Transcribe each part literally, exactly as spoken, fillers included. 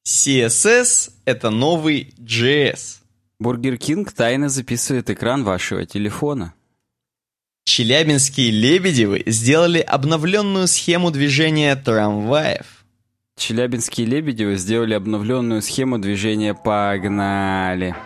си эс эс — это новый джей эс. Бургер Кинг тайно записывает экран вашего телефона. Челябинские Лебедевы сделали обновленную схему движения трамваев. Челябинские Лебедевы сделали обновленную схему движения «Погнали».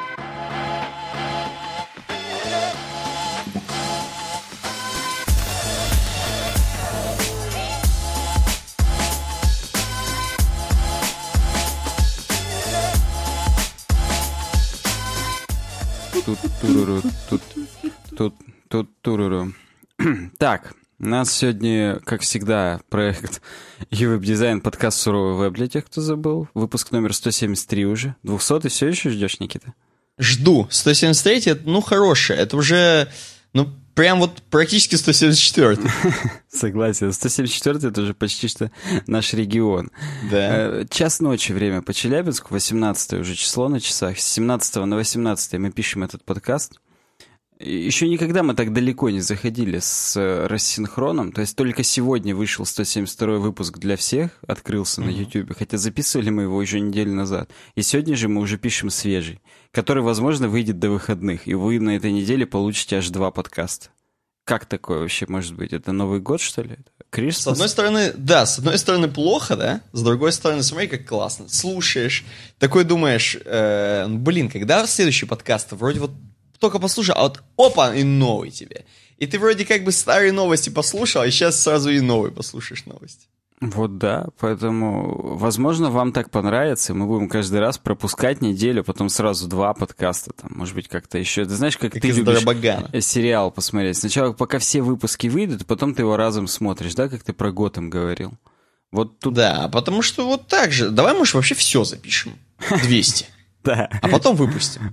Тут туруру, тут, тут, тут туруру. Так, у нас сегодня, как всегда, проект «Веб-дизайн», подкаст «Суровый веб» для тех, кто забыл. Выпуск номер сто семьдесят три уже. двухсотый все еще ждешь, Никита? Жду. сто семьдесят третий, ну, хорошее. Это уже, ну, прям вот практически сто семьдесят четвёртый. Согласен. сто семьдесят четвёртый это уже почти что наш регион. Да. Час ночи, время по Челябинску, восемнадцатое уже число на часах. С семнадцатого на восемнадцатое мы пишем этот подкаст. Еще никогда мы так далеко не заходили с рассинхроном. То есть только сегодня вышел сто семьдесят второй выпуск для всех, открылся mm-hmm. на YouTube, хотя записывали мы его уже неделю назад. И сегодня же мы уже пишем свежий, который, возможно, выйдет до выходных. И вы на этой неделе получите аж два подкаста. Как такое вообще может быть? Это Новый год, что ли? Christmas? С одной стороны, да, с одной стороны плохо, да? С другой стороны, смотри, как классно. Слушаешь, такой думаешь, э, блин, когда следующий подкаст? Вроде вот только послушал, а вот опа, и новый тебе. И ты вроде как бы старые новости послушал, а сейчас сразу и новые послушаешь новости. Вот да, поэтому, возможно, вам так понравится, мы будем каждый раз пропускать неделю, потом сразу два подкаста, там, может быть, как-то еще. Ты знаешь, как, как ты любишь Дорабагана. Сериал посмотреть. Сначала, пока все выпуски выйдут, потом ты его разом смотришь, да, как ты про Готэм говорил. Вот тут... Да, потому что вот так же. Давай, может, вообще все запишем. двести. Да. А потом выпустим.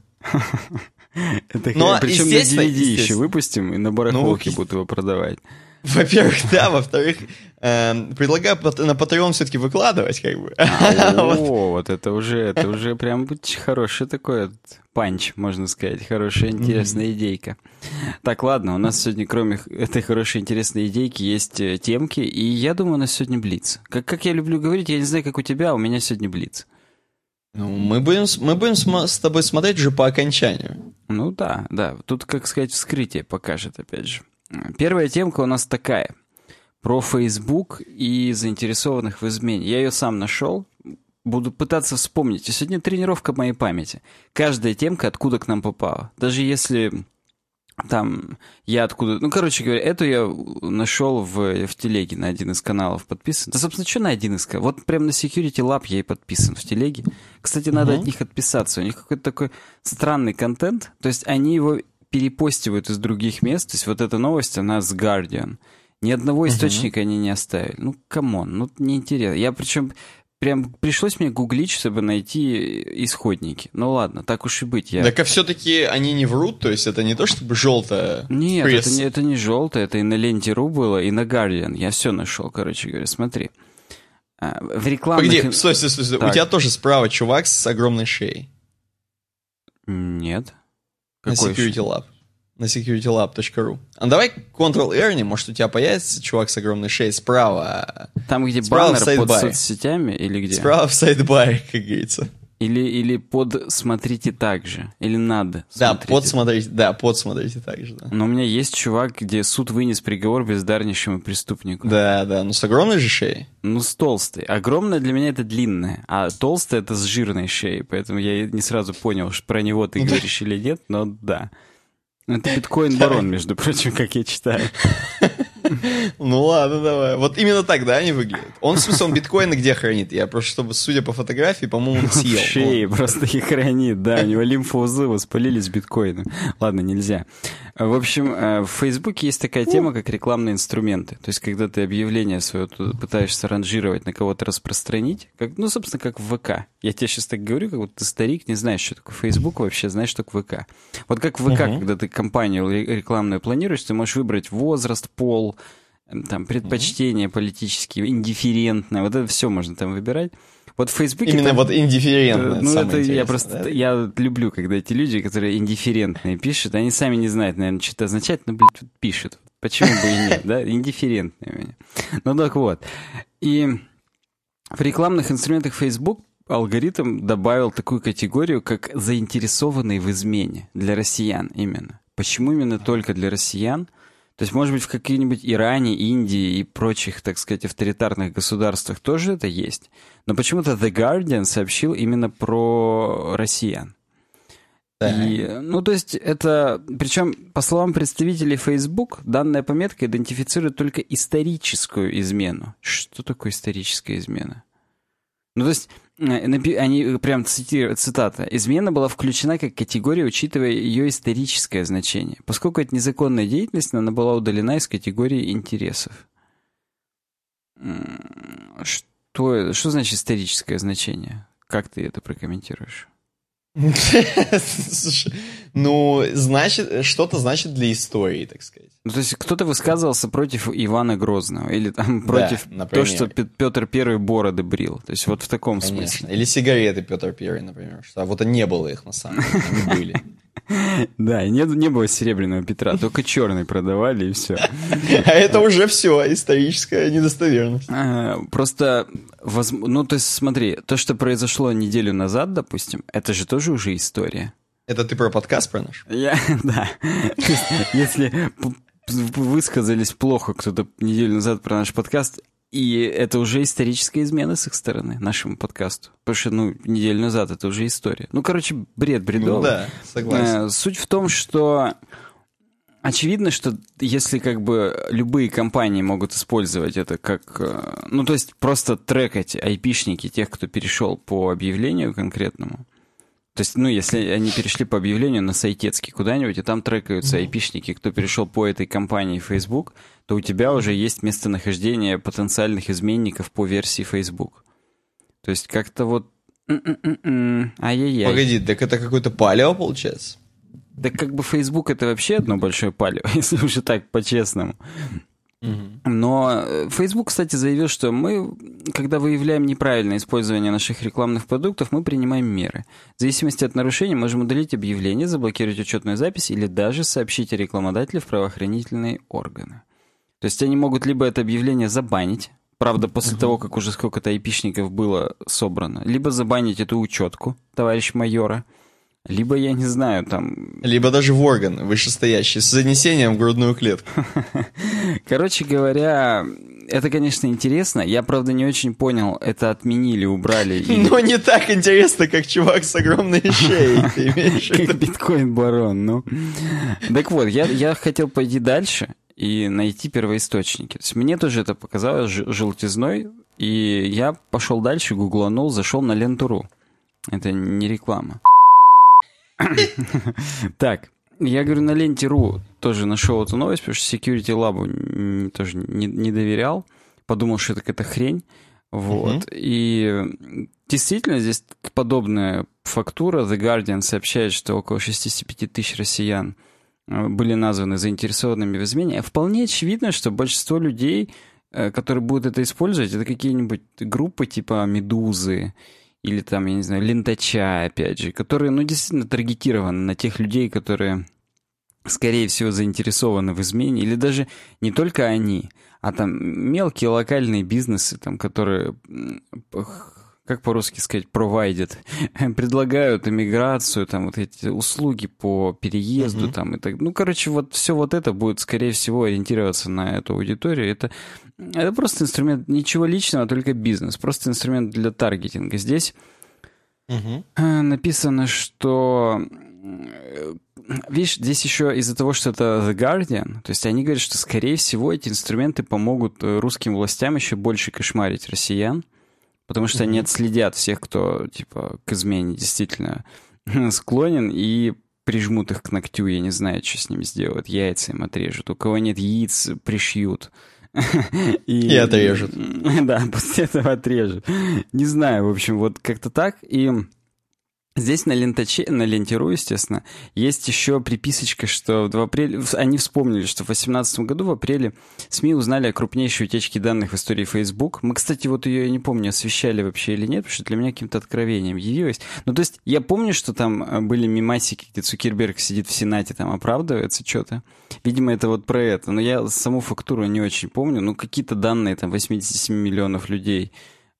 Это Но, причем на ди ви ди еще выпустим, и на барахолке ну, будут его продавать. Во-первых, да, во-вторых, э, предлагаю на Patreon все-таки выкладывать, как бы. О, вот это уже, это уже прям хороший такой панч, можно сказать, хорошая интересная идейка. Так, ладно, у нас сегодня, кроме этой хорошей интересной идейки, есть темки, и я думаю, у нас сегодня блиц. Как, как я люблю говорить, я не знаю, как у тебя, а у меня сегодня блиц. Ну, мы будем, мы будем с тобой смотреть уже по окончанию. Ну да, да. Тут, как сказать, вскрытие покажет, опять же. Первая темка у нас такая. Про Facebook и заинтересованных в измене. Я ее сам нашел. Буду пытаться вспомнить. И сегодня тренировка моей памяти. Каждая темка откуда к нам попала. Даже если... Там я откуда... Ну, короче говоря, эту я нашел в, в телеге на один из каналов подписан. Да, собственно, что на один из каналов? Вот прям на Security Lab я и подписан в телеге. Кстати, надо uh-huh. от них отписаться. У них какой-то такой странный контент. То есть они его перепостивают из других мест. То есть вот эта новость, она с Guardian. Ни одного источника uh-huh. они не оставили. Ну, камон, ну, неинтересно. Я причем... Прям пришлось мне гуглить, чтобы найти исходники. Ну ладно, так уж и быть. Я... Так а все-таки они не врут? То есть это не то, чтобы желтое? Нет, это не, это не желтое, это и на ленте точка ру было, и на Guardian. Я все нашел, короче говоря, смотри. В рекламных... Погоди, стой, стой, стой. У тебя тоже справа чувак с огромной шеей. Нет. Какой на Security Lab. На security lab точка ру. А давай контрол-R, может, у тебя появится чувак с огромной шеей справа. Там, где баннер под соцсетями или где? Справа в сайдбаре, как говорится. Или, или под «смотрите так же», или «надо». Да, под смотрите, да, под смотрите так же. Да. Но у меня есть чувак, где суд вынес приговор бездарнейшему преступнику. Да, да, ну с огромной же шеей. Ну, с толстой. Огромная для меня это длинная, а толстая это с жирной шеей. Поэтому я не сразу понял, что про него ты говоришь или нет, но да. Это биткоин-барон, между прочим, как я читаю. Ну ладно, давай. Вот именно так, да, они выглядят. Он, в смысле, он биткоины где хранит? Я просто, чтобы, судя по фотографии, по-моему, он съел. В шее просто их хранит, да. У него лимфоузлы воспалились биткоином. Ладно, нельзя. В общем, в Фейсбуке есть такая тема, как рекламные инструменты. То есть, когда ты объявление свое пытаешься ранжировать, на кого-то распространить, как, ну, собственно, как в ВК. Я тебе сейчас так говорю, как будто ты старик, не знаешь, что такое Facebook вообще, знаешь, что такое ВК. Вот как в ВК, uh-huh. когда ты кампанию рекламную планируешь, ты можешь выбрать возраст, пол, там, предпочтения uh-huh. политические, индифферентное, вот это все можно там выбирать. Вот в Фейсбуке... Именно там, вот индифферентное. Ну, это я просто... Да? Я люблю, когда эти люди, которые индифферентные пишут, они сами не знают, наверное, что это означает, но, блядь, пишут. Почему бы и нет, да? Индифферентные у меня. Ну, так вот. И в рекламных инструментах Facebook алгоритм добавил такую категорию, как заинтересованный в измене для россиян именно. Почему именно только для россиян? То есть, может быть, в каких-нибудь Иране, Индии и прочих, так сказать, авторитарных государствах тоже это есть. Но почему-то The Guardian сообщил именно про россиян. И, ну, то есть это, причем, по словам представителей Facebook, данная пометка идентифицирует только историческую измену. Что такое историческая измена? Ну, то есть, они прям цитируют, цитата, «Измена была включена как категория, учитывая ее историческое значение. Поскольку это незаконная деятельность, она была удалена из категории интересов». Что, что значит историческое значение? Как ты это прокомментируешь? Слушай, ну, значит, что-то значит для истории, так сказать. Ну, то есть кто-то высказывался против Ивана Грозного, или там против да, того, что Петр Первый бороды брил. То есть вот в таком Конечно. смысле. Или сигареты Петр Первый, например. Что, а вот и не было их, на самом деле, они были. Да, и не, не было Серебряного Петра, только черный продавали, и все. А это уже все, историческая недостоверность. Просто, ну, то есть смотри, то, что произошло неделю назад, допустим, это же тоже уже история. Это ты про подкаст про наш? Я, да. Если высказались плохо кто-то неделю назад про наш подкаст, и это уже историческая измена с их стороны, нашему подкасту. Потому что, ну, неделю назад это уже история. Ну, короче, бред бредовый. Ну да, согласен. Суть в том, что очевидно, что если как бы любые компании могут использовать это как... Ну, то есть просто трекать айпишники тех, кто перешел по объявлению конкретному. То есть, ну, если они перешли по объявлению на Сайтецкий куда-нибудь, и там трекаются айпишники, кто перешел по этой компании Facebook, то у тебя уже есть местонахождение потенциальных изменников по версии Facebook. То есть как-то вот... Ай-яй-яй. Погоди, так это какой-то палео получается? Да как бы Facebook это вообще одно большое палео, если уже так по-честному. Но Facebook, кстати, заявил, что мы, когда выявляем неправильное использование наших рекламных продуктов, мы принимаем меры. В зависимости от нарушения можем удалить объявление, заблокировать учетную запись или даже сообщить о рекламодателе в правоохранительные органы. То есть они могут либо это объявление забанить, правда, после uh-huh. того, как уже сколько-то айпишников было собрано, либо забанить эту учетку, товарищ майора, либо, я не знаю, там... Либо даже в орган вышестоящий, с занесением в грудную клетку. Короче говоря, это, конечно, интересно. Я, правда, не очень понял, это отменили, убрали. Или... Но не так интересно, как чувак с огромной шеей. Ты имеешь в виду? Как биткоин-барон, ну. Так вот, я, я хотел пойти дальше и найти первоисточники. То есть мне тоже это показалось желтизной, и я пошел дальше, гугланул, зашел на Ленtu.ру. Это не реклама. Так, я говорю, на Ленте.ру тоже нашел эту новость, потому что Security Lab тоже не, не доверял. Подумал, что это какая-то хрень. Вот. Uh-huh. И действительно, здесь подобная фактура. The Guardian сообщает, что около шестьдесят пять тысяч россиян были названы заинтересованными в измене. Вполне очевидно, что большинство людей, которые будут это использовать, это какие-нибудь группы типа «Медузы», или там, я не знаю, Лентача, опять же, которые, ну, действительно таргетированы на тех людей, которые, скорее всего, заинтересованы в измене, или даже не только они, а там мелкие локальные бизнесы, там, которые, как по-русски сказать, провайдят, предлагают иммиграцию, там, вот эти услуги по переезду, uh-huh. там, и так, ну, короче, вот все вот это будет, скорее всего, ориентироваться на эту аудиторию. Это Это просто инструмент, ничего личного, только бизнес. Просто инструмент для таргетинга. Здесь uh-huh. написано, что... Видишь, здесь еще из-за того, что это The Guardian, то есть они говорят, что, скорее всего, эти инструменты помогут русским властям еще больше кошмарить россиян, потому что uh-huh. они отследят всех, кто, типа, к измене действительно склонен, и прижмут их к ногтю, я не знаю, что с ними сделают, яйца им отрежут. У кого нет яиц, пришьют. И, и отрежут. Да, после этого отрежут. Не знаю, в общем, вот как-то так. И здесь на Лентаче, на Ленте.ру, естественно, есть еще приписочка, что в апреле... Они вспомнили, что в две тысячи восемнадцатом году в апреле СМИ узнали о крупнейшей утечке данных в истории Facebook. Мы, кстати, вот ее, я не помню, освещали вообще или нет, потому что для меня каким-то откровением явилось. Ну, то есть я помню, что там были мемасики, где Цукерберг сидит в Сенате, там оправдывается что-то. Видимо, это вот про это. Но я саму фактуру не очень помню. Ну, какие-то данные, там, восемьдесят семь миллионов людей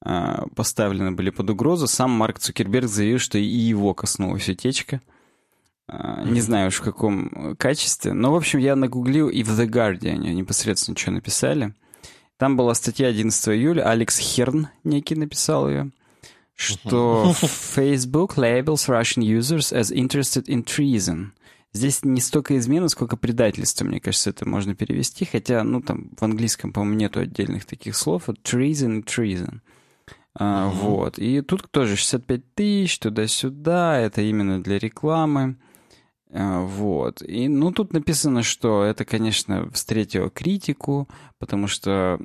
э, поставлены были под угрозу. Сам Марк Цукерберг заявил, что и его коснулась утечка. Э, не знаю уж в каком качестве. Но, в общем, я нагуглил, и в The Guardian непосредственно что написали. Там была статья одиннадцатого июля, Алекс Херн некий написал ее, что Facebook labels Russian users as interested in treason. Здесь не столько измена, сколько предательство, мне кажется, это можно перевести, хотя, ну, там, в английском, по-моему, нету отдельных таких слов, вот treason и treason. А, uh-huh. Вот, и тут тоже шестьдесят пять тысяч, туда-сюда, это именно для рекламы, а, вот. И, ну, тут написано, что это, конечно, встретило критику, потому что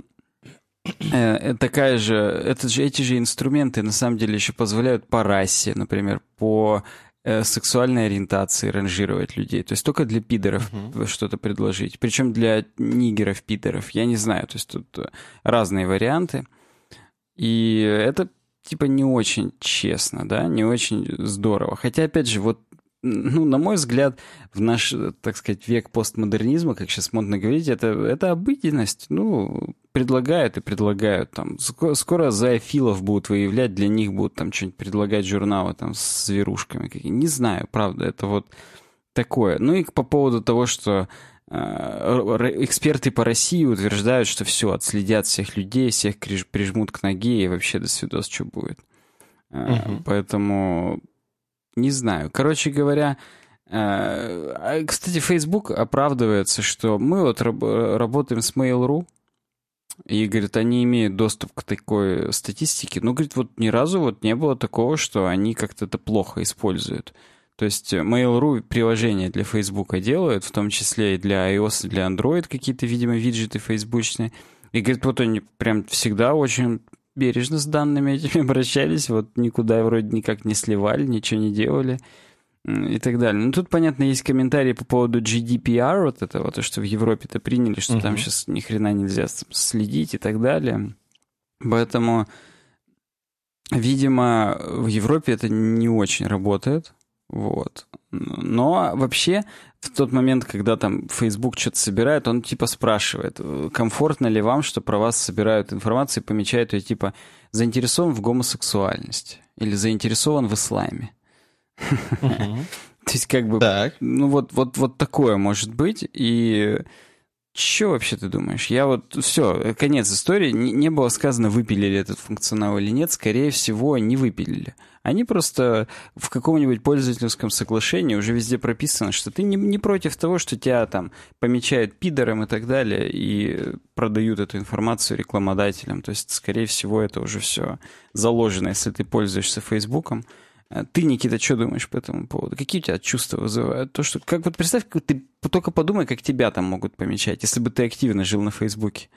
э, такая же, это же, эти же инструменты, на самом деле, еще позволяют по расе, например, по сексуальной ориентации ранжировать людей. То есть только для пидоров uh-huh. что-то предложить. Причем для нигеров-пидоров. Я не знаю. То есть тут разные варианты. И это типа не очень честно, да, не очень здорово. Хотя, опять же, вот, ну, на мой взгляд, в наш, так сказать, век постмодернизма, как сейчас модно говорить, это, это обыденность. Ну, предлагают и предлагают. Там, скоро, скоро зоофилов будут выявлять, для них будут там что-нибудь предлагать журналы там с зверушками. Не знаю, правда, это вот такое. Ну и по поводу того, что э, эксперты по России утверждают, что все, отследят всех людей, всех прижмут к ноге и вообще до свидос, что будет. Э, угу. Поэтому не знаю. Короче говоря, э, кстати, Facebook оправдывается, что мы вот раб- работаем с Mail точка ру, и, говорит, они имеют доступ к такой статистике. Ну, говорит, вот ни разу вот не было такого, что они как-то это плохо используют. То есть Mail точка ру приложения для Facebook делают, в том числе и для iOS, и для Android какие-то, видимо, виджеты фейсбучные. И, говорит, вот они прям всегда очень бережно с данными этими обращались, вот никуда вроде никак не сливали, ничего не делали и так далее. Ну, тут, понятно, есть комментарии по поводу джи ди пи ар, вот этого, то, что в Европе-то приняли, что uh-huh. там сейчас ни хрена нельзя следить и так далее. Поэтому, видимо, в Европе это не очень работает. Вот. Но вообще, в тот момент, когда там Facebook что-то собирает, он типа спрашивает, комфортно ли вам, что про вас собирают информацию и помечают ее типа заинтересован в гомосексуальности или заинтересован в исламе. Uh-huh. То есть как бы, так. ну вот, вот, вот такое может быть. И что вообще ты думаешь? Я вот, все, конец истории. Не, не было сказано, выпилили этот функционал или нет. Скорее всего, не выпилили. Они просто в каком-нибудь пользовательском соглашении уже везде прописано, что ты не, не против того, что тебя там помечают пидором и так далее, и продают эту информацию рекламодателям. То есть, скорее всего, это уже все заложено, если ты пользуешься Фейсбуком. Ты, Никита, что думаешь по этому поводу? Какие у тебя чувства вызывают? То, что, как вот представь, как ты только подумай, как тебя там могут помечать, если бы ты активно жил на Фейсбуке.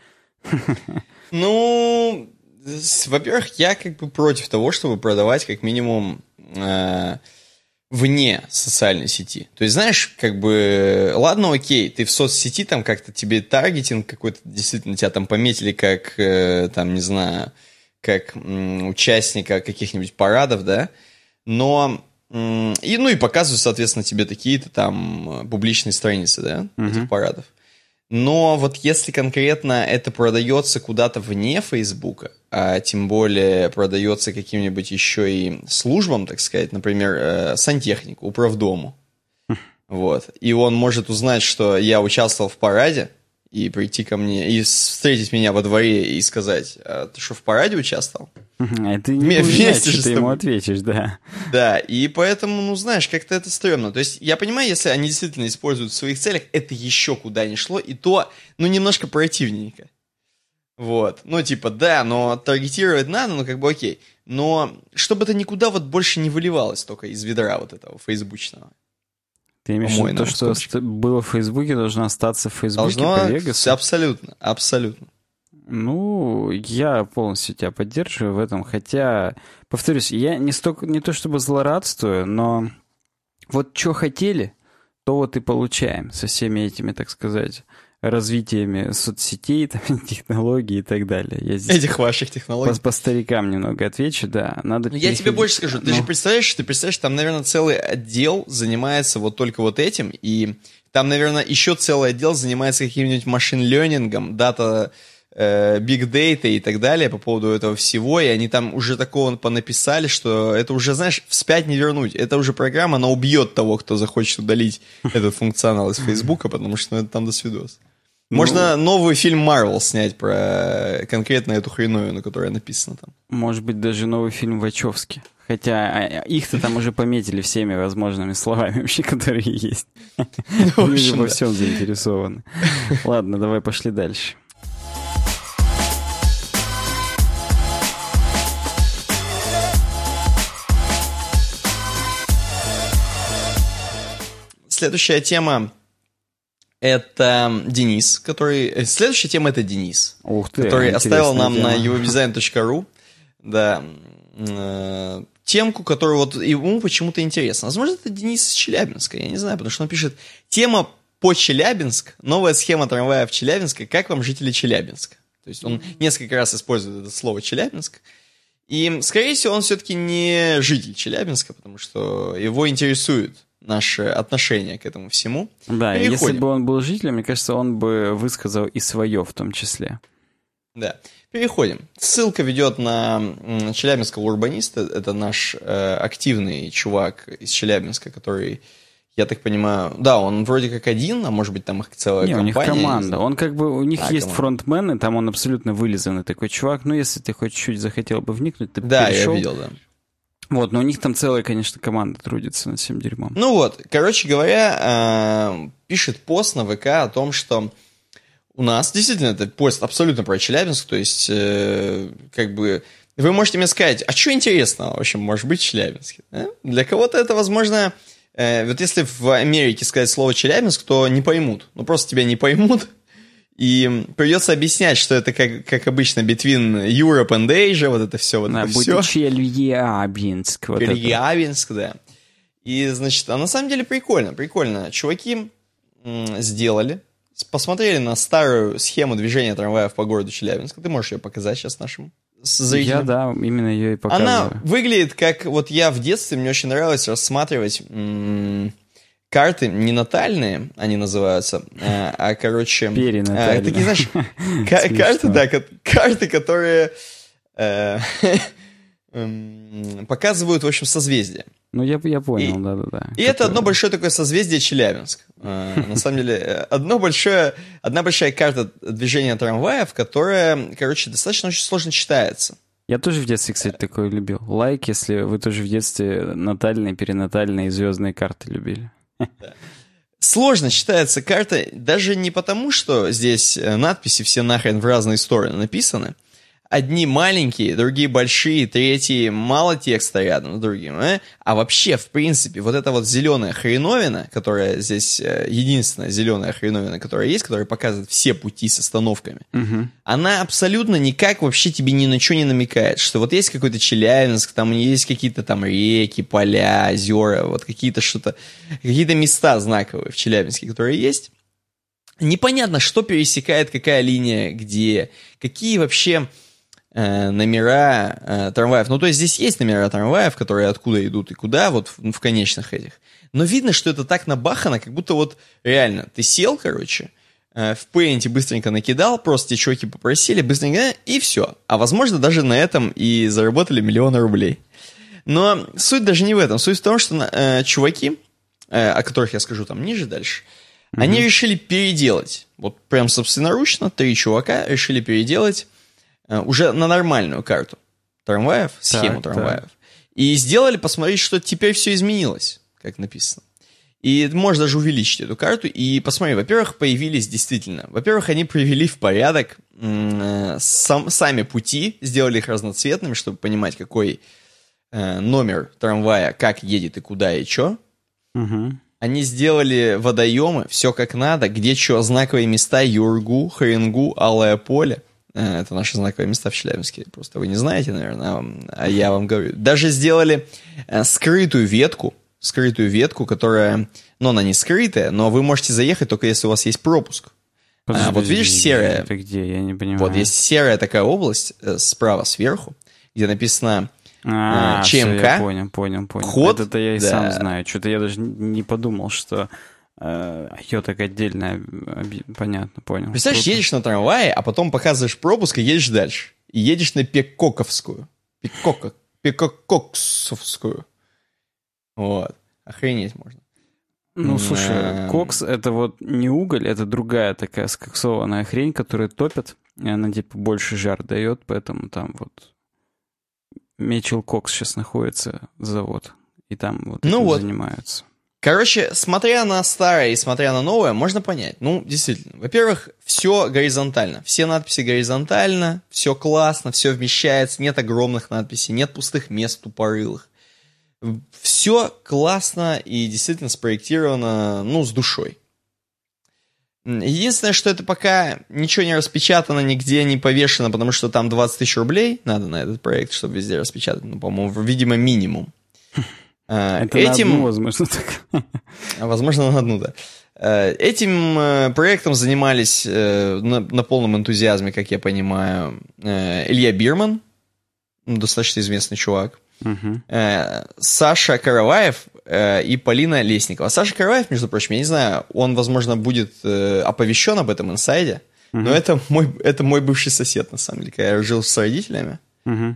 Ну, во-первых, я как бы против того, чтобы продавать как минимум э, вне социальной сети. То есть, знаешь, как бы, ладно, окей, ты в соцсети там как-то тебе таргетинг какой-то, действительно тебя там пометили как, э, там, не знаю, как м, участника каких-нибудь парадов, да, но, и, ну и показывают, соответственно, тебе такие-то там публичные страницы, да, uh-huh. этих парадов. Но вот если конкретно это продается куда-то вне Фейсбука, а тем более продается каким-нибудь еще и службам, так сказать, например, э, сантехнику, управдому, uh-huh. вот, и он может узнать, что я участвовал в параде, и прийти ко мне, и встретить меня во дворе и сказать, а ты что, в параде участвовал? А ты не знаешь, что ты ему ответишь, да. Да, и поэтому, ну, знаешь, как-то это стрёмно. То есть я понимаю, если они действительно используют в своих целях, это еще куда ни шло, и то, ну, немножко противненько. Вот. Ну, типа, да, но таргетировать надо, ну, как бы окей. Но чтобы это никуда вот больше не выливалось только из ведра вот этого фейсбучного. Ты имеешь в виду то, что скобочка. Было в Фейсбуке, должно остаться в Фейсбуке должно, по Легасу? Абсолютно, абсолютно. Ну, я полностью тебя поддерживаю в этом, хотя, повторюсь, я не, столько, не то чтобы злорадствую, но вот что хотели, то вот и получаем со всеми этими, так сказать, развитиями соцсетей, там, технологий и так далее. Я здесь Этих ваших технологий. По, по старикам немного отвечу, да. Надо я переходить... тебе больше скажу. Ты ну... же представляешь, ты представляешь, там, наверное, целый отдел занимается вот только вот этим, и там, наверное, еще целый отдел занимается каким-нибудь машин-лернингом, дата, Big Data и так далее по поводу этого всего, и они там уже такого понаписали, что это уже, знаешь, вспять не вернуть. Это уже программа, она убьет того, кто захочет удалить этот функционал из Фейсбука, потому что ну, это там до свидос. Можно ну, новый фильм Marvel снять про конкретно эту хреновину, которая написана там. Может быть, даже новый фильм Вачовски. Хотя их-то там уже пометили всеми возможными словами вообще, которые есть. Они во всем заинтересованы. Ладно, давай пошли дальше. Следующая тема — это Денис, который... Следующая тема — это Денис, Ух ты, который оставил нам тема. на ювебдизайн точка ру да, э, темку, которую вот ему почему-то интересно. Возможно, это Денис из Челябинска, я не знаю, потому что он пишет: тема по Челябинск, новая схема трамвая в Челябинске, как вам жители Челябинска? То есть он несколько раз использует это слово Челябинск. И, скорее всего, он все-таки не житель Челябинска, потому что его интересует наше отношение к этому всему. Да, Переходим. Если бы он был жителем, мне кажется, он бы высказал и свое в том числе. Да. Переходим. Ссылка ведет на Челябинского урбаниста. Это наш э, активный чувак из Челябинска, который, я так понимаю, да, он вроде как один, а может быть там их целая не, компания. У них команда. Он как бы, у них а, есть команда. Фронтмены, там он абсолютно вылизанный такой чувак. Ну, если ты хоть чуть захотел бы вникнуть, ты да, перешел. я видел, да. Вот, но у них там целая, конечно, команда трудится над всем дерьмом. Ну вот, короче говоря, э, пишет пост на ВК о том, что у нас, действительно, это пост абсолютно про Челябинск, то есть, э, как бы, вы можете мне сказать, а что интересного, в общем, может быть в Челябинске? Да? Для кого-то это, возможно, э, вот если в Америке сказать слово Челябинск, то не поймут, ну просто тебя не поймут. И придется объяснять, что это, как, как обычно, between Europe and Asia, вот это все, вот да, это будет все. Челябинск. Вот Челябинск, да. И, значит, а на самом деле прикольно, прикольно. Чуваки м- сделали, посмотрели на старую схему движения трамваев по городу Челябинск. Ты можешь ее показать сейчас нашим зрителям? Я, да, именно ее и показываю. Она выглядит как, вот я в детстве, мне очень нравилось рассматривать... М- карты не натальные, они называются, а, а короче... Перинатальные. А, такие, знаешь, к- карты, да, карты, которые э, показывают, в общем, созвездия. Ну, я, я понял, да-да-да. И, и это одно большое такое созвездие Челябинск. А, на самом деле, одно большое, одна большая карта движения трамваев, которая, короче, достаточно очень сложно читается. Я тоже в детстве, кстати, такое любил. Лайк, если вы тоже в детстве натальные, перинатальные и звездные карты любили. Да. Сложно читается карта даже не потому, что здесь надписи все нахрен в разные стороны написаны. Одни маленькие, другие большие, третьи мало текста рядом с другим. А, а вообще, в принципе, вот эта вот зеленая хреновина, которая здесь единственная зеленая хреновина, которая есть, которая показывает все пути с остановками, угу. она абсолютно никак вообще тебе ни на что не намекает, что вот есть какой-то Челябинск, там есть какие-то там реки, поля, озера, вот какие-то что-то, какие-то места знаковые в Челябинске, которые есть. Непонятно, что пересекает, какая линия, где, какие вообще... номера э, трамваев. Ну, то есть здесь есть номера трамваев, которые откуда идут и куда, вот в, в конечных этих. Но видно, что это так набахано, как будто вот реально ты сел, короче, э, в Paint быстренько накидал, просто те чуваки попросили, быстренько, и все. А возможно, даже на этом и заработали миллионы рублей. Но суть даже не в этом. Суть в том, что э, чуваки, э, о которых я скажу там ниже дальше, mm-hmm. они решили переделать. Вот прям собственноручно три чувака решили переделать уже на нормальную карту трамваев, схему так, трамваев. Так. И сделали, посмотреть, что теперь все изменилось, как написано. И можно даже увеличить эту карту и посмотри, во-первых, появились действительно, во-первых, они привели в порядок м- сам, сами пути, сделали их разноцветными, чтобы понимать, какой э, номер трамвая, как едет и куда и что. Угу. Они сделали водоемы, все как надо, где что, знаковые места, Юргу, Хренгу, Алое поле. Это наши знаковые места в Челябинске. Просто вы не знаете, наверное, а я вам говорю. Даже сделали скрытую ветку, скрытую ветку, которая, ну, она не скрытая, но вы можете заехать только если у вас есть пропуск. Подожди, а, вот видишь серая... Это где? Я не понимаю. Вот есть серая такая область справа сверху, где написано а, ЧМК. Все, я понял, понял, понял. Код. Это я и да. сам знаю. Что-то я даже не подумал, что ее так отдельно, понятно, понял. Представляешь, Круто. едешь на трамвае, а потом показываешь пропуск и едешь дальше. И едешь на Пекоковскую. Пекока, Пекококсовскую. Вот. Охренеть можно. Ну, слушай, кокс — это вот не уголь, это другая такая скоксованная хрень, которую топят, и она типа больше жар дает, поэтому там вот Мечел Кокс сейчас находится, завод, и там вот ну этим вот. занимаются. Короче, смотря на старое и смотря на новое, можно понять. Ну, действительно. Во-первых, все горизонтально. Все надписи горизонтально, все классно, все вмещается, нет огромных надписей, нет пустых мест тупорылых. Все классно и действительно спроектировано, ну, с душой. Единственное, что это пока ничего не распечатано, нигде не повешено, потому что там двадцать тысяч рублей надо на этот проект, чтобы везде распечатать. Ну, по-моему, видимо, минимум. Это Этим... на одну, возможно, так. Возможно, на одну, да. Этим проектом занимались на, на полном энтузиазме, как я понимаю, Илья Бирман, достаточно известный чувак, угу. Саша Караваев и Полина Лесникова. Саша Караваев, между прочим, я не знаю, он, возможно, будет оповещен об этом инсайде, угу. но это мой, это мой бывший сосед, на самом деле, когда я жил с родителями. Угу.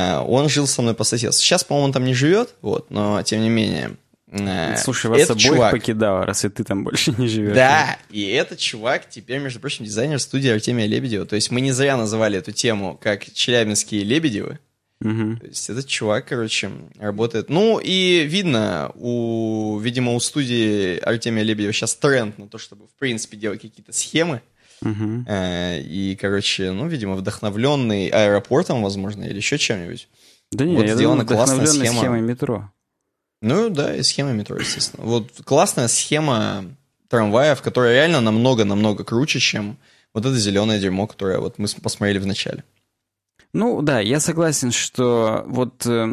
Он жил со мной по соседству. Сейчас, по-моему, он там не живет, вот, но тем не менее. Слушай, вас обоих чувак... покидал, раз и ты там больше не живешь. Да, и этот чувак теперь, между прочим, дизайнер студии Артемия Лебедева. То есть мы не зря называли эту тему как «Челябинские Лебедевы». Угу. То есть этот чувак, короче, работает. Ну, и видно, у, видимо, у студии Артемия Лебедева сейчас тренд на то, чтобы, в принципе, делать какие-то схемы. Uh-huh. И, короче, ну, видимо, вдохновленный аэропортом, возможно, или еще чем-нибудь. Да нет, вот я сделана думаю, классная схема. Схемой метро. Ну, да, и схема метро, естественно. Вот классная схема трамваев, которая реально намного-намного круче, чем вот это зеленое дерьмо, которое вот мы посмотрели в начале. Ну, да, я согласен, что вот э,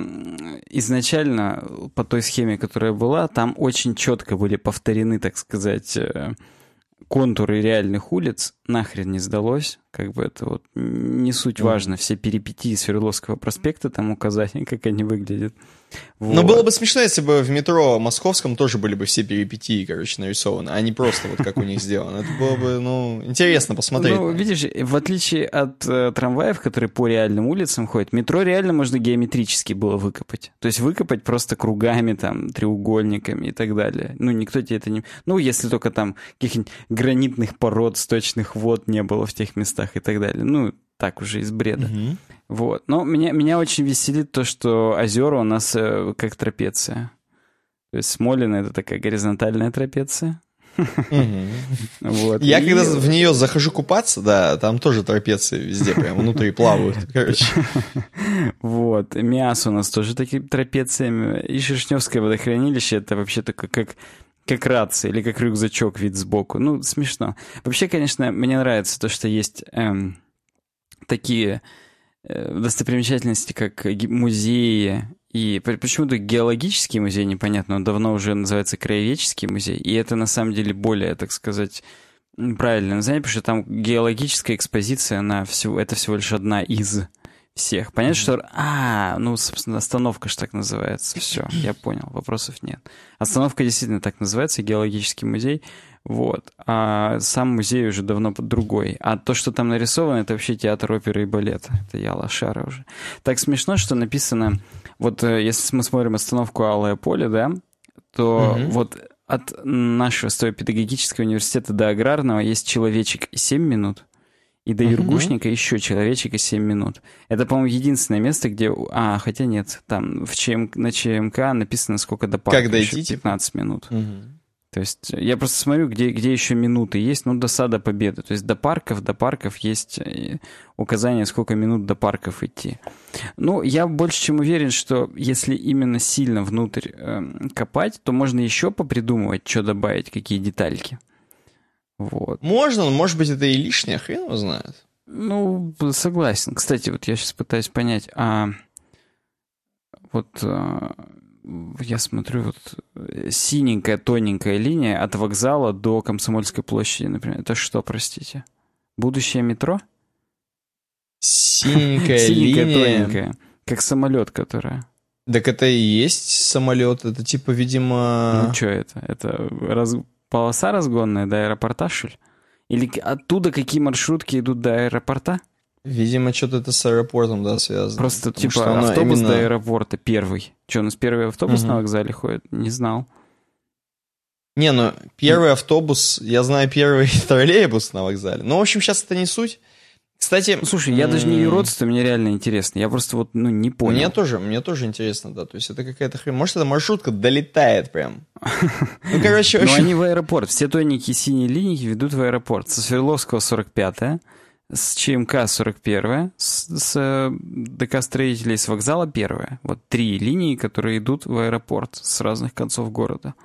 изначально по той схеме, которая была, там очень четко были повторены, так сказать, э, контуры реальных улиц. Нахрен не сдалось. Как бы это вот не суть важно. Все перипетии Свердловского проспекта там указать, как они выглядят. Вот. Но было бы смешно, если бы в метро московском тоже были бы все перипетии, короче, нарисованы, а не просто вот как у них сделано. Это было бы, ну, интересно посмотреть. Ну, видишь, в отличие от э, трамваев, которые по реальным улицам ходят, метро реально можно геометрически было выкопать. То есть выкопать просто кругами, там, треугольниками и так далее. Ну, никто тебе это не... Ну, если только там каких-нибудь гранитных пород, сточных вод не было в тех местах и так далее. Ну, так уже из бреда. Угу. Вот. Но меня, меня очень веселит то, что озера у нас э, как трапеция. То есть Смолино — это такая горизонтальная трапеция. Я когда в нее захожу купаться, да, там тоже трапеции везде прям внутри плавают, короче. Вот. Миас у нас тоже такие трапециями. И Шершневское водохранилище — это вообще такое, как... Как рация или как рюкзачок вид сбоку. Ну, смешно. Вообще, конечно, мне нравится то, что есть эм, такие э, достопримечательности, как музеи. И почему-то геологический музей, непонятно, он давно уже называется краеведческий музей. И это, на самом деле, более, так сказать, правильно название, потому что там геологическая экспозиция, она всего, это всего лишь одна из... всех. Понятно, что... А, ну, собственно, остановка же так называется. Все, я понял, вопросов нет. Остановка действительно так называется, геологический музей. Вот. А сам музей уже давно под другой. А то, что там нарисовано, это вообще театр оперы и балета. Это я лошара уже. Так смешно, что написано... Вот если мы смотрим остановку «Алое поле», да, то mm-hmm. вот от нашего педагогического университета до Аграрного есть человечек семь минут. И до Юргушника uh-huh. еще человечек и семь минут. Это, по-моему, единственное место, где... А, хотя нет, там в ЧМ... на ЧМК написано, сколько до парка. Как дойти? пятнадцать минут. Uh-huh. То есть я просто смотрю, где, где еще минуты есть. Ну, до Сада Победы. То есть до парков, до парков есть указание, сколько минут до парков идти. Ну, я больше чем уверен, что если именно сильно внутрь э, копать, то можно еще попридумывать, что добавить, какие детальки. Вот. Можно, но, может быть, это и лишнее, хрен его знает. Ну, согласен. Кстати, вот я сейчас пытаюсь понять, а вот а, я смотрю, вот синенькая, тоненькая линия от вокзала до Комсомольской площади, например. Это что, простите? Будущее метро? Синенькая, синенькая линия? Тоненькая, как самолет, которая... Так это и есть самолет, это типа, видимо... Ну, что это? Это раз... полоса разгонная до аэропорта, что ли? Или оттуда какие маршрутки идут до аэропорта? Видимо, что-то это с аэропортом, да, связано. Просто, типа, автобус именно... до аэропорта первый. Что, у нас первый автобус угу. на вокзале ходит? Не знал. Не, ну, первый автобус, я знаю первый троллейбус на вокзале. Ну, в общем, сейчас это не суть. Кстати... Ну, слушай, я м- даже не юродство, мне реально интересно. Я просто вот, ну, не понял. Мне тоже, мне тоже интересно, да. То есть это какая-то хрень. Может, эта маршрутка долетает прям. Ну, короче, очень... Ну, они в аэропорт. Все тоники синие линии ведут в аэропорт. Со Свердловского сорок пятая, с ЧМК сорок первая, с, с ДК строителей с вокзала первая. Вот три линии, которые идут в аэропорт с разных концов города.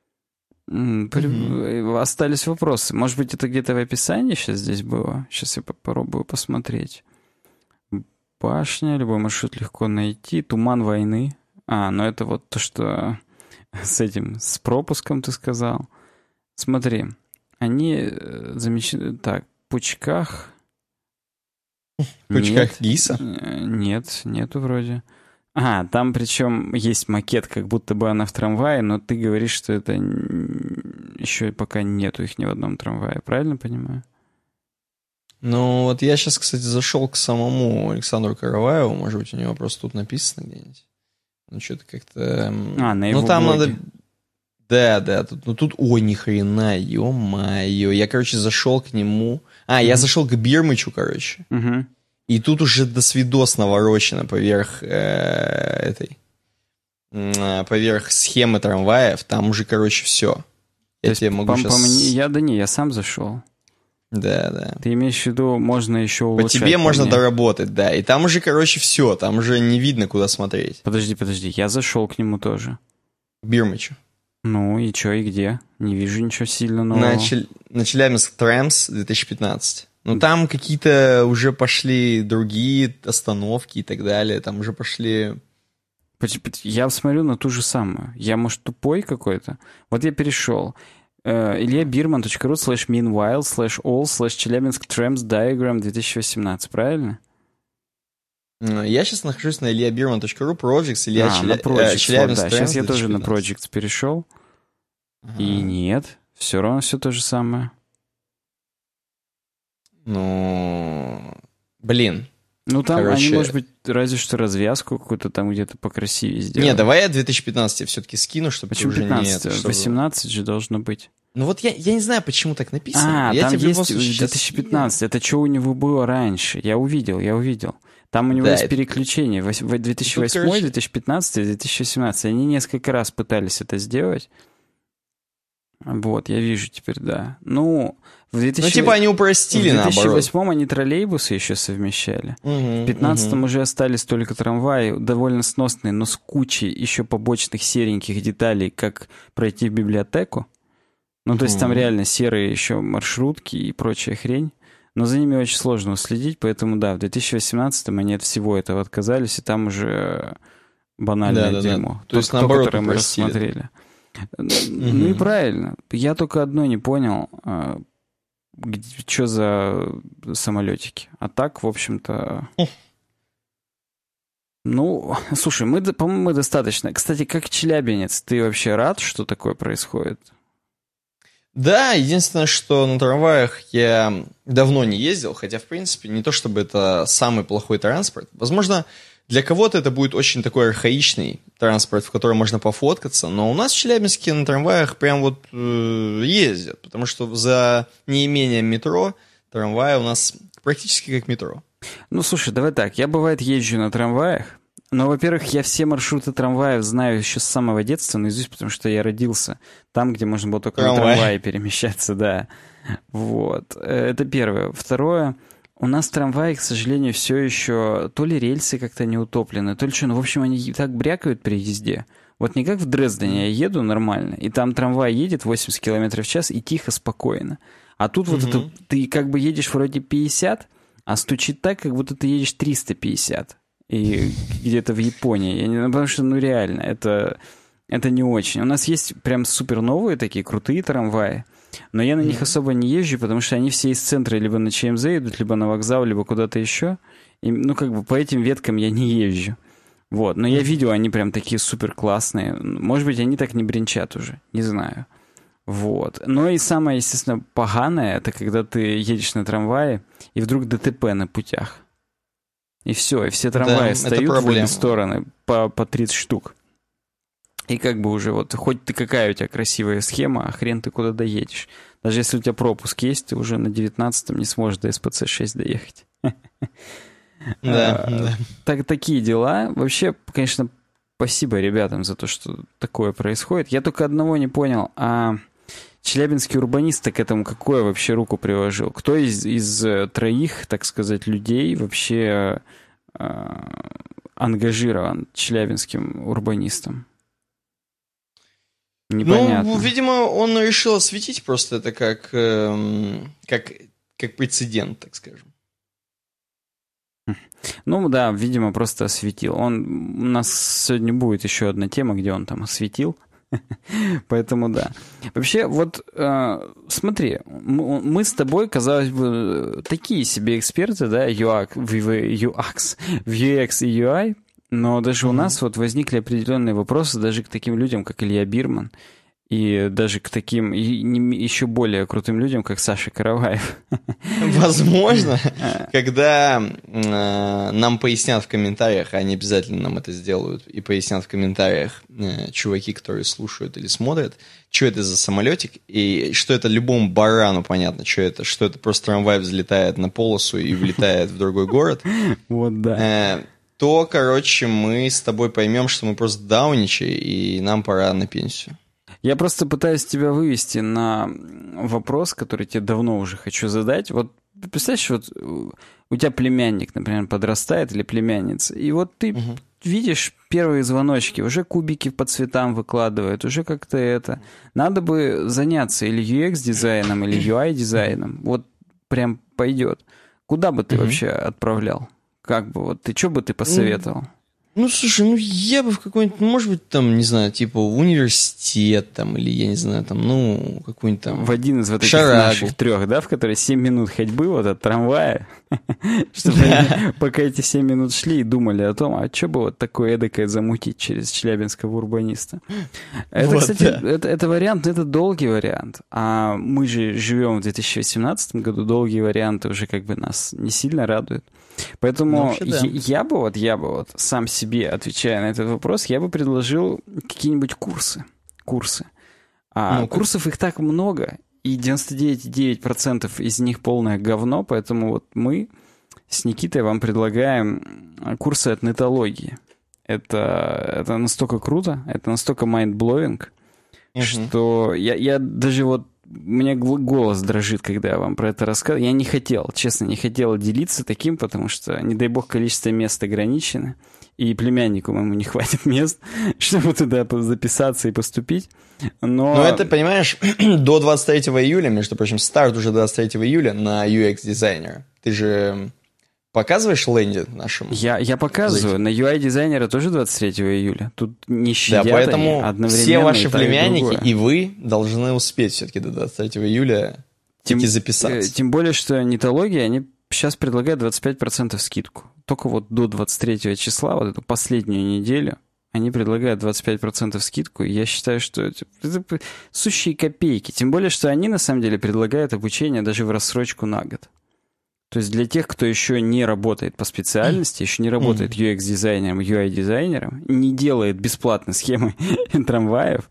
Mm-hmm. Остались вопросы. Может быть, это где-то в описании сейчас здесь было? Сейчас я попробую посмотреть. Башня, любой маршрут легко найти. Туман войны. А, ну это вот то, что с этим, с пропуском ты сказал. Смотри, они замечательно... Так, в Пучках... В Пучках ГИСа? Нет, нету вроде. А, там причем есть макет, как будто бы она в трамвае, но ты говоришь, что это еще пока нету их ни в одном трамвае. Правильно понимаю? Ну, вот я сейчас, кстати, зашел к самому Александру Караваеву. Может быть, у него просто тут написано где-нибудь. Ну, что-то как-то... А, на его Ну, там блоге. надо... Да, да, тут, ну тут, ой, ни хрена, ё-моё. Я, короче, зашел к нему. А, mm-hmm. я зашел к Бирмычу, короче. Mm-hmm. И тут уже досвидос наворочено поверх э, этой, э, поверх схемы трамваев. Там уже, короче, все. Я тебе могу по, сейчас... по мне, я, да не, я сам зашел. Да, да. Ты имеешь в виду, можно еще улучшать? По тебе по можно мне. доработать, да. И там уже, короче, все. Там уже не видно, куда смотреть. Подожди, подожди. Я зашел к нему тоже. К Бирмычу. Ну, и что, и где? Не вижу ничего сильно нового. На, Чел... на Челябинск Трэмс две тысячи пятнадцать. Ну, там какие-то уже пошли другие остановки и так далее. Там уже пошли... Я смотрю на ту же самую. Я, может, тупой какой-то? Вот я перешел. Uh, ильябирман.ру slash meanwhile slash all slash Челябинск Trams Diagram две тысячи восемнадцать, правильно? Я сейчас нахожусь на ильябирман.ру, Projects, Илья а, Челя... на Projects, Челябинск вот, да. Trams Сейчас я тоже на две тысячи пятнадцать. Projects перешел. Ага. И нет, все равно все то же самое. Ну, блин. Ну, там Короче... они, может быть, разве что развязку какую-то там где-то покрасивее сделали. Не, давай я две тысячи пятнадцать все-таки скину, чтобы почему уже пятнадцать? не... Чтобы... восемнадцать же должно быть. Ну вот я, я не знаю, почему так написано. А, я там тебе есть две тысячи пятнадцать. Сейчас... Это что у него было раньше? Я увидел, я увидел. Там у него да, есть это... переключение. В две тысячи восьмой, две тысячи пятнадцатый, две тысячи семнадцатый. Они несколько раз пытались это сделать. Вот, я вижу теперь, да. Ну, в две тысячи... ну типа они упростили, наоборот. В две тысячи восьмом они троллейбусы еще совмещали. Угу, в две тысячи пятнадцатом угу. уже остались только трамваи, довольно сносные, но с кучей еще побочных сереньких деталей, как пройти в библиотеку. Ну, то есть там реально серые еще маршрутки и прочая хрень. Но за ними очень сложно уследить, поэтому, да, в две тысячи восемнадцатом они от всего этого отказались, и там уже банальное да, дерьмо. Да, да. То, то есть, наоборот, которое мы рассмотрели. Mm-hmm. Ну и правильно. Я только одно не понял, что за самолетики. А так, в общем-то... Ну, слушай, мы, по-моему, мы достаточно... Кстати, как челябинец, ты вообще рад, что такое происходит? Да, единственное, что на трамваях я давно не ездил, хотя, в принципе, не то чтобы это самый плохой транспорт. Возможно, для кого-то это будет очень такой архаичный транспорт, в котором можно пофоткаться, но у нас в Челябинске на трамваях прям вот э, ездят, потому что за неимением метро трамваи у нас практически как метро. Ну, слушай, давай так, я, бывает, езжу на трамваях, но, во-первых, я все маршруты трамваев знаю еще с самого детства наизусть, потому что я родился там, где можно было только Трамвай. на трамвае перемещаться, да. Вот, это первое. Второе, у нас трамваи, к сожалению, все еще то ли рельсы как-то не утоплены, то ли что, ну, в общем, они так брякают при езде. Вот не как в Дрездене я еду нормально, и там трамвай едет восемьдесят километров в час и тихо, спокойно. А тут mm-hmm. вот это, ты как бы едешь вроде пятьдесят, а стучит так, как будто ты едешь триста пятьдесят. И где-то в Японии. Я не, потому что, ну, реально, это, это не очень. У нас есть прям супер новые такие крутые трамваи, но я на mm-hmm. них особо не езжу, потому что они все из центра либо на ЧМЗ идут, либо на вокзал, либо куда-то еще. И, ну, как бы по этим веткам я не езжу. Вот. Но я видел, они прям такие супер классные. Может быть, они так не бренчат уже. Не знаю. Вот. Но и самое, естественно, поганое, это когда ты едешь на трамвае, и вдруг ДТП на путях. И все, и все трамваи да, стоят в обе стороны по, по тридцать штук. И как бы уже вот, хоть ты какая у тебя красивая схема, а хрен ты куда доедешь. Даже если у тебя пропуск есть, ты уже на девятнадцатом не сможешь до эс пэ цэ шесть доехать. Да, да. Так, такие дела. Вообще, конечно, спасибо ребятам за то, что такое происходит. Я только одного не понял, а челябинский урбанист к этому какое вообще руку приложил? Кто из, из троих, так сказать, людей вообще э, ангажирован челябинским урбанистом? Непонятно. Ну, видимо, он решил осветить просто это как, э, как, как прецедент, так скажем. Ну да, видимо, просто осветил. Он, у нас сегодня будет еще одна тема, где он там осветил. Поэтому да. Вообще, вот э, смотри, мы, мы с тобой, казалось бы, такие себе эксперты, да, ю экс, в ю экс, в ю экс и ю ай, но даже mm-hmm. у нас вот возникли определенные вопросы даже к таким людям, как Илья Бирман, и даже к таким и не, еще более крутым людям, как Саша Караваев. Возможно, когда э, нам пояснят в комментариях, они обязательно нам это сделают, и пояснят в комментариях э, чуваки, которые слушают или смотрят, что это за самолетик, и что это любому барану понятно, что это, что это просто трамвай взлетает на полосу и влетает в другой город. Вот да. Э, то, короче, мы с тобой поймем, что мы просто дауничи, и нам пора на пенсию. Я просто пытаюсь тебя вывести на вопрос, который тебе давно уже хочу задать. Вот представляешь, вот у тебя племянник, например, подрастает или племянница, и вот ты угу. видишь первые звоночки, уже кубики по цветам выкладывают, уже как-то это. Надо бы заняться или ю экс-дизайном, или ю ай-дизайном. Вот прям пойдет. Куда бы ты угу. вообще отправлял? Как бы вот ты, что бы ты посоветовал? Ну, слушай, ну я бы в какой-нибудь, может быть, там, не знаю, типа в университет там, или я не знаю, там, ну, какой-нибудь там... В один из вот этих Шарагу. Наших трех, да, в которые семь минут ходьбы вот от трамвая, чтобы пока эти семь минут шли и думали о том, а что бы вот такое эдакое замутить через челябинского урбаниста. Это, кстати, это вариант, но это долгий вариант. А мы же живем в две тысячи восемнадцатом году, долгие варианты уже как бы нас не сильно радуют. Поэтому ну, вообще, да. я, я бы вот, я бы вот сам себе, отвечая на этот вопрос, я бы предложил какие-нибудь курсы. Курсы. А ну, курсов их так много, и девяносто девять целых девять десятых процента из них полное говно, поэтому вот мы с Никитой вам предлагаем курсы от нетологии. Это, это настолько круто, это настолько mind-blowing, uh-huh. что я, я даже вот у меня голос дрожит, когда я вам про это рассказываю. Я не хотел, честно, не хотел делиться таким, потому что, не дай бог, количество мест ограничено, и племяннику моему не хватит мест, чтобы туда записаться и поступить. Но... Ну, это, понимаешь, до двадцать третьего июля, между прочим, старт уже двадцать третьего июля на ю экс-дизайнера. Ты же показываешь ленди нашему? Я, я показываю. На ю ай-дизайнера тоже двадцать третьего июля. Тут не щадят да, поэтому они одновременно. Все ваши и племянники и, и вы должны успеть все-таки до двадцать третьего июля таки записаться. Тем более, что нетология, они сейчас предлагают двадцать пять процентов скидку. Только вот до двадцать третьего числа, вот эту последнюю неделю, они предлагают двадцать пять процентов скидку. И я считаю, что это, это сущие копейки. Тем более, что они на самом деле предлагают обучение даже в рассрочку на год. То есть для тех, кто еще не работает по специальности, еще не работает ю экс-дизайнером, ю ай-дизайнером, не делает бесплатно схемы трамваев,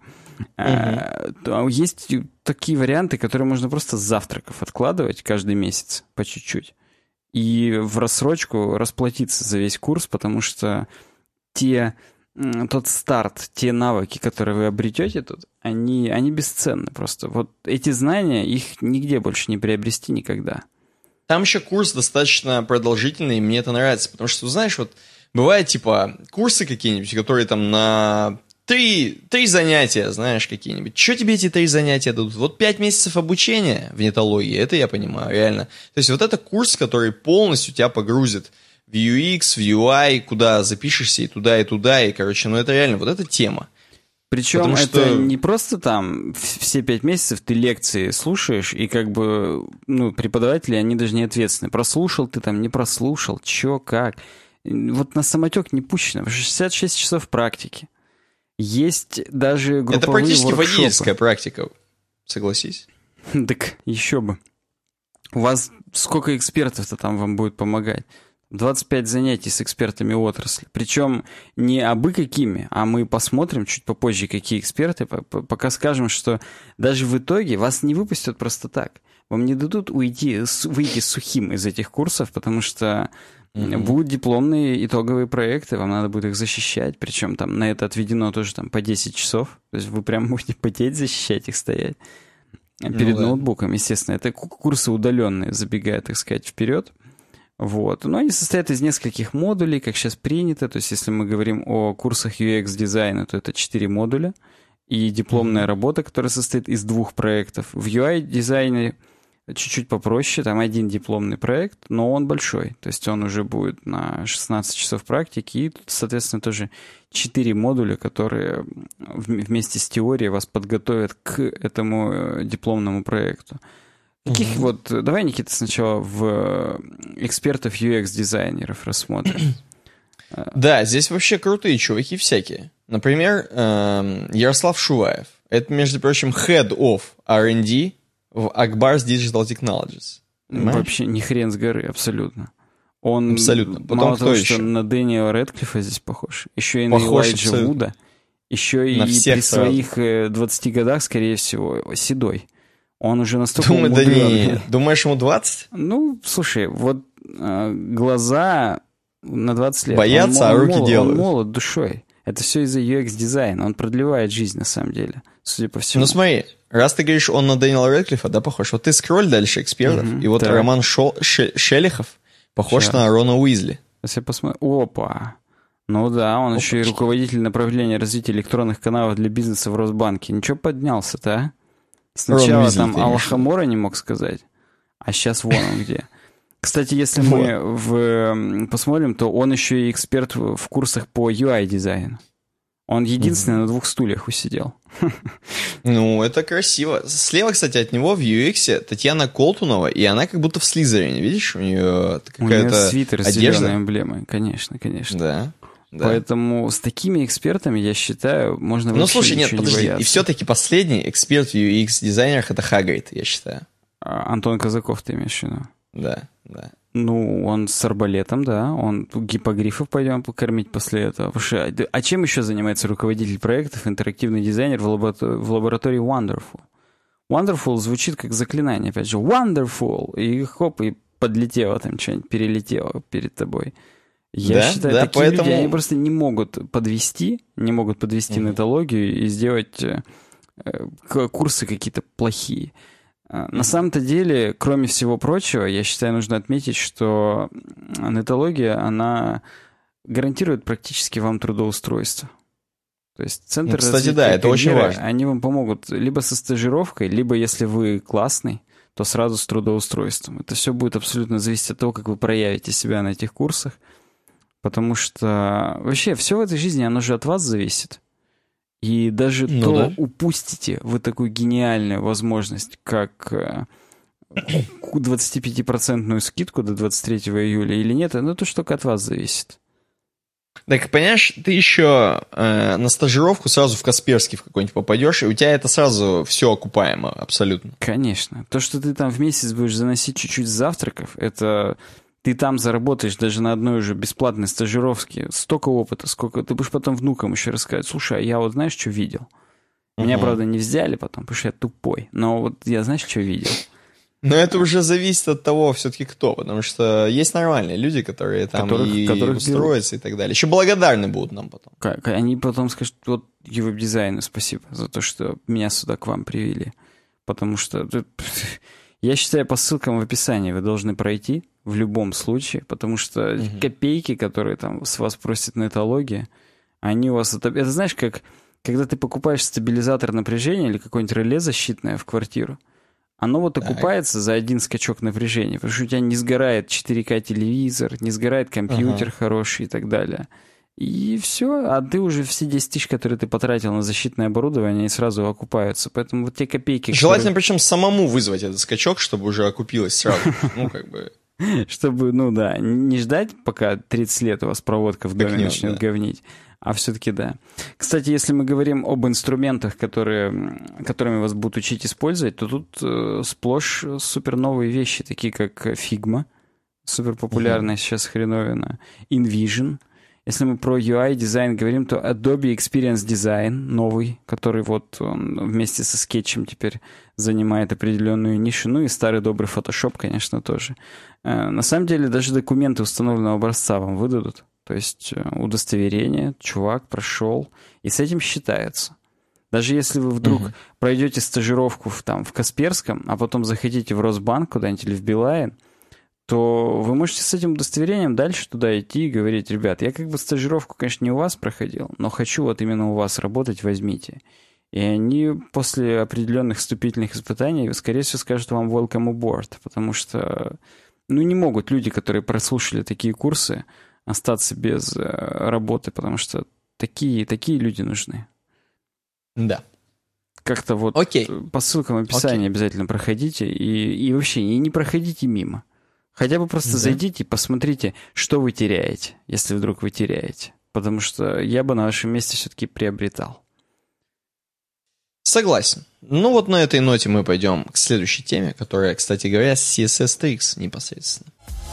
uh-huh. есть такие варианты, которые можно просто с завтраков откладывать каждый месяц по чуть-чуть. И в рассрочку расплатиться за весь курс, потому что те, тот старт, те навыки, которые вы обретете тут, они, они бесценны просто. Вот эти знания, их нигде больше не приобрести никогда. Там еще курс достаточно продолжительный, и мне это нравится, потому что, знаешь, вот бывают, типа, курсы какие-нибудь, которые там на три, три занятия, знаешь, какие-нибудь. Что тебе эти три занятия дадут? Вот пять месяцев обучения в нетологии, это я понимаю, реально. То есть вот это курс, который полностью тебя погрузит в ю экс, в ю ай, куда запишешься и туда, и туда, и, короче, ну это реально, вот это тема. Причем Потому это что... не просто там все пять месяцев ты лекции слушаешь, и как бы, ну, преподаватели, они даже не ответственны. Прослушал ты там, не прослушал, чё, как. Вот на самотек не пущено. шестьдесят шесть часов практики. Есть даже групповые Это практически воркшопы. водительская практика. Согласись. Так еще бы. У вас сколько экспертов-то там вам будет помогать? двадцать пять занятий с экспертами отрасли. Причем не абы какими, а мы посмотрим чуть попозже, какие эксперты, пока скажем, что даже в итоге вас не выпустят просто так. Вам не дадут уйти, выйти сухим из этих курсов, потому что mm-hmm. будут дипломные итоговые проекты, вам надо будет их защищать, причем там на это отведено тоже там по десять часов. То есть вы прям будете потеть, защищать их, стоять. Перед ну, ноутбуком, да. Естественно. Это курсы удаленные, забегая, так сказать, вперед. Вот. Но они состоят из нескольких модулей, как сейчас принято. То есть, если мы говорим о курсах ю экс-дизайна, то это четыре модуля. И дипломная mm-hmm. работа, которая состоит из двух проектов. В ю ай-дизайне чуть-чуть попроще, там один дипломный проект, но он большой. То есть, он уже будет на шестнадцать часов практики. И тут, соответственно, тоже четыре модуля, которые вместе с теорией вас подготовят к этому дипломному проекту. Каких mm-hmm. вот... Давай, Никита, сначала в экспертов ю экс-дизайнеров рассмотрим. Да, здесь вообще крутые чуваки всякие. Например, Ярослав Шуваев. Это, между прочим, Head of ар энд ди в Akbar's Digital Technologies. Понимаешь? Вообще ни хрен с горы, абсолютно. Он абсолютно. Потом мало кто того, еще? что на Дэниела Рэдклиффа здесь похож, еще и похож, на Элайджа абсолютно. Вуда, еще на и при сразу. своих двадцати годах, скорее всего, седой. Он уже настолько Думаю, да умудрен. не. Думаешь, ему двадцать? Ну, слушай, вот э, глаза на двадцать лет. Боятся, он, а он руки молод, делают. Он молод душой. Это все из-за ю экс-дизайна. Он продлевает жизнь, на самом деле, судя по всему. Ну смотри, раз ты говоришь, он на Дэниела Рэдклиффа, да, похож. Вот ты скролль дальше экспертов, Угу, и вот так. Роман Шо... Ше... Шелихов похож Сейчас. на Рона Уизли. Сейчас я посмотрю. Опа! Ну да, он Опачки. еще и руководитель направления развития электронных каналов для бизнеса в Росбанке. Ничего поднялся-то, а? Сначала Уизли, там конечно. Алхамора не мог сказать, а сейчас вон он где. Кстати, если мы в, посмотрим, то он еще и эксперт в курсах по ю ай-дизайну. Он единственный угу. на двух стульях усидел. Ну, это красиво. Слева, кстати, от него в ю экс Татьяна Колтунова, и она как будто в Слизерине. Видишь, у нее какая-то у нее свитер одежда. с зеленой эмблемой. Конечно, конечно. Да. Да. Поэтому с такими экспертами, я считаю, можно вообще Ну, слушай, нет, ничего подожди. не бояться. И все-таки последний эксперт в ю экс-дизайнерах — это Хагрид, я считаю. А, Антон Казаков ты имеешь в виду? Да, да. Ну, он с арбалетом, да. Он гиппогрифов пойдем покормить после этого. Слушай, а чем еще занимается руководитель проектов, интерактивный дизайнер в, лаборатории, в лаборатории Wonderful? Wonderful звучит как заклинание, опять же. Wonderful! И хоп, и подлетело там что-нибудь, перелетело перед тобой. Я да, считаю, да, такие поэтому... люди, они просто не могут подвести, не могут подвести mm-hmm. нетологию и сделать э, курсы какие-то плохие. Mm-hmm. На самом-то деле, кроме всего прочего, я считаю, нужно отметить, что нетология, она гарантирует практически вам трудоустройство. То есть центр ну, кстати, развития да, это карьеры, очень важно. Они вам помогут либо со стажировкой, либо, если вы классный, то сразу с трудоустройством. Это все будет абсолютно зависеть от того, как вы проявите себя на этих курсах. Потому что вообще все в этой жизни, оно же от вас зависит. И даже ну, то да. упустите вы такую гениальную возможность, как двадцатипятипроцентную скидку до двадцать третьего июля или нет, это то, что только от вас зависит. Так, понимаешь, ты еще э, на стажировку сразу в Касперский в какой-нибудь попадешь, и у тебя это сразу все окупаемо, абсолютно. Конечно. То, что ты там в месяц будешь заносить чуть-чуть завтраков, это... Ты там заработаешь даже на одной уже бесплатной стажировке столько опыта, сколько... Ты будешь потом внукам еще рассказать. Слушай, а я вот знаешь, что видел? Меня, uh-huh. правда, не взяли потом, потому что я тупой. Но вот я знаешь, что видел? Но это уже зависит от того, все-таки кто. Потому что есть нормальные люди, которые там которых, и которых устроятся берут. И так далее. Еще благодарны будут нам потом. Как? Они потом скажут, вот веб-дизайну спасибо за то, что меня сюда к вам привели. Потому что... Я считаю, по ссылкам в описании вы должны пройти в любом случае, потому что угу. копейки, которые там с вас просят нетология, они у вас... Это, это знаешь, как когда ты покупаешь стабилизатор напряжения или какое-нибудь реле защитное в квартиру, оно вот окупается так. за один скачок напряжения, потому что у тебя не сгорает четыре ка телевизор, не сгорает компьютер ага. хороший и так далее. И все, а ты уже все десять тысяч, которые ты потратил на защитное оборудование, они сразу окупаются. Поэтому вот те копейки... Желательно, которые... причем, самому вызвать этот скачок, чтобы уже окупилось сразу. Ну, как бы... Чтобы, ну да, не ждать, пока тридцать лет у вас проводка в доме начнет говнить, А все-таки да. Кстати, если мы говорим об инструментах, которые, которыми вас будут учить использовать, то тут э, сплошь супер новые вещи, такие как Figma, супер популярная uh-huh. сейчас хреновина, InVision. Если мы про ю ай-дизайн говорим, то Adobe Experience Design новый, который вот он вместе со скетчем теперь занимает определенную нишу. Ну и старый добрый Photoshop, конечно, тоже. Э, на самом деле даже документы установленного образца вам выдадут. То есть удостоверение, чувак прошел, и с этим считается. Даже если вы вдруг uh-huh. пройдете стажировку в, там, в Касперском, а потом захотите в Росбанк куда-нибудь или в Билайн, то вы можете с этим удостоверением дальше туда идти и говорить: ребят, я как бы стажировку, конечно, не у вас проходил, но хочу вот именно у вас работать, возьмите. И они после определенных вступительных испытаний, скорее всего, скажут вам welcome aboard, потому что ну, не могут люди, которые прослушали такие курсы, остаться без э, работы, потому что такие, такие люди нужны. Да. Как-то вот Окей. по ссылкам в описании Окей. обязательно проходите. И, и вообще, и не проходите мимо. Хотя бы просто да. зайдите и посмотрите, что вы теряете, если вдруг вы теряете. Потому что я бы на вашем месте все-таки приобретал. Согласен. Ну вот на этой ноте мы пойдем к следующей теме, которая, кстати говоря, си эс эс Tricks непосредственно.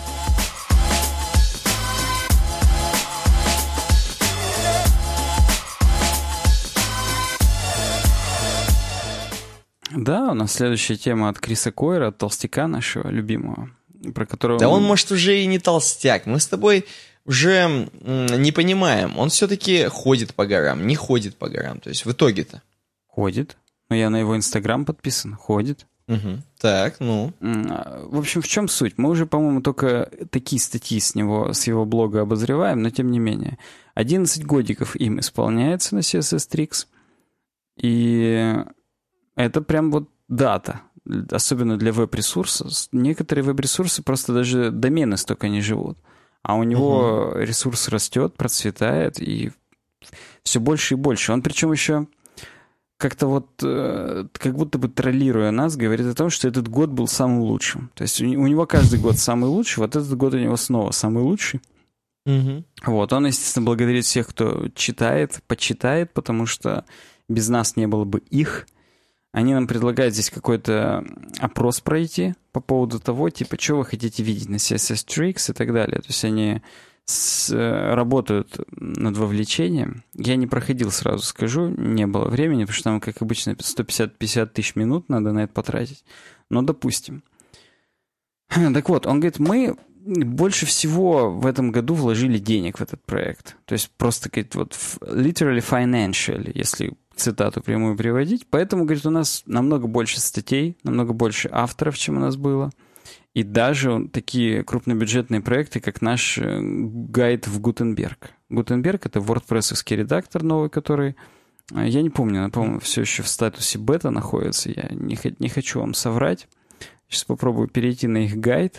Да, у нас следующая тема от Криса Койера, от толстяка нашего любимого, про которого... Да он, может, уже и не толстяк. Мы с тобой уже не понимаем. Он все-таки ходит по горам, не ходит по горам. То есть в итоге-то. Ходит. Но я на его Инстаграм подписан. Ходит. Угу. Так, ну... В общем, в чем суть? Мы уже, по-моему, только такие статьи с него, с его блога обозреваем, но тем не менее. одиннадцать годиков им исполняется на си эс эс Tricks. И... это прям вот дата, особенно для веб-ресурса. Некоторые веб-ресурсы просто даже домены столько не живут. А у него uh-huh. ресурс растет, процветает, и все больше и больше. Он причем еще как-то вот, как будто бы троллируя нас, говорит о том, что этот год был самым лучшим. То есть у него каждый год самый лучший, вот этот год у него снова самый лучший. Uh-huh. Вот, он, естественно, благодарит всех, кто читает, почитает, потому что без нас не было бы их. Они нам предлагают здесь какой-то опрос пройти по поводу того, типа, что вы хотите видеть на си эс эс Tricks и так далее. То есть они с, работают над вовлечением. Я не проходил, сразу скажу, не было времени, потому что там, как обычно, сто пятьдесят тысяч минут надо на это потратить. Но допустим. Так вот, он говорит, мы больше всего в этом году вложили денег в этот проект. То есть просто, говорит, вот literally financially, если... цитату прямую приводить. Поэтому, говорит, у нас намного больше статей, намного больше авторов, чем у нас было. И даже такие крупнобюджетные проекты, как наш гайд в Гутенберг. Гутенберг — это WordPress-овский редактор новый, который, я не помню, она, по-моему, все еще в статусе бета находится. Я не, не хочу вам соврать. Сейчас попробую перейти на их гайд.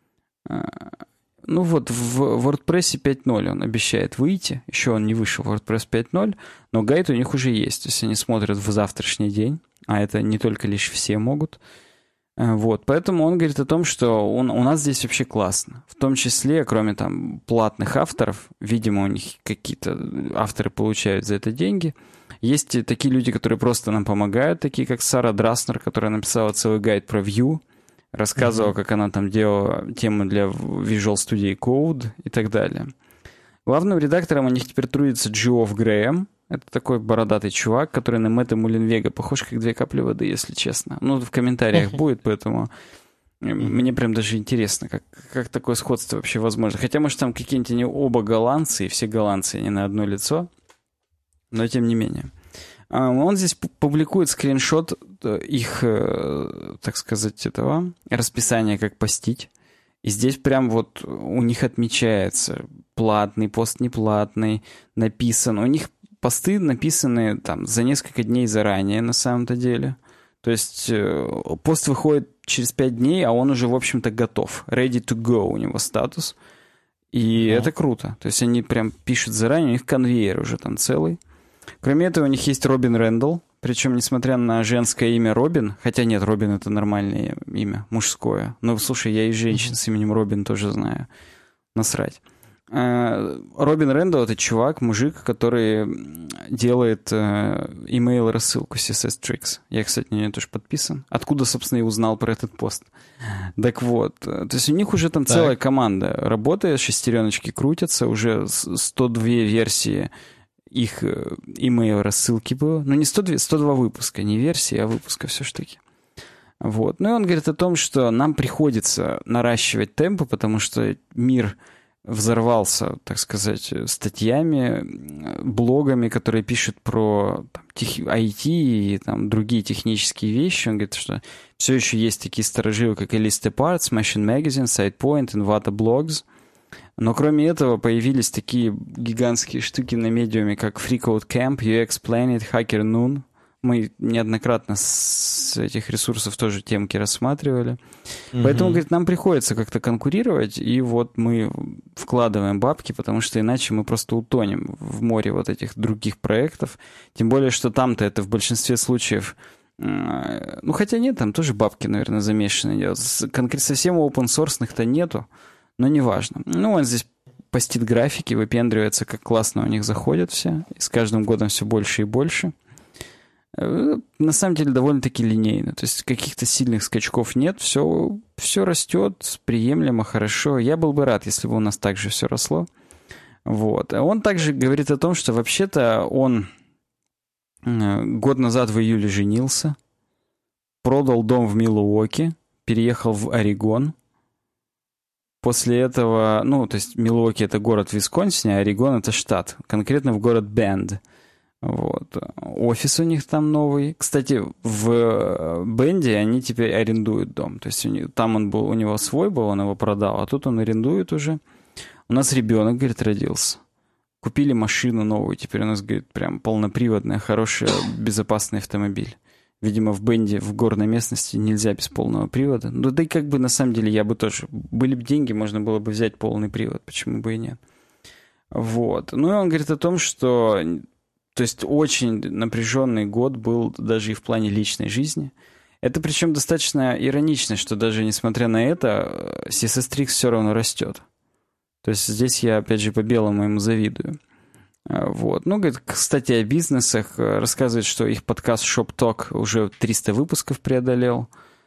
Ну вот, в WordPress пять ноль он обещает выйти. Еще он не вышел в WordPress пять ноль, но гайд у них уже есть. То есть они смотрят в завтрашний день, а это не только лишь все могут. Вот, поэтому он говорит о том, что он, у нас здесь вообще классно. В том числе, кроме там платных авторов, видимо, у них какие-то авторы получают за это деньги. Есть такие люди, которые просто нам помогают, такие как Сара Драснер, которая написала целый гайд про Vue. Рассказывала, mm-hmm. как она там делала тему для Visual Studio Code и так далее. Главным редактором у них теперь трудится Geoff Грэм. Это такой бородатый чувак, который на Мэтта Мулленвега похож как две капли воды, если честно. Ну, в комментариях mm-hmm. будет, поэтому mm-hmm. мне прям даже интересно, как, как такое сходство вообще возможно. Хотя, может, там какие-нибудь они оба голландцы, и все голландцы, они на одно лицо. Но тем не менее. Он здесь публикует скриншот их, так сказать, этого расписания, как постить. И здесь прям вот у них отмечается платный, пост неплатный, написан. У них посты написаны там за несколько дней заранее на самом-то деле. То есть пост выходит через пять дней, а он уже, в общем-то, готов. Ready to go у него статус. И mm-hmm. это круто. То есть они прям пишут заранее, у них конвейер уже там целый. Кроме этого, у них есть Робин Рэндалл, причем, несмотря на женское имя Робин, хотя нет, Робин — это нормальное имя, мужское. Но, слушай, я и женщин mm-hmm. с именем Робин тоже знаю. Насрать. Робин Рэндалл — это чувак, мужик, который делает email-рассылку си эс эс Tricks. Я, кстати, на нее тоже подписан. Откуда, собственно, я узнал про этот пост. Так вот, то есть у них уже там так. целая команда работает, шестереночки крутятся, уже сто две версии их email-рассылки было. Ну, не сто два, сто два выпуска, не версии, а выпуска все ж таки. Вот. Ну, и он говорит о том, что нам приходится наращивать темпы, потому что мир взорвался, так сказать, статьями, блогами, которые пишут про там, тех, ай ти и там, другие технические вещи. Он говорит, что все еще есть такие старожилы, как Elistapart, Smashing Magazine, SidePoint, Envato Blogs. Но кроме этого появились такие гигантские штуки на медиуме, как FreeCodeCamp, ю экс Planet, HackerNoon. Мы неоднократно с этих ресурсов тоже темки рассматривали. Mm-hmm. Поэтому, говорит, нам приходится как-то конкурировать, и вот мы вкладываем бабки, потому что иначе мы просто утонем в море вот этих других проектов. Тем более, что там-то это в большинстве случаев... Ну, хотя нет, там тоже бабки, наверное, замешаны. Конкретно совсем open-source-ных-то нету, но неважно. Ну, он здесь постит графики, выпендривается, как классно у них заходят все, и с каждым годом все больше и больше. На самом деле довольно-таки линейно. То есть каких-то сильных скачков нет. Все, все растет приемлемо, хорошо. Я был бы рад, если бы у нас так же все росло. Вот. Он также говорит о том, что вообще-то он год назад в июле женился, продал дом в Милуоки, переехал в Орегон. После этого, ну, то есть Милуоки — это город в Висконсине, а Орегон — это штат. Конкретно в город Бенд. Вот. Офис у них там новый. Кстати, в Бенде они теперь арендуют дом. То есть там он был, у него свой был, он его продал, а тут он арендует уже. У нас ребенок, говорит, родился. Купили машину новую. Теперь у нас, говорит, прям полноприводная, хорошая, безопасный автомобиль. Видимо, в Бенде, в горной местности нельзя без полного привода. Ну, да и как бы на самом деле я бы тоже... Были бы деньги, можно было бы взять полный привод. Почему бы и нет? Вот. Ну и он говорит о том, что... То есть очень напряженный год был даже и в плане личной жизни. Это причем достаточно иронично, что даже несмотря на это, си эс эс Tricks все равно растет. То есть здесь я, опять же, по-белому ему завидую. Вот. Ну, говорит, кстати, о бизнесах. Рассказывает, что их подкаст Shop Talk уже триста выпусков преодолел.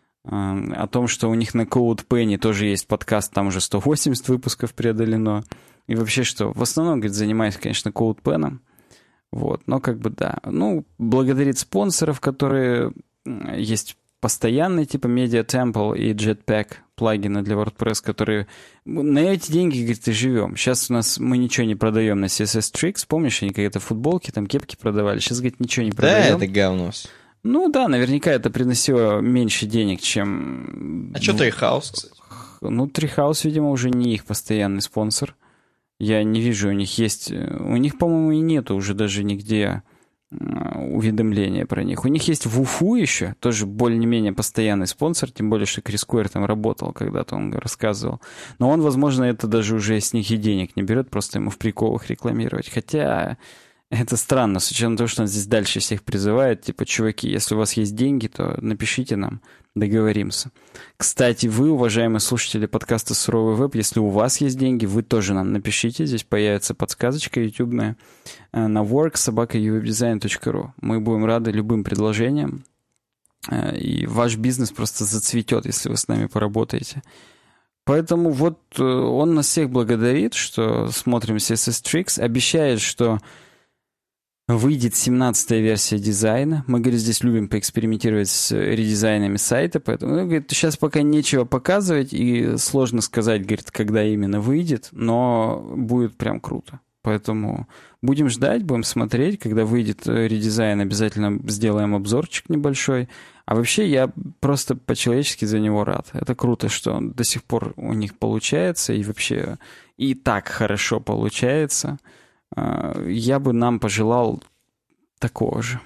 О том, что у них на CodePenny тоже есть подкаст, там уже сто восемьдесят выпусков преодолено. И вообще, что в основном, говорит, занимаюсь, конечно, CodePen'ом. Вот, но как бы да. Ну, благодарит спонсоров, которые есть постоянные, типа Media Temple и Jetpack, плагины для WordPress, которые... На эти деньги, говорит, и живем. Сейчас у нас мы ничего не продаем на си эс эс Tricks. Помнишь, они какие-то футболки, там кепки продавали. Сейчас, говорит, ничего не продаем. Да, это говно. Ну да, наверняка это приносило меньше денег, чем... А что Treehouse, кстати? Ну, Treehouse, видимо, уже не их постоянный спонсор. Я не вижу, у них есть... У них, по-моему, и нету уже даже нигде уведомления про них. У них есть Вуфу еще, тоже более-менее постоянный спонсор, тем более, что Крис Койер там работал когда-то, он рассказывал. Но он, возможно, это даже уже с них и денег не берет, просто ему в приколах рекламировать. Хотя это странно, с учетом того, что он здесь дальше всех призывает, типа, чуваки, если у вас есть деньги, то напишите нам, договоримся. Кстати, вы, уважаемые слушатели подкаста «Суровый веб», если у вас есть деньги, вы тоже нам напишите. Здесь появится подсказочка ютубная на work собака ю веб дизайн точка ру. Мы будем рады любым предложениям. И ваш бизнес просто зацветет, если вы с нами поработаете. Поэтому вот он нас всех благодарит, что смотрим си эс эс Tricks. Обещает, что выйдет семнадцатая версия дизайна. Мы, говорит, здесь любим поэкспериментировать с редизайнами сайта, поэтому, ну, говорит, сейчас пока нечего показывать, и сложно сказать, говорит, когда именно выйдет, но будет прям круто. Поэтому будем ждать, будем смотреть, когда выйдет редизайн, обязательно сделаем обзорчик небольшой. А вообще я просто по-человечески за него рад. Это круто, что он до сих пор у них получается, и вообще и так хорошо получается. Я бы нам пожелал такого же.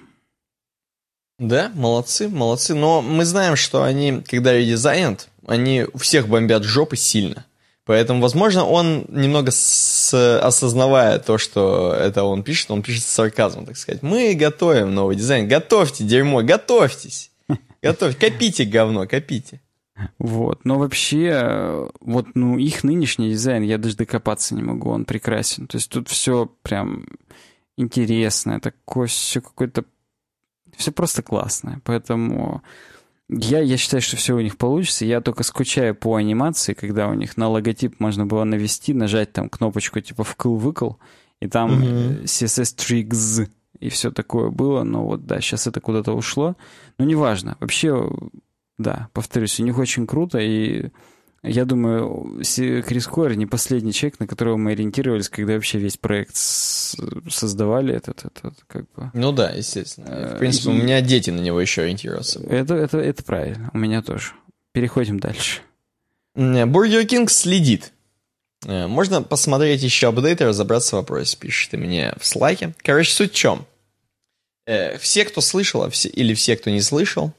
Да, молодцы, молодцы. Но мы знаем, что они, когда редизайнят, они у всех бомбят жопы сильно. Поэтому, возможно, он немного с... осознавая то, что это он пишет, он пишет с сарказмом, так сказать. Мы готовим новый дизайн. Готовьте, дерьмо, готовьтесь. Готовьте, копите говно, копите. Вот. Но вообще, вот, ну, их нынешний дизайн, я даже докопаться не могу, он прекрасен. То есть тут все прям интересное, такое все какое-то... Все просто классное. Поэтому я, я считаю, что все у них получится. Я только скучаю по анимации, когда у них на логотип можно было навести, нажать там кнопочку типа вкл-выкл, и там mm-hmm. си эс эс Tricks и все такое было. Но вот да, сейчас это куда-то ушло. Но неважно. Вообще, да, повторюсь, у них очень круто, и я думаю, Крис Койер не последний человек, на которого мы ориентировались, когда вообще весь проект создавали этот, этот как бы... Ну да, естественно. В принципе, и... у меня дети на него еще ориентироваться. Это, это, это правильно, у меня тоже. Переходим дальше. Burger King следит. Можно посмотреть еще апдейты, разобраться в вопросе, пишите мне в слайке. Короче, суть в чем? Все, кто слышал, или все, кто не слышал,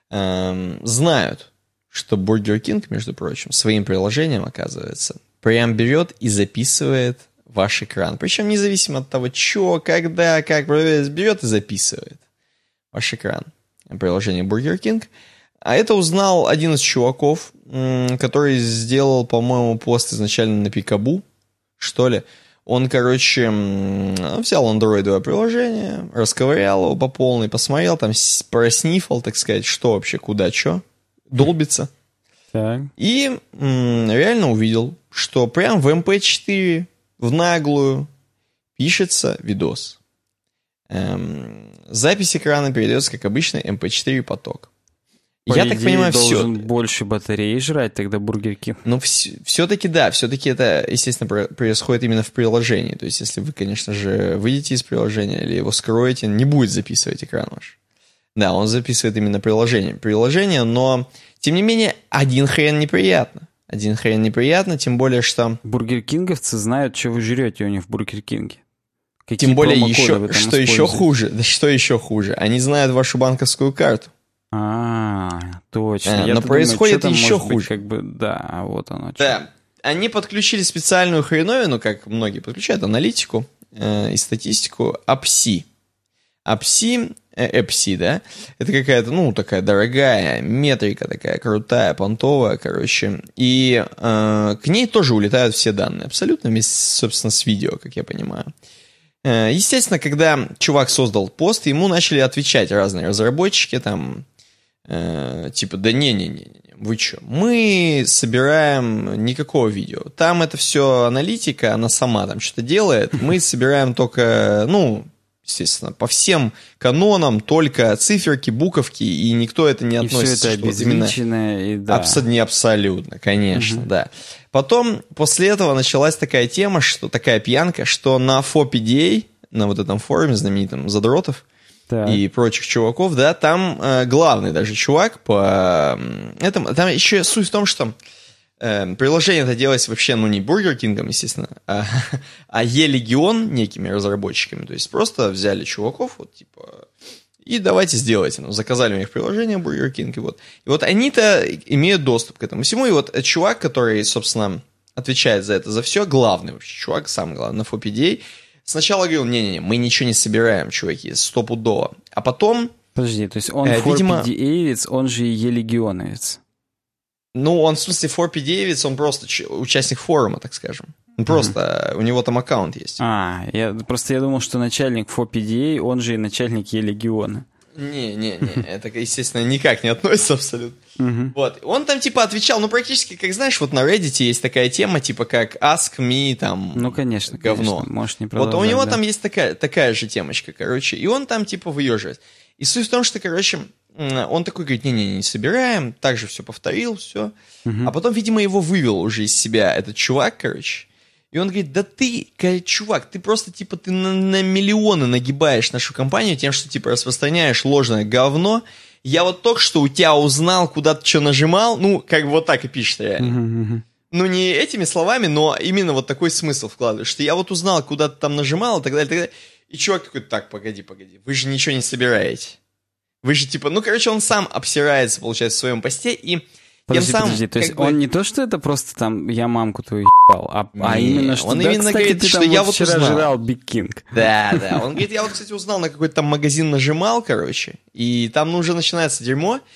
знают, что Burger King, между прочим, своим приложением, оказывается, прям берет и записывает ваш экран. Причем независимо от того, что, когда, как, берет и записывает ваш экран. Приложение Burger King. А это узнал один из чуваков, который сделал, по-моему, пост изначально на Пикабу, что ли. Он, короче, взял андроидовое приложение, расковырял его по полной, посмотрел, там проснифал, так сказать, что вообще, куда, что. Долбится. Так. И м, реально увидел, что прям в эм пэ четыре в наглую пишется видос. Эм, запись экрана передается, как обычный эм пэ четыре поток. По Я идее, так понимаю, все. должен больше батареи жрать тогда Burger King. Ну, вс- все-таки да, все-таки это, естественно, про- происходит именно в приложении. То есть, если вы, конечно же, выйдете из приложения или его скроете, не будет записывать экран ваш. Да, он записывает именно приложение. Приложение, но, тем не менее, один хрен неприятно. Один хрен неприятно, тем более, что... Бургер-кинговцы знают, что вы жрете у них в Бургер Кинге. Какие тем более, еще, что используете? еще хуже, да что еще хуже, они знают вашу банковскую карту. А, точно. А, но происходит думаю, еще хуже. Быть, как бы, да, вот оно. Да, что. Они подключили специальную хреновину, как многие подключают, аналитику э, и статистику, эй пи си. эй пи си... эй пи си, да, это какая-то, ну, такая дорогая метрика, такая крутая, понтовая, короче, и э, к ней тоже улетают все данные, абсолютно вместе, собственно, с видео, как я понимаю. Э, естественно, когда чувак создал пост, ему начали отвечать разные разработчики, там, э, типа, да не-не-не, вы что, мы собираем никакого видео, там это все аналитика, она сама там что-то делает, мы собираем только, ну... Естественно, по всем канонам только циферки, буковки, и никто это не относится. И все это обезличенное, и да. Абсо- не абсолютно, конечно, угу. да. Потом, после этого началась такая тема, что такая пьянка, что на эф о пи ди эй, на вот этом форуме знаменитом задротов так. и прочих чуваков, да, там э, главный даже чувак по э, этому, там еще суть в том, что Э, приложение это делалось вообще, ну, не Burger King, естественно, а, а E-Legion некими разработчиками. То есть просто взяли чуваков, вот, типа, и давайте сделайте. Ну, заказали у них приложение Burger King, и вот. И вот они-то имеют доступ к этому всему. И вот чувак, который, собственно, отвечает за это, за все, главный вообще чувак, самый главный, на эф о пи ди эй, сначала говорил, не-не-не, мы ничего не собираем, чуваки, стопудово. А потом... Подожди, то есть он э, видимо... эф о пи ди эй-овец, он же и E-Legionовец. Ну, он, в смысле, эф о пи ди эй, он просто участник форума, так скажем. Просто mm-hmm. у него там аккаунт есть. А, я, просто я думал, что начальник эф о пи ди эй, он же и начальник E-Легиона. Не-не-не, это, естественно, никак не относится абсолютно. Mm-hmm. Вот, он там, типа, отвечал, ну, практически, как, знаешь, вот на Reddit есть такая тема, типа, как Ask Me, там, ну, конечно, говно. Конечно. Можешь не продолжать, вот у него да. там есть такая, такая же темочка, короче, и он там, типа, выеживает. И суть в том, что, короче... Он такой говорит, не-не, не собираем, так же все повторил, все. Uh-huh. А потом, видимо, его вывел уже из себя этот чувак, короче. И он говорит, да ты, чувак, ты просто, типа, ты на, на миллионы нагибаешь нашу компанию тем, что, типа, распространяешь ложное говно. Я вот только что у тебя узнал, куда ты что нажимал, ну, как бы вот так и пишет реально. Uh-huh. Ну, не этими словами, но именно вот такой смысл вкладываешь, что я вот узнал, куда ты там нажимал и так далее, и так далее. И чувак такой, так, погоди, погоди, вы же ничего не собираете. Вы же типа, ну, короче, он сам обсирается, получается, в своем посте, и подожди, тем самым... Подожди, то есть бы... он не то, что это просто там, я мамку твою ебал, а, не, а именно, что, он да, именно кстати, говорит, ты что там я вот вот вчера узнал. жрал Big King. Да, да, он говорит, я вот, кстати, узнал, на какой-то там магазин нажимал, короче, и там, ну, уже начинается дерьмо, и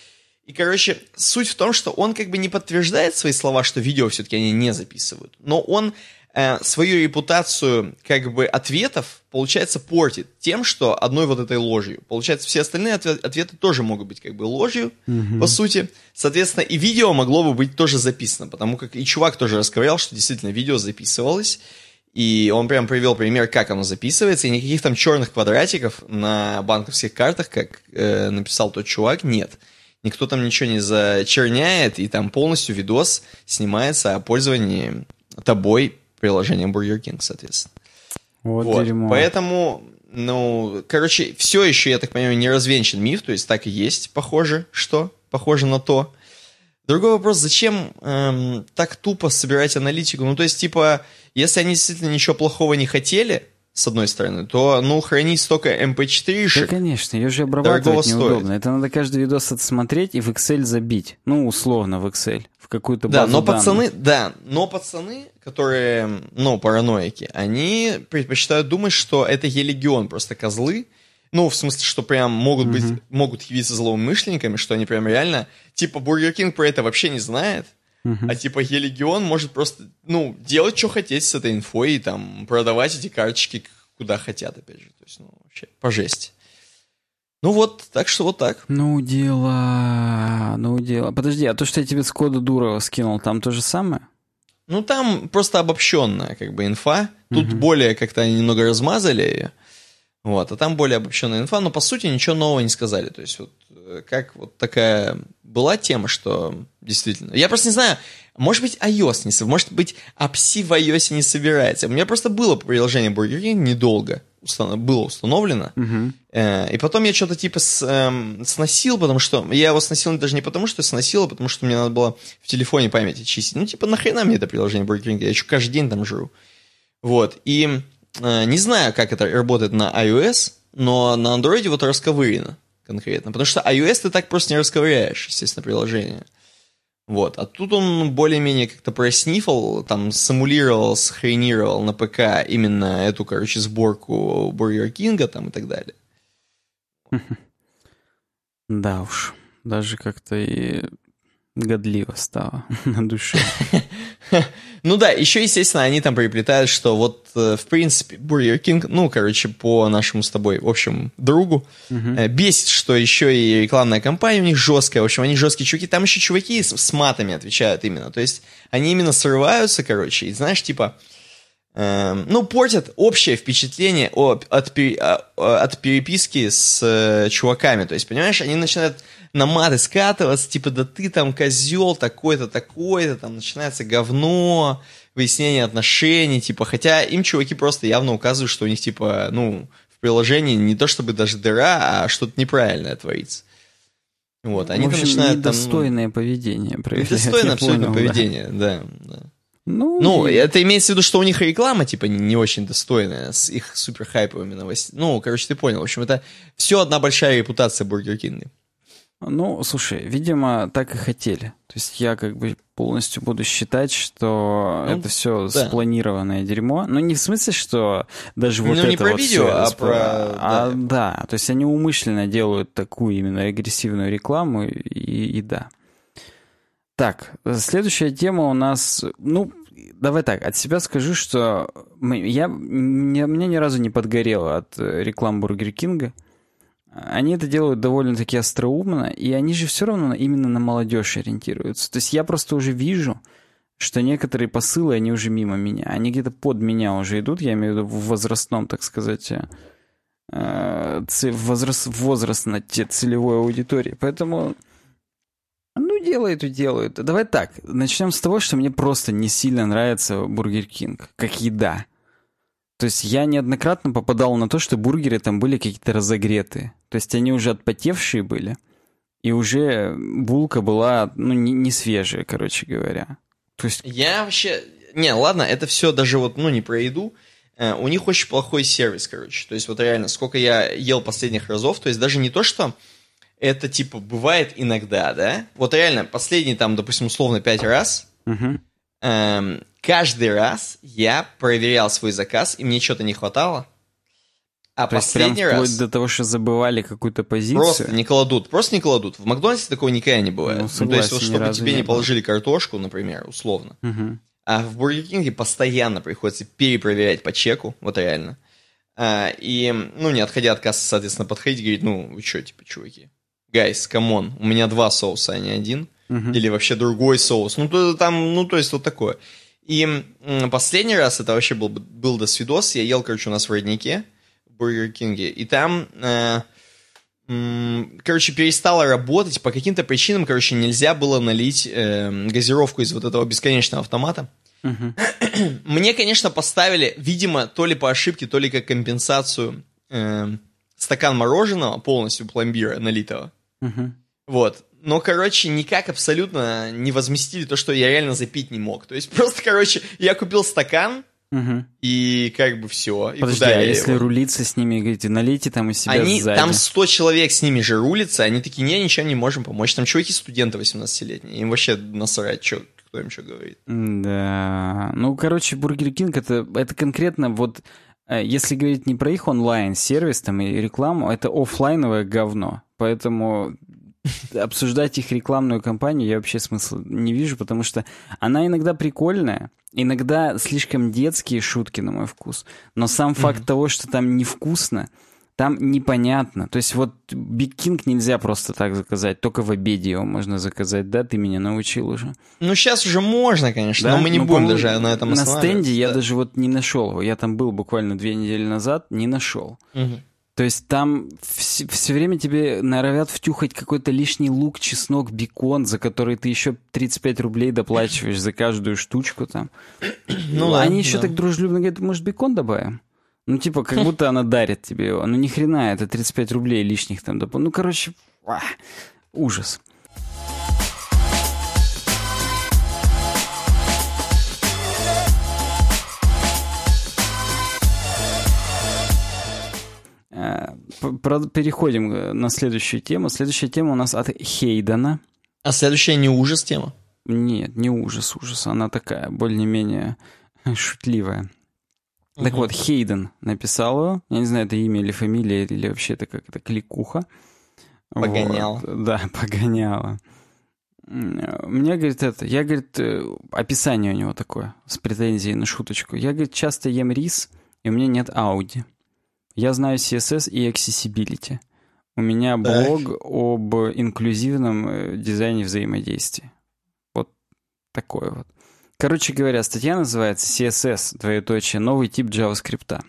И, короче, суть в том, что он как бы не подтверждает свои слова, что видео все-таки они не записывают, но он э, свою репутацию как бы ответов, получается, портит тем, что одной вот этой ложью. Получается, все остальные ответ, ответы тоже могут быть как бы ложью, mm-hmm. по сути. Соответственно, и видео могло бы быть тоже записано, потому как и чувак тоже рассказал, что действительно видео записывалось, и он прям привел пример, как оно записывается, и никаких там черных квадратиков на банковских картах, как э, написал тот чувак, нет. Никто там ничего не зачерняет, и там полностью видос снимается о пользовании тобой приложением Burger King, соответственно. Вот, вот. Дерьмо. Поэтому, ну, короче, все еще, я так понимаю, не развенчан миф, то есть так и есть, похоже, что? Похоже на то. Другой вопрос, зачем эм, так тупо собирать аналитику? Ну, то есть, типа, если они действительно ничего плохого не хотели, с одной стороны, то, ну, хранить столько эм пэ четыре-шек... Да, конечно, ее же обрабатывать неудобно. Стоит. Это надо каждый видос отсмотреть и в Excel забить. Ну, условно в Excel, в какую-то базу да, но данных. пацаны, да, но пацаны, которые, ну, параноики, они предпочитают думать, что это Е-легион, просто козлы. Ну, в смысле, что прям могут быть, uh-huh. могут явиться злоумышленниками, что они прям реально... Типа, Burger King про это вообще не знает. Uh-huh. А типа Е-легион может просто, ну, делать, что хотеть с этой инфой и там продавать эти карточки куда хотят, опять же. То есть, ну, вообще, по жести. Ну вот, так что вот так. Ну, дело... Ну, дело... Подожди, а то, что я тебе с кода Дурова скинул, там то же самое? Ну, там просто обобщенная, как бы, инфа. Тут uh-huh. более как-то они немного размазали ее. Вот, а там более обобщенная инфа, но по сути ничего нового не сказали. То есть вот как вот такая была тема, что действительно... Я просто не знаю, может быть iOS не... Может быть апси в iOS не собирается. У меня просто было приложение Burger King недолго. Установ... Было установлено. Uh-huh. Э, и потом я что-то типа с, э, сносил, потому что... Я его сносил даже не потому, что сносил, а потому что мне надо было в телефоне память очистить. Ну типа нахрена мне это приложение Burger King? Я еще каждый день там жру. Вот, и... Не знаю, как это работает на iOS, но на Android вот расковырено конкретно. Потому что iOS ты так просто не расковыряешь, естественно, приложение. Вот. А тут он более-менее как-то проснифал, там, симулировал, схренировал на ПК именно эту, короче, сборку Burger King там и так далее. Да уж, даже как-то и годливо стало на душе. Ну да, еще, естественно, они там приплетают, что вот, в принципе, Burger King, ну, короче, по нашему с тобой, в общем, другу, uh-huh. бесит, что еще и рекламная кампания у них жесткая, в общем, они жесткие чуваки, там еще чуваки с, с матами отвечают именно, то есть они именно срываются, короче, и знаешь, типа, э, ну, портят общее впечатление от, от, от переписки с э, чуваками, то есть, понимаешь, они начинают на маты скатываться, типа, да ты там козел такой-то, такой-то, там начинается говно, выяснение отношений, типа, хотя им чуваки просто явно указывают, что у них, типа, ну, в приложении не то чтобы даже дыра, а что-то неправильное творится. Вот, они в общем, там начинают недостойное там, ну, поведение проявлять. Недостойное абсолютно понял, поведение, да, да. да. Ну, ну и... это имеется в виду, что у них реклама, типа, не, не очень достойная, с их супер хайповыми новостями. Ну, короче, ты понял. В общем, это все одна большая репутация Burger King. Ну, слушай, видимо, так и хотели. То есть я как бы полностью буду считать, что ну, это все да. спланированное дерьмо. Ну, не в смысле, что даже вот ну, это не про вот видео, все, а спро... про... А, да. да, то есть они умышленно делают такую именно агрессивную рекламу, и, и да. Так, следующая тема у нас... Ну, давай так, от себя скажу, что мы, я, мне, мне ни разу не подгорело от реклам Бургер Кинга. Они это делают довольно-таки остроумно, и они же все равно именно на молодежь ориентируются. То есть я просто уже вижу, что некоторые посылы, они уже мимо меня. Они где-то под меня уже идут, я имею в виду в возрастном, так сказать, возраст, возрастной целевой аудитории. Поэтому, ну, делают и делают. Давай так, начнем с того, что мне просто не сильно нравится Burger King, как еда. То есть я неоднократно попадал на то, что бургеры там были какие-то разогретые. То есть они уже отпотевшие были, и уже булка была, ну, не, не свежая, короче говоря. То есть... Я вообще... Не, ладно, это все даже вот, ну, не про еду. Uh, у них очень плохой сервис, короче. То есть вот реально, сколько я ел последних разов, то есть даже не то, что это, типа, бывает иногда, да? Вот реально, последние там, допустим, условно пять раз... Uh-huh. Эм, каждый раз я проверял свой заказ, и мне что-то не хватало. А То есть прям последний вплоть раз до того, что забывали какую-то позицию. просто не кладут, просто не кладут. В Макдональдсе такого никогда не бывает. Ну, Ну, то согласен, есть, вот ни чтобы разу тебе не не было. положили картошку, например, условно. Мгм. А в Бургер Кинге постоянно приходится перепроверять по чеку, вот реально. А, и, ну, не отходя от кассы, соответственно, подходить и говорить, ну, вы что, типа, чуваки? Гайс, камон, у меня два соуса, а не один. Мгм. Или вообще другой соус. Ну, то, там, ну, то есть, вот такое. И м, последний раз, это вообще был, был досвидос, я ел, короче, у нас в роднике, в Бургер Кинге, и там... э, м, короче, перестала работать, по каким-то причинам, короче, нельзя было налить э, газировку из вот этого бесконечного автомата. Мгм. Мне, конечно, поставили, видимо, то ли по ошибке, то ли как компенсацию э, стакан мороженого полностью пломбира налитого. Мгм. Вот. Но, короче, никак абсолютно не возместили то, что я реально запить не мог. То есть просто, короче, я купил стакан, Мгм. и как бы все. И Подожди, куда а я если его? рулиться с ними, говорите, налейте там из себя Они, сзади. там сто человек с ними же рулятся, они такие, не, ничем не можем помочь. Там чуваки-студенты восемнадцатилетние, им вообще насрать, чё, кто им что говорит. Да. Ну, короче, Бургер Кинг это, это конкретно вот, э, если говорить не про их онлайн-сервис там и рекламу, это оффлайновое говно. Поэтому обсуждать их рекламную кампанию я вообще смысла не вижу, потому что она иногда прикольная, иногда слишком детские шутки на мой вкус. Но сам факт того, что там невкусно, там непонятно. То есть вот Биг Кинг нельзя просто так заказать, только в обеде его можно заказать, да? Ты меня научил уже. Ну, сейчас уже можно, конечно, Да? но мы не Ну, будем по-моему, даже на этом На останавливаться. стенде я Да. даже вот не нашел его. Я там был буквально две недели назад, не нашел. Мгм. То есть там все, все время тебе норовят втюхать какой-то лишний лук, чеснок, бекон, за который ты еще тридцать пять рублей доплачиваешь за каждую штучку там. Ну да, Они еще да. так дружелюбно говорят, может, бекон добавим? Ну, типа, как будто она дарит тебе его. Ну, ни хрена, это тридцать пять рублей лишних там. доп- Ну, короче, ах, ужас. Э, п- про- Переходим э, на следующую тему. Следующая тема у нас от Хейдена. А следующая не ужас тема? Нет, не ужас, ужас. Она такая, более-менее шутливая. Так Мгм. вот, Хейден написал его. Я не знаю, это имя или фамилия, или вообще это как-то кликуха. Погоняла. Вот. Да, погоняла. М, Мне, говорит, это... Я, говорит, э, описание у него такое, с претензией на шуточку. Я, говорит, часто ем рис, и у меня нет Ауди. Я знаю си эс эс и Accessibility. У меня блог об инклюзивном э, дизайне взаимодействия. Вот такое вот. Короче говоря, статья называется си эс эс, двоеточие, новый тип JavaScript.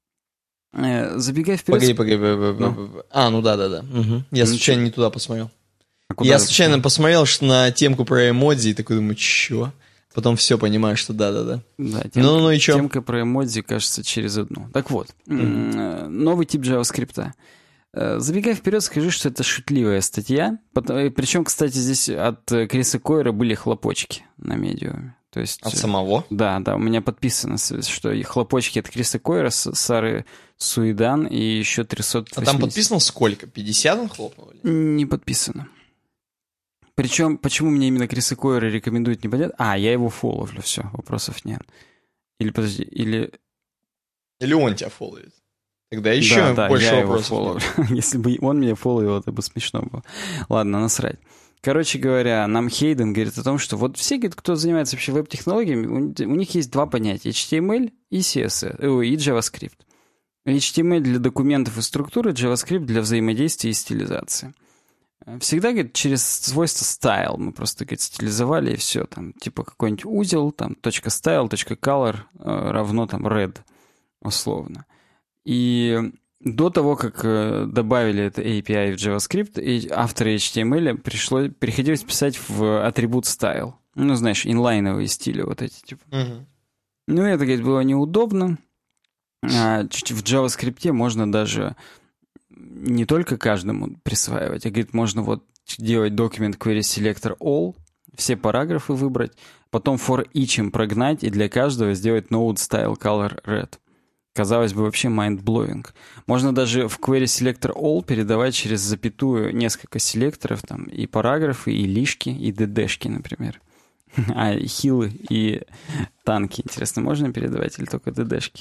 Э, забегая вперед... Погоди, погоди, погоди, погоди, Ну. погоди. А, ну да, да, да. Мгм. Я Ну, случайно чё? не туда посмотрел. А куда Я ты случайно посмотрел что на темку про эмодзи и такой думаю, чё? Потом все понимаю, что да-да-да. Да, темка, Ну-ну-ну, и чё? темка про эмодзи, кажется, через одну. Так вот, м, э, новый тип JavaScript. Э, Забегая вперед, скажу, что это шутливая статья. Причем, кстати, здесь от э, Криса Койера были хлопочки на медиуме. То есть, От э, самого? да, да, у меня подписано, с- что и хлопочки от Криса Койера, С- Сары Суидан и еще триста восемьдесят. А там подписано сколько? пятьдесят он хлопнул? или? Не подписано. Причем, почему мне именно Криса Койера рекомендуют, непонятно. А, я его фолловлю, все, вопросов нет. Или, подожди, или... Или он тебя фолловит? Тогда еще да, да, больше я его вопросов. фолловлю. Если бы он меня фолловил, это бы смешно было. Ладно, насрать. Короче говоря, нам Хейден говорит о том, что вот все, говорит, кто занимается вообще веб-технологиями, у, у них есть два понятия. эйч ти эм эль и си эс эс, э, и JavaScript. эйч ти эм эль для документов и структуры, JavaScript для взаимодействия и стилизации. Всегда, говорит, через свойство style мы просто, говорит, стилизовали и все. Там, типа какой-нибудь узел, там, .style, .color э, равно там red, условно. И до того, как э, добавили это эй пи ай в JavaScript, и авторы эйч ти эм эль пришло, приходилось писать в атрибут style. Ну, знаешь, инлайновые стили вот эти, типа. Мгм. Ну, это, говорит, было неудобно. А, чуть в JavaScript можно даже не только каждому присваивать, а, говорит, можно вот делать document query selector all, все параграфы выбрать, потом for each прогнать и для каждого сделать node style color red. Казалось бы, вообще mind-blowing. Можно даже в query selector all передавать через запятую несколько селекторов, там, и параграфы, и лишки, и ddшки, например. А хилы и танки, интересно, можно передавать или только ddшки?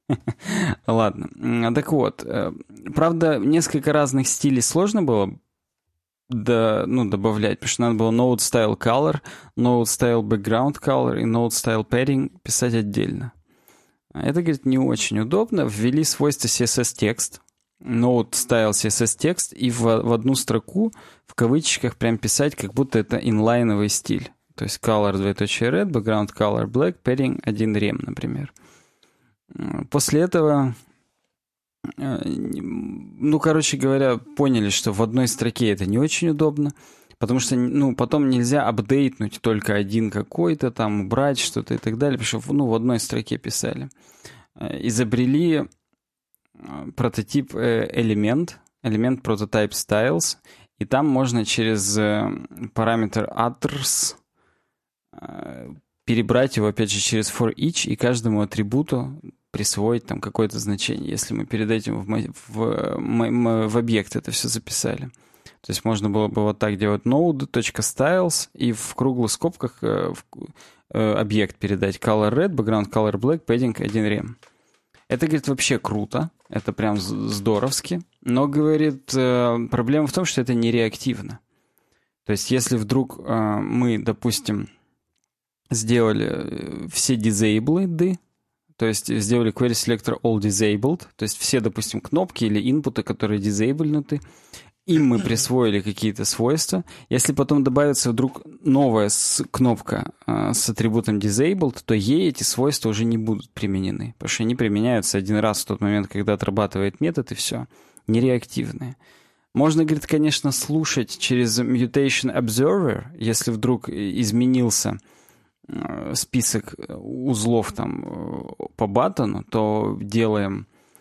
Ладно. Так вот, правда, несколько разных стилей сложно было до, ну, добавлять, потому что надо было Node Style Color, Node Style Background Color и Node Style Padding писать отдельно. Это, говорит, не очень удобно. Ввели свойство си эс эс-текст, Node Style си эс эс-текст, и в, в одну строку, в кавычках, прям писать, как будто это инлайновый стиль. То есть color, двоеточие red, background color black, padding один рем, например. После этого, ну, короче говоря, поняли, что в одной строке это не очень удобно, потому что, ну, потом нельзя апдейтнуть только один какой-то, там, убрать что-то и так далее, потому что, ну, в одной строке писали. Изобрели прототип элемент, элемент prototype styles, и там можно через параметр others перебрать его, опять же, через for each, и каждому атрибуту присвоить там какое-то значение, если мы перед этим в, в, в объект это все записали. То есть можно было бы вот так делать node.styles и в круглых скобках э, в, э, объект передать color red, background color black, padding один рем. Это, говорит, вообще круто, это прям здоровски, но, говорит, э, проблема в том, что это нереактивно. То есть если вдруг э, мы, допустим, сделали все disabled, то есть сделали query selector all disabled, то есть все, допустим, кнопки или инпуты, которые дизейблнуты, им мы присвоили какие-то свойства. Если потом добавится вдруг новая с, кнопка э, с атрибутом disabled, то ей эти свойства уже не будут применены, потому что они применяются один раз в тот момент, когда отрабатывает метод, и все, нереактивные. Можно, говорит, конечно, слушать через mutation observer, если вдруг изменился список узлов там по баттону, то делаем,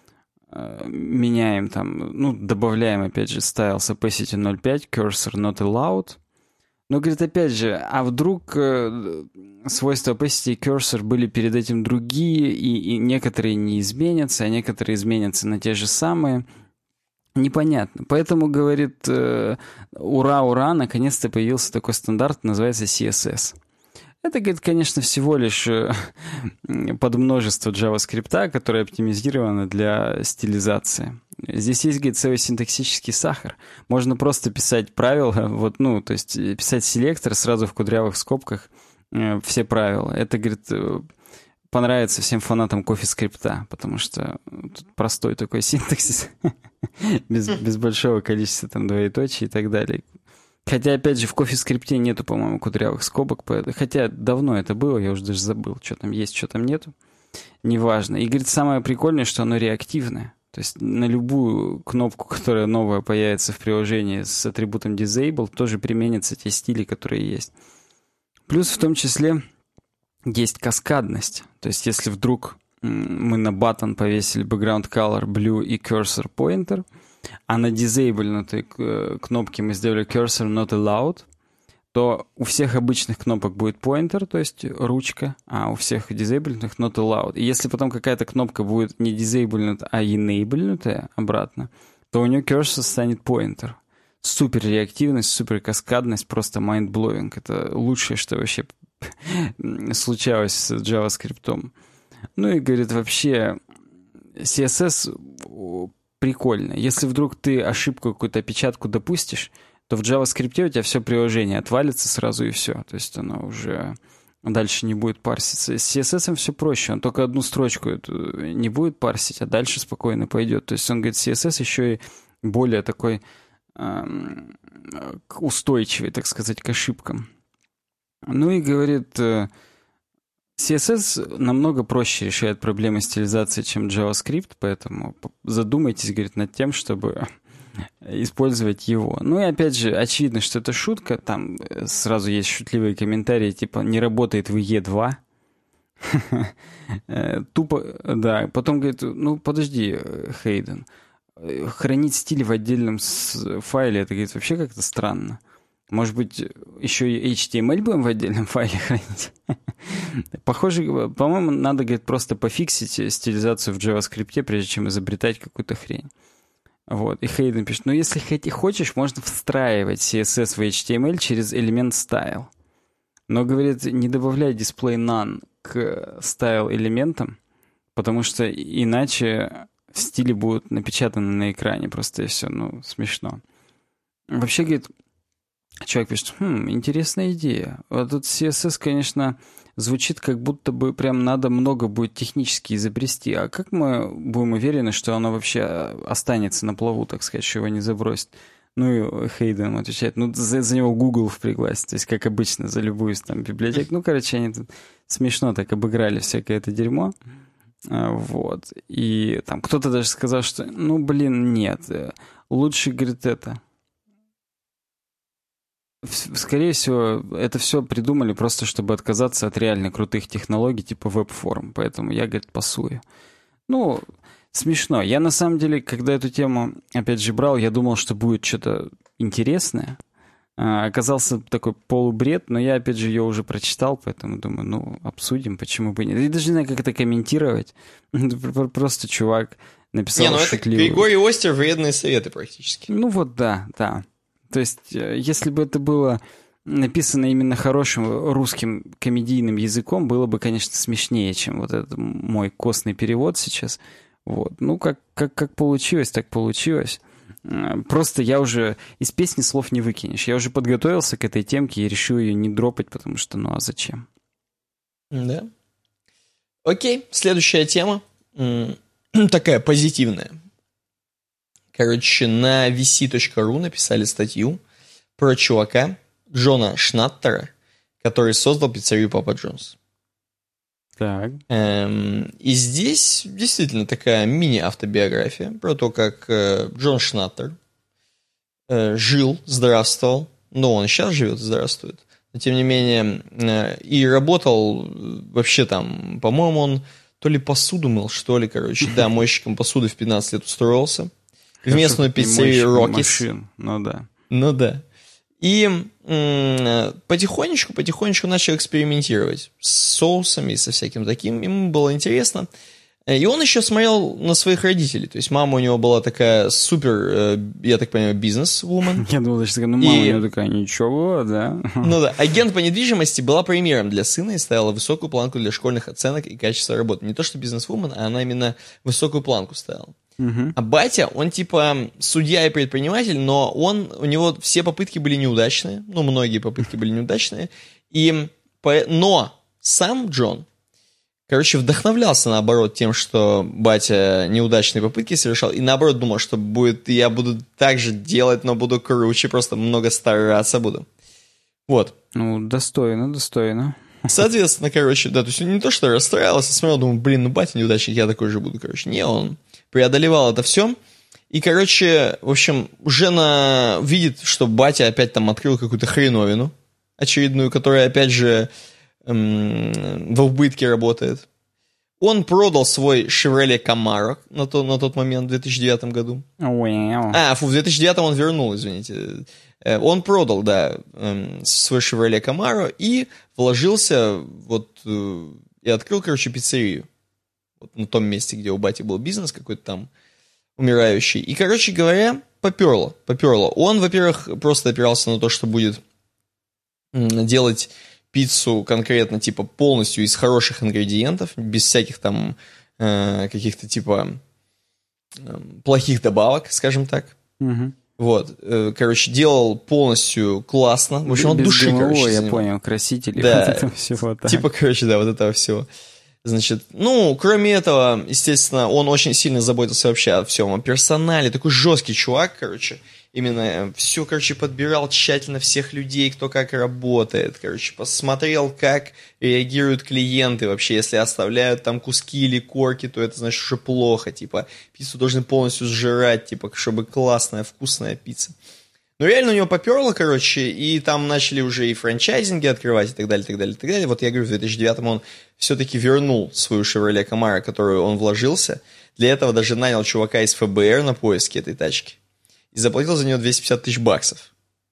меняем там, ну, добавляем, опять же, styles opacity ноль пять, cursor not allowed. Но, говорит, опять же, а вдруг свойства opacity и cursor были перед этим другие, и, и некоторые не изменятся, а некоторые изменятся на те же самые. Непонятно. Поэтому, говорит, ура-ура, наконец-то появился такой стандарт, называется си эс эс. Это, говорит, конечно, всего лишь подмножество JavaScript, которое оптимизировано для стилизации. Здесь есть, говорит, целый синтаксический сахар. Можно просто писать правила, вот, ну, то есть писать селектор сразу в кудрявых скобках э, все правила. Это, говорит, понравится всем фанатам CoffeeScript, потому что тут простой такой синтаксис, без, без большого количества там двоеточий и так далее. Хотя, опять же, в CoffeeScript нету, по-моему, кудрявых скобок. Хотя давно это было, я уже даже забыл, что там есть, что там нету. Неважно. И, говорит, самое прикольное, что оно реактивное. То есть на любую кнопку, которая новая появится в приложении с атрибутом disabled, тоже применятся те стили, которые есть. Плюс в том числе есть каскадность. То есть если вдруг мы на button повесили background color blue и cursor pointer, а на disablenутой кнопке мы сделали cursor not allowed, то у всех обычных кнопок будет pointer, то есть ручка, а у всех disablenутых not allowed. И если потом какая-то кнопка будет не disablenut, а enablenутая обратно, то у нее cursor станет pointer. Супер реактивность, супер каскадность, просто mind-blowing. Это лучшее, что вообще случалось с JavaScript. Ну и, говорит, вообще си эс эс прикольно. Если вдруг ты ошибку, какую-то опечатку допустишь, то в JavaScript у тебя все приложение отвалится сразу и все. То есть оно уже дальше не будет парситься. С си эс эс все проще. Он только одну строчку эту не будет парсить, а дальше спокойно пойдет. То есть он говорит, си эс эс еще и более такой эм, устойчивый, так сказать, к ошибкам. Ну и говорит, си эс эс намного проще решает проблемы стилизации, чем JavaScript, поэтому задумайтесь, говорит, над тем, чтобы использовать его. Ну и опять же, очевидно, что это шутка. Там сразу есть шутливые комментарии, типа «не работает в и и два». Тупо, да. Потом говорит, ну подожди, Хейден, хранить стиль в отдельном файле, это, говорит, вообще как-то странно. Может быть, еще и эйч ти эм эль будем в отдельном файле хранить? Похоже, по-моему, надо, говорит, просто пофиксить стилизацию в JavaScript, прежде чем изобретать какую-то хрень. Вот. И Хейден пишет, ну если хочешь, можно встраивать си эс эс в эйч ти эм эль через элемент style. Но, говорит, не добавляй display none к style элементам, Потому что иначе стили будут напечатаны на экране, просто и все, ну, смешно. Вообще, говорит, человек пишет, хм, интересная идея. Вот тут си эс эс, конечно, звучит, как будто бы прям надо много будет технически изобрести. А как мы будем уверены, что оно вообще останется на плаву, так сказать, что его не забросит? Ну, и Хейден ему отвечает, ну, за, за него Google впряглась, то есть, как обычно, за любую там библиотеку. Ну, короче, они тут смешно так обыграли всякое это дерьмо. Вот. И там кто-то даже сказал, что, ну, блин, нет, лучше, говорит, это... Скорее всего, это все придумали просто, чтобы отказаться от реально крутых технологий, типа веб-форм. Поэтому я, говорит, пасую. Ну, смешно. Я, на самом деле, когда эту тему, опять же, брал, я думал, что будет что-то интересное. А, оказался такой полубред, но я, опять же, ее уже прочитал, поэтому думаю, ну, обсудим, почему бы нет. Я даже не знаю, как это комментировать. Просто чувак написал Не, ну это шутливую. Григорий Остер вредные советы практически. Ну вот, да, да. То есть, если бы это было написано именно хорошим русским комедийным языком, было бы, конечно, смешнее, чем вот этот мой костный перевод сейчас. Вот. Ну, как, как, как получилось, так получилось. Просто я уже из песни слов не выкинешь. Я уже подготовился к этой темке и решил ее не дропать, потому что, ну, а зачем? Да. Окей, следующая тема. Такая позитивная. Короче, на ви си точка ру написали статью про чувака Джона Шнаттера, который создал пиццерию Папа Джонс. Так. Эм, и здесь действительно такая мини-автобиография про то, как э, Джон Шнаттер э, жил, здравствовал, но он и сейчас живет и здравствует, но тем не менее, э, и работал вообще там, по-моему, он то ли посуду мыл, что ли, короче, да, мойщиком посуды в пятнадцать лет устроился. В местную пиццерию Рокис. Ну да. Ну да. И м- потихонечку, потихонечку начал экспериментировать с соусами и со всяким таким. Ему было интересно. И он еще смотрел на своих родителей. То есть мама у него была такая супер, я так понимаю, бизнес-вумен. Я думал, даже такая, ну мама и... у него такая, ничего, да. Ну да, агент по недвижимости была примером для сына и ставила высокую планку для школьных оценок и качества работы. Не то, что бизнес-вумен, а она именно высокую планку ставила. Uh-huh. А батя, он типа судья и предприниматель, но он, у него все попытки были неудачные, ну, многие попытки были неудачные, и, но сам Джон, короче, вдохновлялся, наоборот, тем, что батя неудачные попытки совершал, и, наоборот, думал, что будет, я буду так же делать, но буду круче, просто много стараться буду. Вот. Ну, достойно, достойно. Соответственно, короче, да, то есть не то, что расстраивался, смотрел, думал, блин, ну батя неудачник, я такой же буду, короче. Не, он преодолевал это все. И, короче, в общем, жена видит, что батя опять там открыл какую-то хреновину очередную, которая, опять же, эм, в убытке работает. Он продал свой Chevrolet Camaro на, то, на тот момент, в две тысячи девятом году. Wow. А, фу, в две тысячи девятом он вернул, извините. Он продал, да, свой Chevrolet Camaro и вложился вот и открыл, короче, пиццерию. Вот на том месте, где у бати был бизнес какой-то там умирающий. И, короче говоря, поперло, поперло. Он, во-первых, просто опирался на то, что будет делать пиццу конкретно, типа, полностью из хороших ингредиентов, без всяких там э, каких-то, типа, э, плохих добавок, скажем так. Угу. Вот, э, короче, делал полностью классно. В общем, он без души, ГМО, короче, я занимал. понял, красители, да, вот этого всего. Так. Типа, короче, да, вот этого всего. Значит, ну, кроме этого, естественно, он очень сильно заботился вообще о всем, о персонале. Такой жесткий чувак, короче. Именно все, короче, подбирал тщательно всех людей, кто как работает, короче. Посмотрел, как реагируют клиенты вообще. Если оставляют там куски или корки, то это значит, что плохо. Типа, пиццу должны полностью сжирать, типа, чтобы классная, вкусная пицца. Ну, реально у него поперло, короче, и там начали уже и франчайзинги открывать, и так далее, и так далее, и так далее. Вот я говорю, в две тысячи девятом он все-таки вернул свою Chevrolet Camaro, в которую он вложился. Для этого даже нанял чувака из эф бэ эр на поиски этой тачки. И заплатил за нее двести пятьдесят тысяч баксов.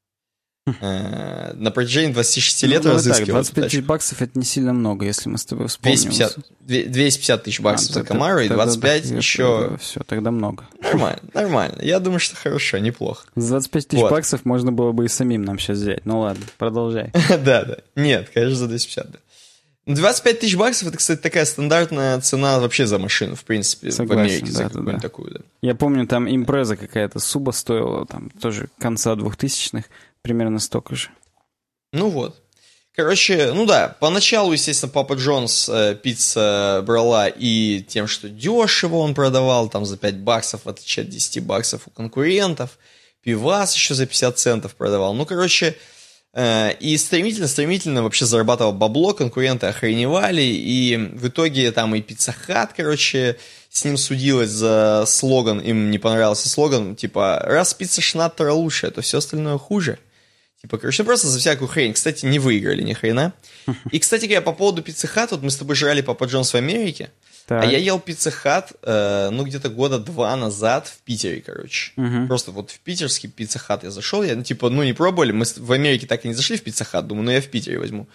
На протяжении двадцати шести лет разыскивал. двадцать пять тысяч баксов это не сильно много, если мы с тобой вспомним. двести пятьдесят тысяч баксов за Camaro и двадцать пять еще... Все, тогда много. Нормально, нормально. Я думаю, что хорошо, неплохо. За двадцать пять тысяч баксов можно было бы и самим нам сейчас взять. Ну ладно, продолжай. Да, да. Нет, конечно, за двести пятьдесят, да. двадцать пять тысяч баксов, это, кстати, такая стандартная цена вообще за машину, в принципе, Согласен, в Америке, да, за да, какую-нибудь да. такую, да. Я помню, там импреза какая-то, суба стоила, там тоже конца двухтысячных, примерно столько же. Ну вот. Короче, ну да, поначалу, естественно, Папа Джонс э, пицца брала и тем, что дешево он продавал, там за пять баксов, в отличие от десяти баксов у конкурентов. Пивас еще за пятьдесят центов продавал. Ну, короче, э, и стремительно-стремительно вообще зарабатывал бабло, конкуренты охреневали, и в итоге там и Pizza Hut, короче, с ним судилась за слоган, им не понравился слоган, типа, раз пицца Шнаттера лучше, то все остальное хуже. Типа, короче, ну просто за всякую хрень. Кстати, не выиграли ни хрена. И, кстати говоря, по поводу Pizza Hut, вот мы с тобой жрали Папа Джонс в Америке, Так. а я ел Pizza Hut, э, ну, где-то года два назад в Питере, короче. Мгм. Просто вот в питерский Pizza Hut я зашел, я, ну, типа, ну, не пробовали, мы с- в Америке так и не зашли в Pizza Hut, думаю, ну, я в Питере возьму.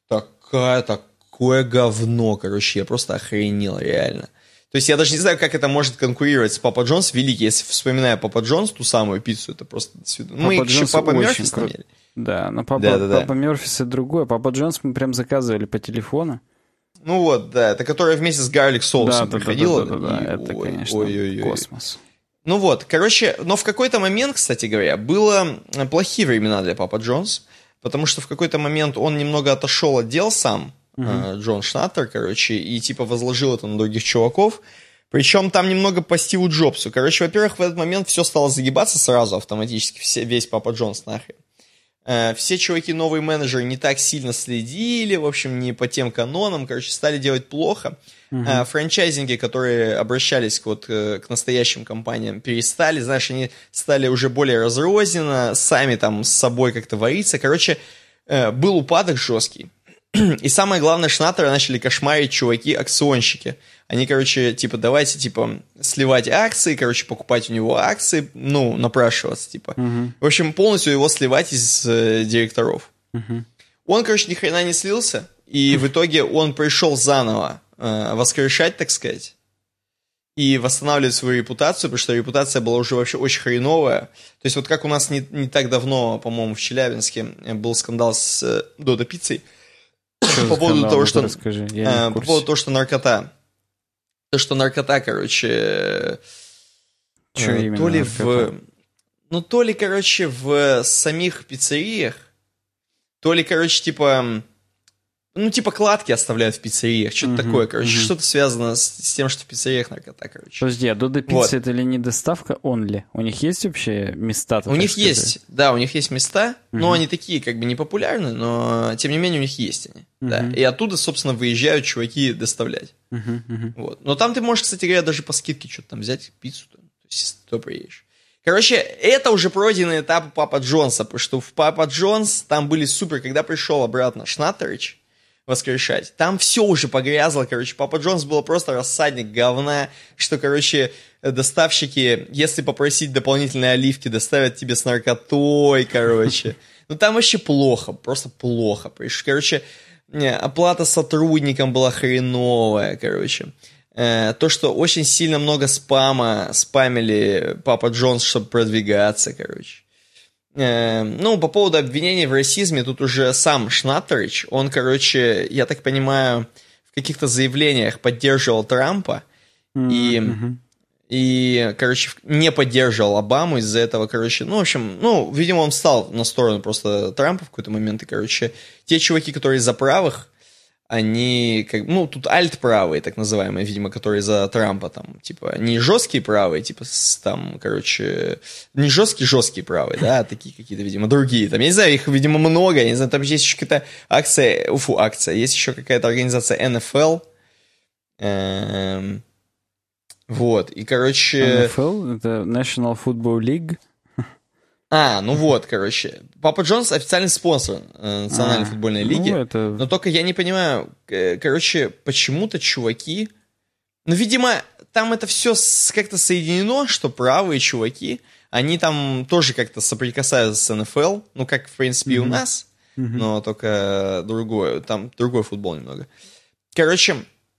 Такая, такое говно, короче, я просто охренел, реально. То есть я даже не знаю, как это может конкурировать с Папа Джонс великий. Если вспоминаю Папа Джонс, ту самую пиццу, это просто до свидания. Мы Папа еще Джонс Папа очень Мерфи крут. ели. Да, но Папа, Да-да-да. Папа Мёрфис это другое. Папа Джонс мы прям заказывали по телефону. Ну вот, да, это которая вместе с гарлик соусом да, да, приходила. да, да, да, и- да, это, ой, конечно, ой-ой-ой. космос. Ну вот, короче, но в какой-то момент, кстати говоря, было э, плохие времена для Папа Джонс, потому что в какой-то момент он немного отошел от дел сам, э, Джон Шнаттер, короче, и типа возложил это на других чуваков. Причем там немного по Стиву Джобсу. Короче, во-первых, в этот момент все стало загибаться сразу автоматически, все, весь Папа Джонс нахрен. Э, все чуваки, новые менеджеры не так сильно следили, в общем, не по тем канонам, короче, стали делать плохо. Э, франчайзинги, которые обращались к, вот, э, к настоящим компаниям, перестали, знаешь, они стали уже более разрозненно, сами там с собой как-то вариться. Короче, э, был упадок жесткий. И самое главное, Шнаттера начали кошмарить чуваки-акционщики. Они, короче, типа, давайте, типа, сливать акции, короче, покупать у него акции, ну, напрашиваться, типа. Мгм. В общем, полностью его сливать из э, директоров. Мгм. Он, короче, ни хрена не слился, и в итоге он пришел заново э, воскрешать, так сказать, и восстанавливать свою репутацию, потому что репутация была уже вообще очень хреновая. То есть вот как у нас не, не так давно, по-моему, в Челябинске э, был скандал с э, Додо Пиццей, Что за по поводу скандал? того, Ну-ка что... расскажи, я не э, в по курсе. поводу того, что наркота. То, что наркота, короче... э, Чё э, именно то ли наркота? в... Ну, то ли, короче, в самих пиццериях, то ли, короче, типа... Ну, типа кладки оставляют в пиццериях, что-то Мгм, такое, короче. мгм. Что-то связано с, с тем, что в пиццериях наркота, короче. Подожди, а Додо Пицца Вот. это ли не доставка онли? У них есть вообще места? У них есть, да, у них есть места, но Мгм. они такие, как бы, не популярны, но, тем не менее, у них есть они, да. Мгм. И оттуда, собственно, выезжают чуваки доставлять. Вот. Но там ты можешь, кстати говоря, даже по скидке что-то там взять, пиццу, там, то есть, если ты приедешь. Короче, это уже пройденный этап Папа Джонса, потому что в Папа Джонс там были супер, когда пришел обратно Шнаттерич воскрешать, там все уже погрязло, короче, Папа Джонс был просто рассадник говна, что, короче, доставщики, если попросить дополнительные оливки, доставят тебе с наркотой, короче. Ну там вообще плохо, просто плохо. Короче, не, оплата сотрудникам была хреновая, короче. Э, то, что очень сильно много спама спамили Папа Джонс, чтобы продвигаться, короче. Э, ну, по поводу обвинений в расизме, тут уже сам Шнаттерич, он, короче, я так понимаю, в каких-то заявлениях поддерживал Трампа и, Мгм. и, короче, не поддерживал Обаму из-за этого, короче, ну, в общем, ну, видимо, он встал на сторону просто Трампа в какой-то момент, и, короче, те чуваки, которые за правых, они, как, ну, тут альт-правые, так называемые, видимо, которые за Трампа, там, типа, не жесткие правые, типа, с, там, короче, не жесткие-жесткие правые, да, а такие какие-то, видимо, другие, там, я не знаю, их, видимо, много, я не знаю, там есть еще какая-то акция, уфу, акция, есть еще какая-то организация эн эф эл, эм, вот, и, короче... эн эф эл, это National Football League. А, ну вот, короче. Папа Джонс официальный спонсор э, Национальной А, футбольной ну, лиги. это- Но только я не понимаю, э, короче, почему-то чуваки... Ну, видимо, там это все как-то соединено, что правые чуваки, они там тоже как-то соприкасаются с эн эф эл, ну, как, в принципе, и у нас, но только другое, там другой футбол немного. Короче,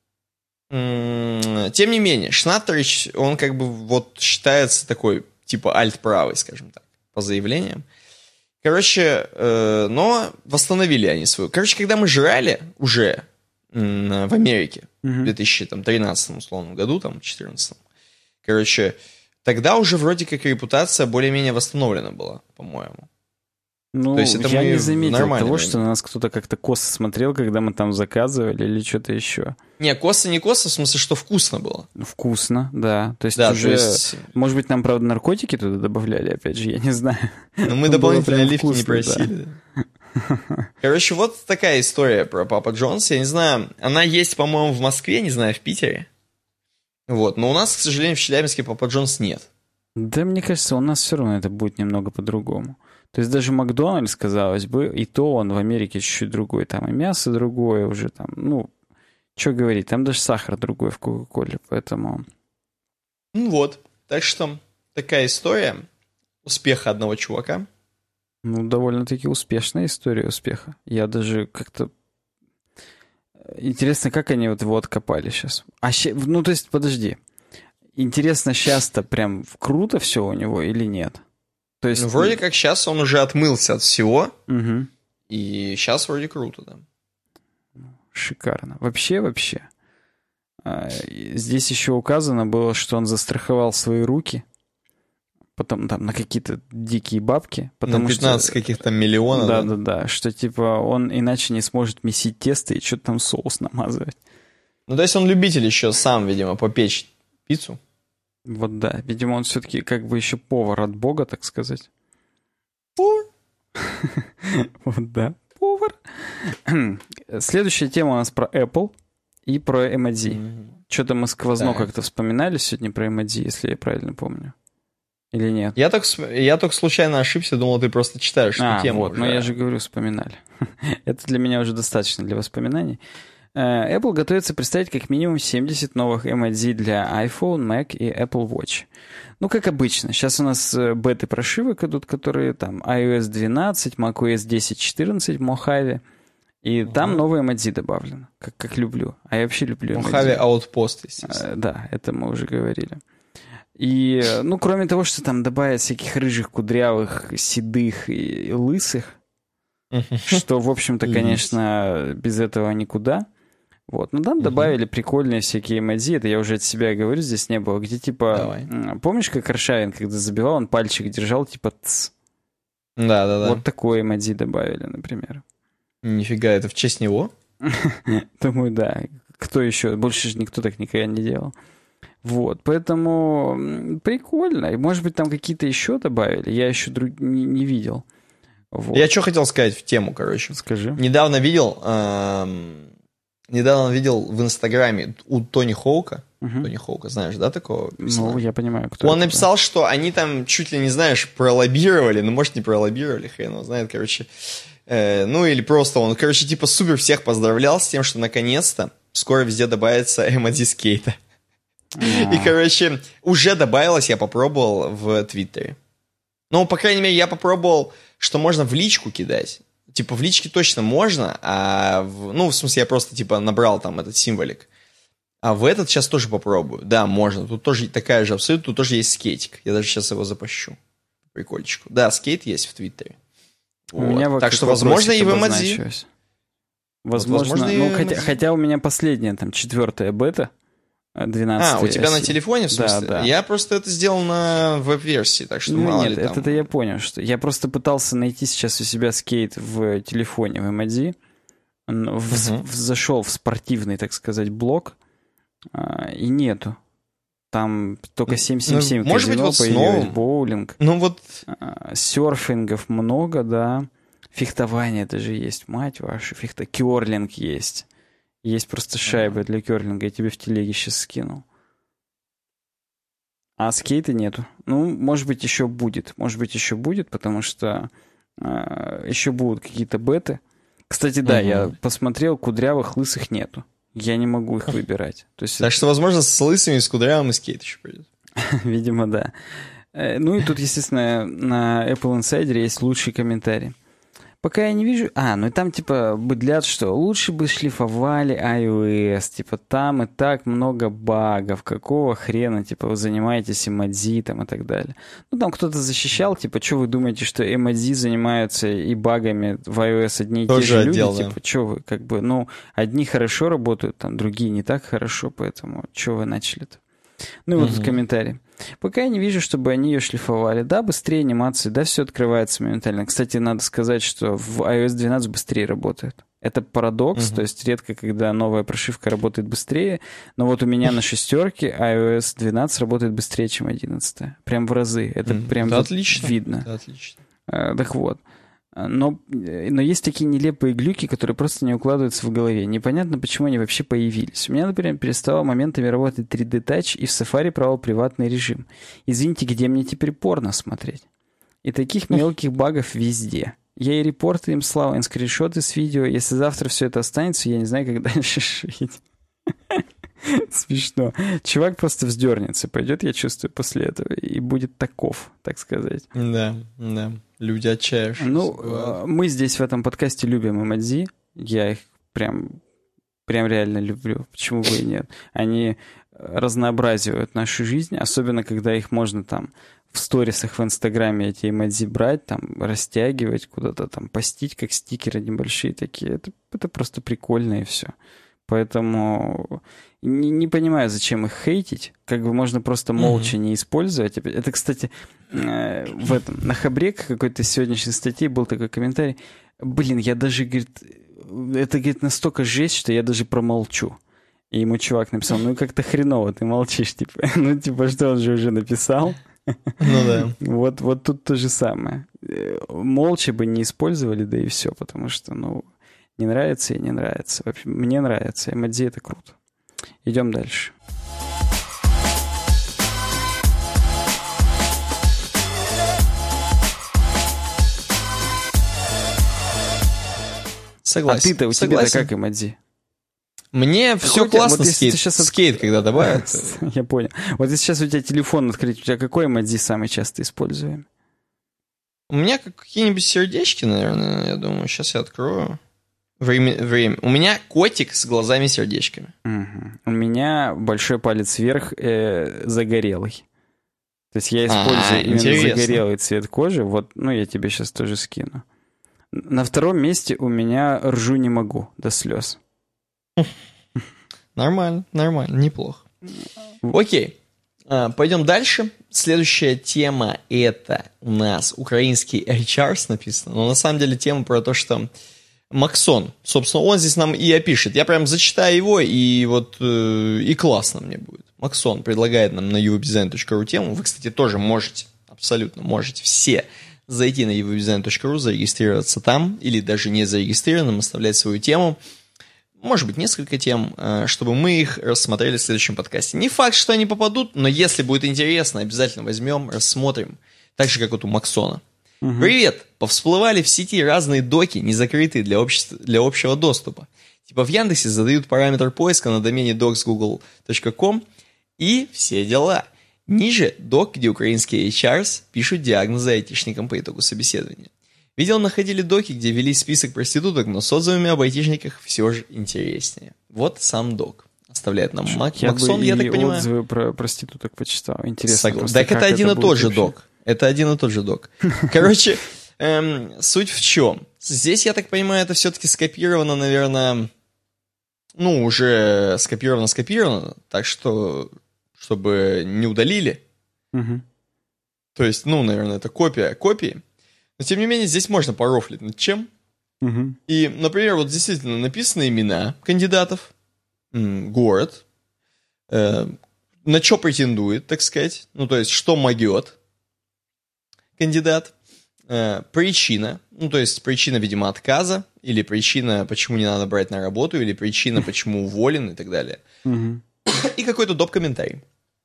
м, тем не менее, Шнаттерич, он как бы вот считается такой, типа, альт-правый, скажем так, по заявлениям. Короче, э, но восстановили они свою. Короче, когда мы жрали уже, м, в Америке Мгм. в две тысячи тринадцатом, условном году, там, четырнадцатом. Короче, тогда уже вроде как репутация более-менее восстановлена была, по-моему. Ну, То есть это я мы не в заметил нормальное того, время. что на нас кто-то как-то косо смотрел, когда мы там заказывали или что-то еще. Не, коса не коса, в смысле, что вкусно было. Вкусно, да. То есть Да, уже... то есть... Может быть, нам, правда, наркотики туда добавляли, опять же, я не знаю. Ну, мы Было дополнительные прям оливки не вкусно, да. просили. Короче, вот такая история про Папа Джонс. Я не знаю, она есть, по-моему, в Москве, не знаю, в Питере. Вот, но у нас, к сожалению, в Челябинске Папа Джонс нет. Да, мне кажется, у нас все равно это будет немного по-другому. То есть даже Макдональдс, казалось бы, и то он в Америке чуть-чуть другой. Там и мясо другое уже, там, ну, что говорить, там даже сахар другой в Кока-Коле, поэтому... Ну вот, так что такая история успеха одного чувака. Ну, довольно-таки успешная история успеха. Я даже как-то... Интересно, как они вот его откопали сейчас. А ща... Ну, то есть, подожди. Интересно, сейчас-то прям круто все у него или нет? То есть... Ну, вроде как сейчас он уже отмылся от всего, Угу. и сейчас вроде круто, да. Шикарно. Вообще, вообще. А, и здесь еще указано было, что он застраховал свои руки потом там на какие-то дикие бабки. Потому на пятнадцать что, каких-то миллионов. Да, да, да. Что типа он иначе не сможет месить тесто и что-то там соус намазывать. Ну, то есть он любитель еще сам, видимо, попечь пиццу. Вот да. Видимо, он все-таки как бы еще повар от бога, так сказать. Повар? Вот да. Повар. Следующая тема у нас про Apple и про эм один ди. Что-то мы сквозно как-то вспоминали сегодня про эм один ди, если я правильно помню. Или нет? Я только, я только случайно ошибся, думал, ты просто читаешь эту а, тему. вот, уже. но я же говорю, вспоминали. Это для меня уже достаточно для воспоминаний. Apple готовится представить как минимум семьдесят новых эм один ди для iPhone, Mac и Apple Watch. Ну, как обычно. Сейчас у нас беты прошивок идут, которые там iOS двенадцать, macOS десять четырнадцать в Mojave. И угу. там новый эм один ди добавлен, как, как люблю. А я вообще люблю эм один ди. Mojave Outpost, естественно. Да, это мы уже говорили. И, ну, кроме того, что там добавят всяких рыжих, кудрявых, седых и лысых, что, в общем-то, конечно, без этого никуда. Вот. Но там добавили прикольные всякие эм один ди, это я уже от себя говорю, здесь не было, где типа... Давай. Помнишь, как Аршавин, когда забивал, он пальчик держал, типа «ц». Да-да-да. Вот такой эм один ди добавили, например. Нифига, это в честь него? Думаю, да. Кто еще? Больше же никто так никогда не делал. Вот, поэтому прикольно. И, может быть, там какие-то еще добавили. Я еще друг... не, не видел. Вот. Я что хотел сказать в тему, короче. Скажи. Недавно видел... Эм... Недавно видел в Инстаграме у Тони Хоука. Uh-huh. Тони Хоука, знаешь, да, такого персонажа? Ну, я понимаю, кто Он это, написал, да. что они там чуть ли не, знаешь, пролоббировали. Ну, может, не пролоббировали, хрен его знает, короче. Э, ну, или просто он, короче, типа супер всех поздравлял с тем, что наконец-то скоро везде добавится эм один скейта. И, короче, уже добавилось, я попробовал в Твиттере. Ну, по крайней мере, я попробовал, что можно в личку кидать. Типа, в личке точно можно, а... В... Ну, в смысле, я просто, типа, набрал там этот символик. А в этот сейчас тоже попробую. Да, можно. Тут тоже такая же абсолютно, тут тоже есть скейтик. Я даже сейчас его запущу. Прикольчику. Да, скейт есть в Твиттере. У вот. меня Так что, возможно, и в эм один ди. Возможно, вот, возможно ну, хотя, хотя у меня последняя, там, четвертая бета. двенадцатая. А, у тебя на телефоне, в смысле? Да, да. Я просто это сделал на веб-версии, так что ну, мало нет, ли там... это-то я понял, что... Я просто пытался найти сейчас у себя скейт в телефоне в эм один ди. В, uh-huh. в, зашел в спортивный, так сказать, блок, а, и нету. Там только семь семь семь ну, может казино быть, вот появилось, снова... боулинг. Ну вот... А, серфингов много, да. Фехтование даже есть, мать вашу. Фехта... Кёрлинг есть. Есть просто шайба uh-huh. для кёрлинга, я тебе в телеге сейчас скинул. А скейта нету. Ну, может быть, еще будет. Может быть, еще будет, потому что э, еще будут какие-то беты. Кстати, да, uh-huh. я посмотрел, кудрявых, лысых нету. Я не могу их выбирать. То есть так это... что, возможно, с лысыми и с кудрявым и скейт еще придет. Видимо, да. Ну и тут, естественно, на Apple Insider есть лучший комментарий. Пока я не вижу... А, ну и там, типа, быдлят, что лучше бы шлифовали iOS, типа, там и так много багов, какого хрена, типа, вы занимаетесь эмодзи там и так далее. Ну, там кто-то защищал, типа, что вы думаете, что эмодзи занимаются и багами в iOS одни и те же люди? Отдел, да. Типа, что вы, как бы, ну, одни хорошо работают, там, другие не так хорошо, поэтому что вы начали-то? Ну и вот Угу. тут комментарий. Пока я не вижу, чтобы они ее шлифовали. Да, быстрее анимации, да, все открывается моментально. Кстати, надо сказать, что в iOS двенадцать быстрее работает. Это парадокс, Угу. то есть редко, когда новая прошивка работает быстрее, но вот у меня на шестерке iOS двенадцать работает быстрее, чем одиннадцать. Прям в разы. Это М, прям это вот отлично. видно. Это отлично. Э, Так вот. Но, но есть такие нелепые глюки, которые просто не укладываются в голове. Непонятно, почему они вообще появились. У меня, например, перестало моментами работать три дэ Touch, и в Safari провал приватный режим. Извините, где мне теперь порно смотреть? И таких мелких багов везде. Я и репорты им слал, и скриншоты с видео. Если завтра все это останется, я не знаю, как дальше жить. Смешно. Чувак просто вздернется, пойдет, я чувствую, после этого, и будет таков, так сказать. Да, да. Люди отчаявшиеся. Ну, бывают. мы здесь в этом подкасте любим эмодзи. Я их прям, прям реально люблю. Почему бы и нет? Они разнообразивают нашу жизнь, особенно когда их можно там в сторисах в Инстаграме эти эмодзи брать, там растягивать, куда-то там постить, как стикеры небольшие такие. Это, это просто прикольно и все. Поэтому не, не понимаю, зачем их хейтить. Как бы можно просто молча mm-hmm. не использовать. Это, кстати, э, в этом, на Хабрек какой-то сегодняшней статье был такой комментарий. Блин, я даже, говорит, это, говорит, настолько жесть, что я даже промолчу. И ему чувак написал, ну как-то хреново ты молчишь, типа. Ну, типа, что он же уже написал. Ну да. Вот, вот тут то же самое. Молча бы не использовали, да и все, потому что, ну... Не нравится и не нравится. Вообще, мне нравится. Эмодзи — это круто. Идем дальше. Согласен. А ты-то, у тебя-то как эмодзи? Мне Какой все у тебя- классно, вот если скейт, ты сейчас от- скейт когда добавят. Я понял. Вот если сейчас у тебя телефон открыть, у тебя какой эмодзи самый часто используем? У меня какие-нибудь сердечки, наверное, я думаю. Сейчас я открою. Время, время. У меня котик с глазами-сердечками. Угу. У меня большой палец вверх э, загорелый. То есть я использую А, именно интересно. загорелый цвет кожи. Вот, ну, я тебе сейчас тоже скину. На втором месте у меня ржу не могу до слез. Нормально, нормально, неплохо. Окей, а, пойдем дальше. Следующая тема — это у нас украинский эйч ар написано. Но на самом деле тема про то, что Максон, собственно, он здесь нам и опишет. Я прям зачитаю его, и вот э, и классно мне будет. Максон предлагает нам на ю веб дизайн точка ру тему. Вы, кстати, тоже можете, абсолютно можете все зайти на ю веб дизайн точка ру, зарегистрироваться там, или даже не зарегистрированным, оставлять свою тему. Может быть, несколько тем, чтобы мы их рассмотрели в следующем подкасте. Не факт, что они попадут, но если будет интересно, обязательно возьмем, рассмотрим. Так же, как вот у Максона. Угу. Привет! Повсплывали в сети разные доки, не закрытые для, общества, для общего доступа. Типа в Яндексе задают параметр поиска на домене докс гугл точка ком и все дела. Ниже док, где украинские эйч ар пишут диагнозы айтишникам по итогу собеседования. Видел, находили доки, где вели список проституток, но с отзывами об айтишниках все же интереснее. Вот сам док. Оставляет нам Мак... я Максон, бы я и так понимаю. отзывы про проституток почитал. Интересно. Согла... Просто, так это один это и тот же вообще? док. Это один и тот же док. Короче, эм, суть в чем? Здесь, я так понимаю, это все-таки скопировано, наверное, ну, уже скопировано-скопировано, так что, чтобы не удалили. Угу. То есть, ну, наверное, это копия копии. Но, тем не менее, здесь можно порофлить над чем. Угу. И, например, вот действительно написаны имена кандидатов, м, город, э, на что претендует, так сказать, ну, то есть, что могет кандидат, э, причина, ну, то есть, причина, видимо, отказа, или причина, почему не надо брать на работу, или причина, почему уволен и так далее. Угу. И какой-то доп-комментарий.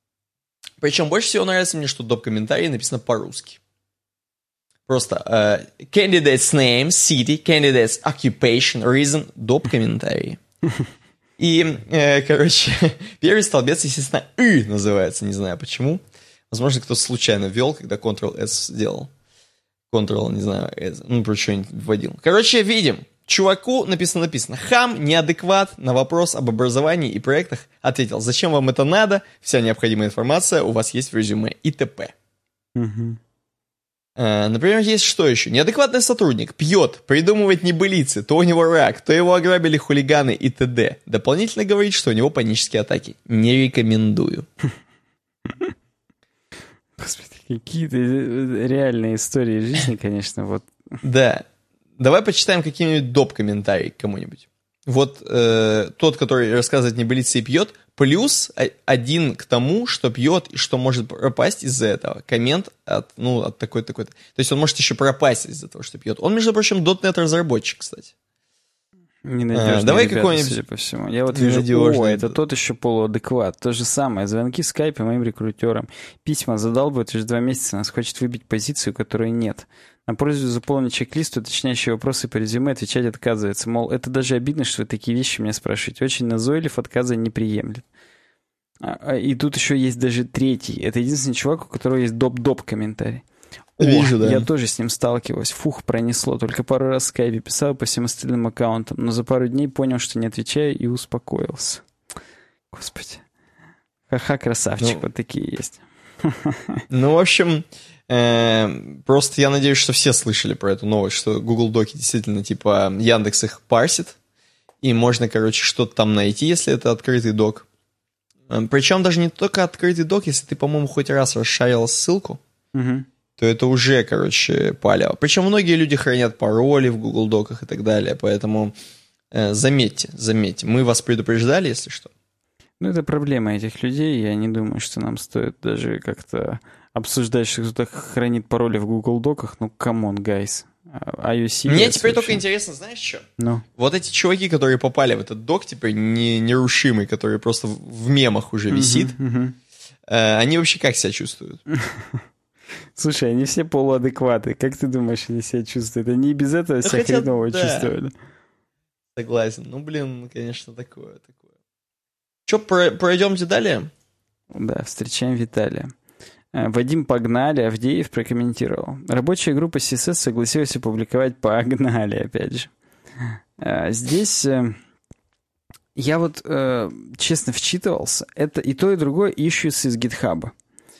Причем больше всего нравится мне, что доп-комментарий написано по-русски. Просто uh, candidate's name, city, candidate's occupation, reason, доп-комментарии. И, э, короче, первый столбец, естественно, «ы» называется, не знаю почему. Возможно, кто-то случайно ввел, когда контрол эс сделал. Ctrl, не знаю, ну, про что-нибудь вводил. Короче, видим. Чуваку написано-написано. Хам, неадекват, на вопрос об образовании и проектах ответил, зачем вам это надо, вся необходимая информация у вас есть в резюме и т.п. Угу. А, например, есть что еще? Неадекватный сотрудник пьет, придумывает небылицы, то у него рак, то его ограбили хулиганы и т.д. Дополнительно говорит, что у него панические атаки. Не рекомендую. Господи, какие-то реальные истории жизни, конечно, вот. Да. Давай почитаем какие-нибудь доп-комментарии к кому-нибудь. Вот э, тот, который рассказывает небылицы и пьет, плюс один к тому, что пьет и что может пропасть из-за этого. Коммент от, ну, от такой-то-такой-то. То есть он может еще пропасть из-за того, что пьет. Он, между прочим, .дот нет разработчик, кстати. Ненадежные а, давай ребята, какой-нибудь... судя по всему. Я вот вижу, о, это тот еще полуадекват. То же самое. Звонки в скайпе моим рекрутерам. Письма задалбывают уже два месяца. Нас хочет выбить позицию, которой нет. На просьбу заполнить чек-лист, уточняющие вопросы по резюме, отвечать отказывается. Мол, это даже обидно, что вы такие вещи меня спрашиваете. Очень назойлив, отказа не приемлет. И тут еще есть даже третий. Это единственный чувак, у которого есть доп-доп комментарий. О, Вижу, да. Я тоже с ним сталкивалась. Фух, пронесло. Только пару раз в скайпе писал по всем остальным аккаунтам, но за пару дней понял, что не отвечаю, и успокоился. Господи. Ха-ха, красавчик. Ну, вот такие есть. Ну, в общем, э, просто я надеюсь, что все слышали про эту новость, что Google Доки действительно, типа, Яндекс их парсит, и можно, короче, что-то там найти, если это открытый док. Причем даже не только открытый док, если ты, по-моему, хоть раз расшарил ссылку, угу. то это уже, короче, палево. Причем многие люди хранят пароли в Google Доках и так далее, поэтому э, заметьте, заметьте. Мы вас предупреждали, если что. Ну, это проблема этих людей. Я не думаю, что нам стоит даже как-то обсуждать, что кто-то хранит пароли в Google Доках. Ну, камон, гайс. Мне теперь вообще. Только интересно, знаешь что? Ну? Вот эти чуваки, которые попали в этот док, типа не, нерушимый, который просто в мемах уже висит, uh-huh, uh-huh. Э, они вообще как себя чувствуют? Слушай, они все полуадекваты. Как ты думаешь, они себя чувствуют? Они и без этого ну, себя хотя, хреново да. чувствовали. Согласен. Ну, блин, конечно, такое, такое. Че, про- пройдемте далее? Да, встречаем Виталия. Вадим Погнали, Авдеев прокомментировал. Рабочая группа си эс эс согласилась опубликовать Погнали, опять же. Здесь я вот честно вчитывался. Это и то, и другое issues из GitHub.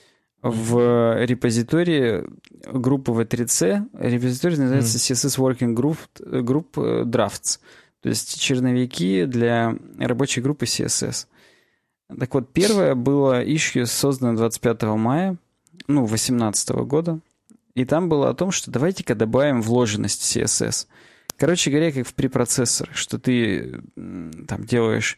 В репозитории группы ви три си, репозиторий называется си эс эс Working Group, Group Drafts, то есть черновики для рабочей группы си эс эс. Так вот, первое было issue, создано двадцать пятого мая, ну, две тысячи восемнадцатого года, и там было о том, что давайте-ка добавим вложенность си эс эс. Короче говоря, как в препроцессорах, что ты там делаешь...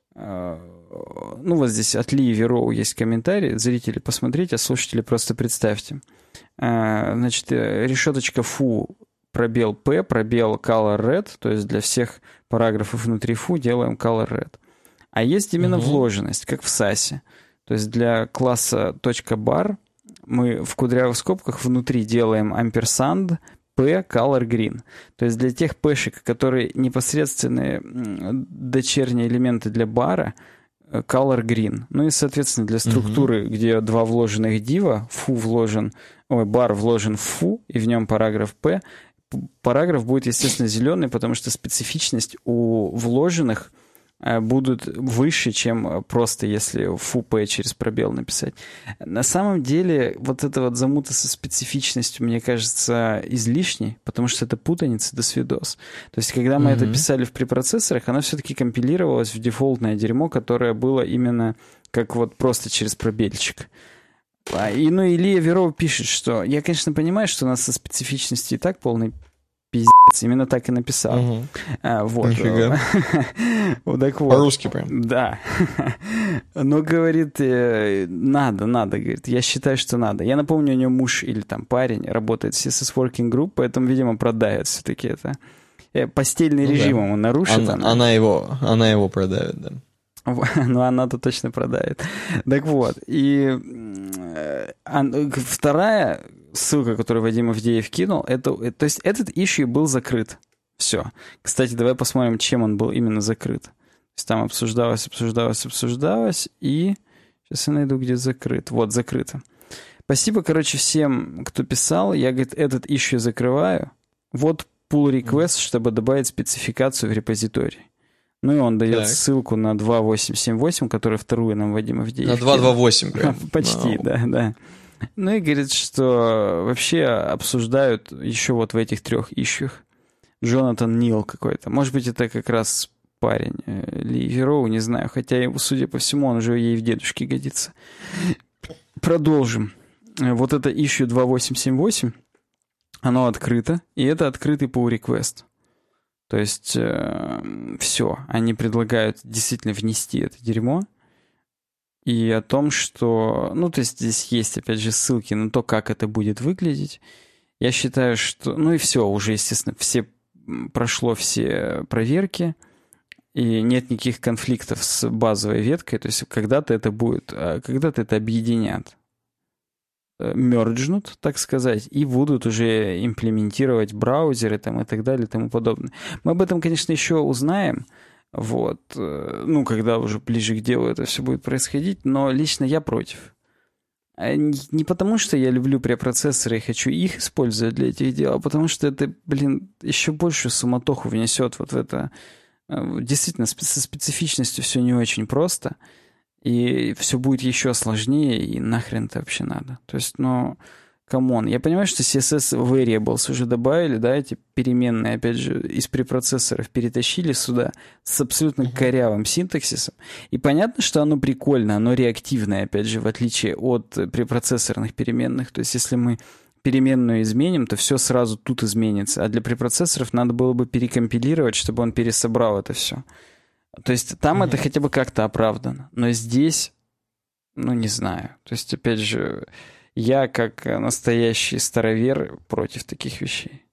Ну, вот здесь от Ли Вероу есть комментарий. Зрители, посмотрите, а слушатели просто представьте. Значит, решеточка фу, пробел P, пробел color red, то есть для всех параграфов внутри фу делаем color red. А есть именно угу. вложенность, как в сасе. То есть для класса .bar мы в кудрявых скобках внутри делаем ampersand P color green. То есть для тех пэшек, которые непосредственные дочерние элементы для бара, color green. Ну и, соответственно, для структуры, uh-huh. где два вложенных дива, фу вложен, ой, бар вложен в фу, и в нем параграф P, параграф будет, естественно, зеленый, потому что специфичность у вложенных будут выше, чем просто если фу P через пробел написать. На самом деле, вот эта вот замута со специфичностью, мне кажется, излишней, потому что это путаница до свидос. То есть, когда мы mm-hmm. это писали в препроцессорах, оно все-таки компилировалось в дефолтное дерьмо, которое было именно как вот просто через пробельчик. И, ну, Илья Веров пишет, что я, конечно, понимаю, что у нас со специфичностью и так полный пиздец. Именно так и написал. Угу. А, вот. Нифига. Вот так вот. По-русски прям. Да. Но, говорит, надо, надо, говорит. Я считаю, что надо. Я напомню, у него муж или там парень работает в си эс эс Working Group, поэтому, видимо, продает все-таки это. Постельный ну, режим да. ему нарушит. Она, она. Она, его, она его продавит, да. Ну, она-то точно продает. Так вот. И вторая ссылка, которую Вадим Авдеев кинул, это, то есть этот issue был закрыт. Все. Кстати, давай посмотрим, чем он был именно закрыт. То есть там обсуждалось, обсуждалось, обсуждалось, и сейчас я найду, где закрыт. Вот, закрыто. Спасибо, короче, всем, кто писал. Я, говорит, этот issue закрываю. Вот pull request, чтобы добавить спецификацию в репозиторий. Ну и он дает так. ссылку на два восемь семь восемь, которую вторую нам Вадим Авдеев. На два два восемь прям. Почти, no. да, да. Ну и говорит, что вообще обсуждают еще вот в этих трех ищах Джонатан Нил какой-то. Может быть, это как раз парень Ли Вероу, не знаю. Хотя, судя по всему, он уже ей в дедушке годится. Продолжим. Вот это issue два восемь семь восемь, оно открыто, и это открытый pull request. То есть э, все, они предлагают действительно внести это дерьмо. И о том, что... Ну, то есть здесь есть, опять же, ссылки на то, как это будет выглядеть. Я считаю, что... Ну и все, уже, естественно, все прошло все проверки, и нет никаких конфликтов с базовой веткой. То есть когда-то это будет... Когда-то это объединят. Мерджнут, так сказать, и будут уже имплементировать браузеры там, и так далее и тому подобное. Мы об этом, конечно, еще узнаем, вот, ну, когда уже ближе к делу это все будет происходить, но лично я против. Не потому, что я люблю препроцессоры и хочу их использовать для этих дел, а потому что это, блин, еще большую суматоху внесет вот в это. Действительно, со специфичностью все не очень просто. И все будет еще сложнее, и нахрен это вообще надо. То есть, ну, камон. Я понимаю, что си эс эс variables уже добавили, да, эти переменные, опять же, из препроцессоров перетащили сюда с абсолютно корявым синтаксисом. И понятно, что оно прикольно, оно реактивное, опять же, в отличие от препроцессорных переменных. То есть, если мы переменную изменим, то все сразу тут изменится. А для препроцессоров надо было бы перекомпилировать, чтобы он пересобрал это все. То есть там mm-hmm. это хотя бы как-то оправдано. Но здесь, ну, не знаю. То есть, опять же, я, как настоящий старовер, против таких вещей.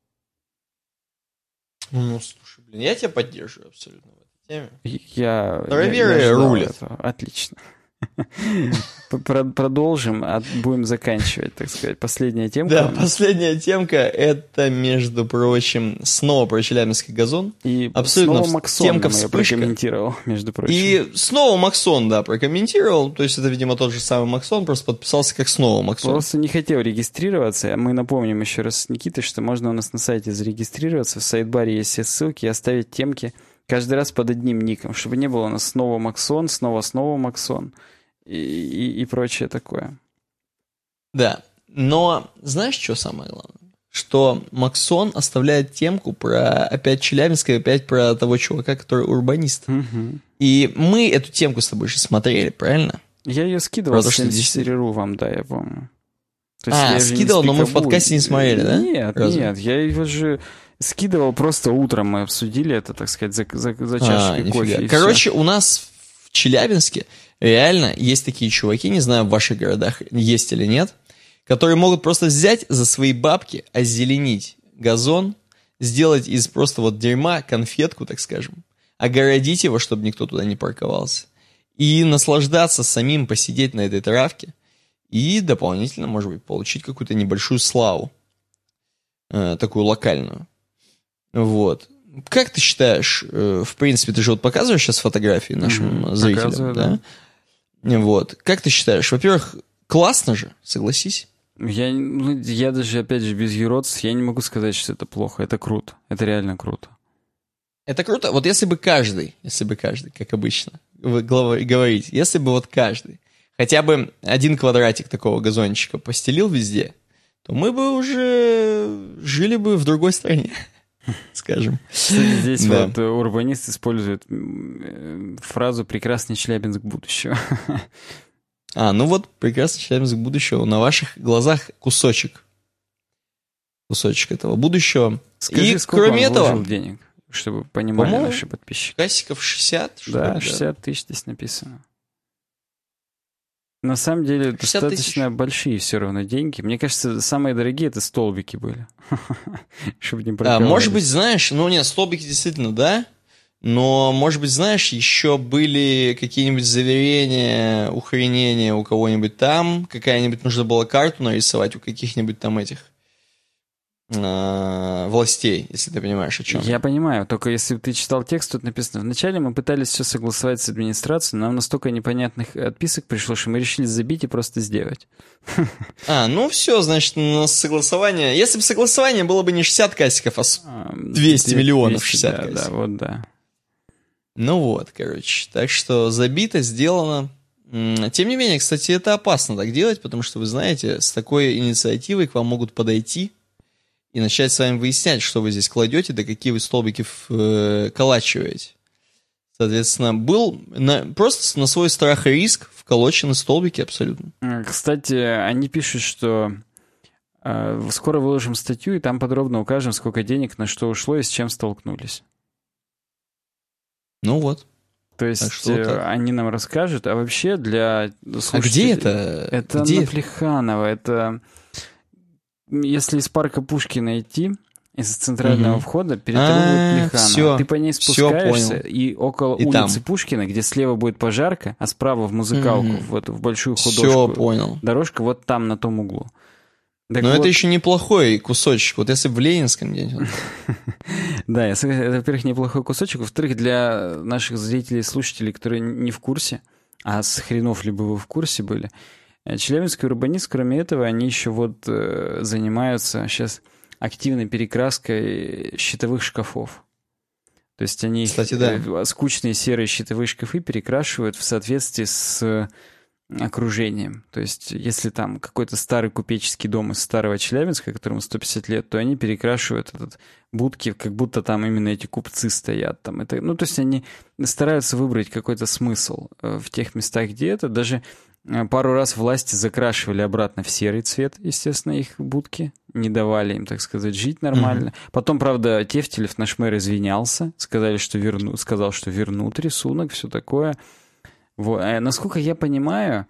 Ну, слушай, блин, я тебя поддерживаю абсолютно в этой теме. Я, Староверы я, я рулят. Отлично. Продолжим, а будем заканчивать, так сказать. Последняя темка. Да, последняя темка, это, между прочим, снова про Челябинский газон. И абсолютно снова Максон темка я прокомментировал, между прочим. И снова Максон, да, прокомментировал. То есть это, видимо, тот же самый Максон, просто подписался как снова Максон. Просто не хотел регистрироваться. Мы напомним еще раз с Никитой, что можно у нас на сайте зарегистрироваться. В сайт-баре есть все ссылки и оставить темки каждый раз под одним ником, чтобы не было у нас снова Максон, снова-снова Максон. И, и, и прочее такое. Да, но знаешь, что самое главное? Что Максон оставляет темку про опять Челябинск и опять про того чувака, который урбанист. Угу. И мы эту темку с тобой же смотрели, правильно? Я ее скидывал Правда, с семьдесят четыре точка ру вам, да, я помню. То есть а, скидывал, но мы в подкасте не смотрели, да? Нет, Разве? нет, я его же скидывал просто утром, мы обсудили это, так сказать, за, за, за чашечкой а, кофе. Короче, все. У нас в Челябинске реально есть такие чуваки, не знаю, в ваших городах есть или нет, которые могут просто взять за свои бабки, озеленить газон, сделать из просто вот дерьма конфетку, так скажем, огородить его, чтобы никто туда не парковался, и наслаждаться самим, посидеть на этой травке, и дополнительно, может быть, получить какую-то небольшую славу, э, такую локальную. Вот. Как ты считаешь, э, в принципе, ты же вот показываешь сейчас фотографии нашим mm-hmm. зрителям, да? да? Вот. Как ты считаешь? Во-первых, классно же, согласись. Я, ну, я даже, опять же, без юродств, я не могу сказать, что это плохо. Это круто. Это реально круто. Это круто. Вот если бы каждый, если бы каждый, как обычно, вы говорите, если бы вот каждый хотя бы один квадратик такого газончика постелил везде, то мы бы уже жили бы в другой стране, скажем. Здесь да. вот урбанист использует фразу «прекрасный Челябинск будущего». А, ну вот, прекрасный Челябинск будущего. На ваших глазах кусочек. Кусочек этого будущего. Скажи, и сколько кроме он этого, денег, чтобы понимали по-моему, наши подписчики. Кассиков шестьдесят. Да, шестьдесят тысяч здесь написано. На самом деле, достаточно тысяч. Большие все равно деньги. Мне кажется, самые дорогие это столбики были. Чтобы не а, может быть, знаешь, ну нет, столбики действительно, да. Но, может быть, знаешь, еще были какие-нибудь заверения, ухренения у кого-нибудь там, какая-нибудь нужно было карту нарисовать у каких-нибудь там этих э, властей, если ты понимаешь, о чем. Я понимаю, только если ты читал текст, тут написано: вначале мы пытались все согласовать с администрацией, но нам настолько непонятных отписок пришло, что мы решили забить и просто сделать. А, ну все, значит, на согласование... Если бы согласование было бы не шестьдесят касиков, а двести миллионов шестьдесят да, касиков. Да, вот да. Ну вот, короче. Так что забито, сделано. Тем не менее, кстати, это опасно так делать, потому что, вы знаете, с такой инициативой к вам могут подойти и начать с вами выяснять, что вы здесь кладете, да какие вы столбики вколачиваете. Соответственно, был на, просто на свой страх и риск вколочены столбики абсолютно. Кстати, они пишут, что э, скоро выложим статью, и там подробно укажем, сколько денег на что ушло и с чем столкнулись. Ну вот. То есть э, они нам расскажут, а вообще для слушателей... А где это? Это где на Плеханово, это... Если из парка Пушкина идти, из центрального угу. входа, перед тобой будет Плеханово. Все, ты по ней спускаешься, и около и улицы там. Пушкина, где слева будет пожарка, а справа в музыкалку, угу. в, эту, в большую художку. Все, понял. Дорожка вот там, на том углу. Так Но вот... это еще неплохой кусочек. Вот если в Ленинском где-нибудь. Да, это, во-первых, неплохой кусочек. Во-вторых, для наших зрителей и слушателей, которые не в курсе, а с хренов либо вы в курсе были, Челябинский урбанист, кроме этого, они еще вот э, занимаются сейчас активной перекраской щитовых шкафов. То есть они Кстати, их, да. э, скучные серые щитовые шкафы перекрашивают в соответствии с окружением. То есть если там какой-то старый купеческий дом из старого Челябинска, которому сто пятьдесят лет, то они перекрашивают этот будки, как будто там именно эти купцы стоят. Там. Это, ну, то есть они стараются выбрать какой-то смысл в тех местах, где это. Даже пару раз власти закрашивали обратно в серый цвет, естественно, их будки. Не давали им, так сказать, жить нормально. Mm-hmm. Потом, правда, Тефтелев, наш мэр, извинялся. Сказали, что верну, сказал, что вернут рисунок, все такое. Вот. А насколько я понимаю,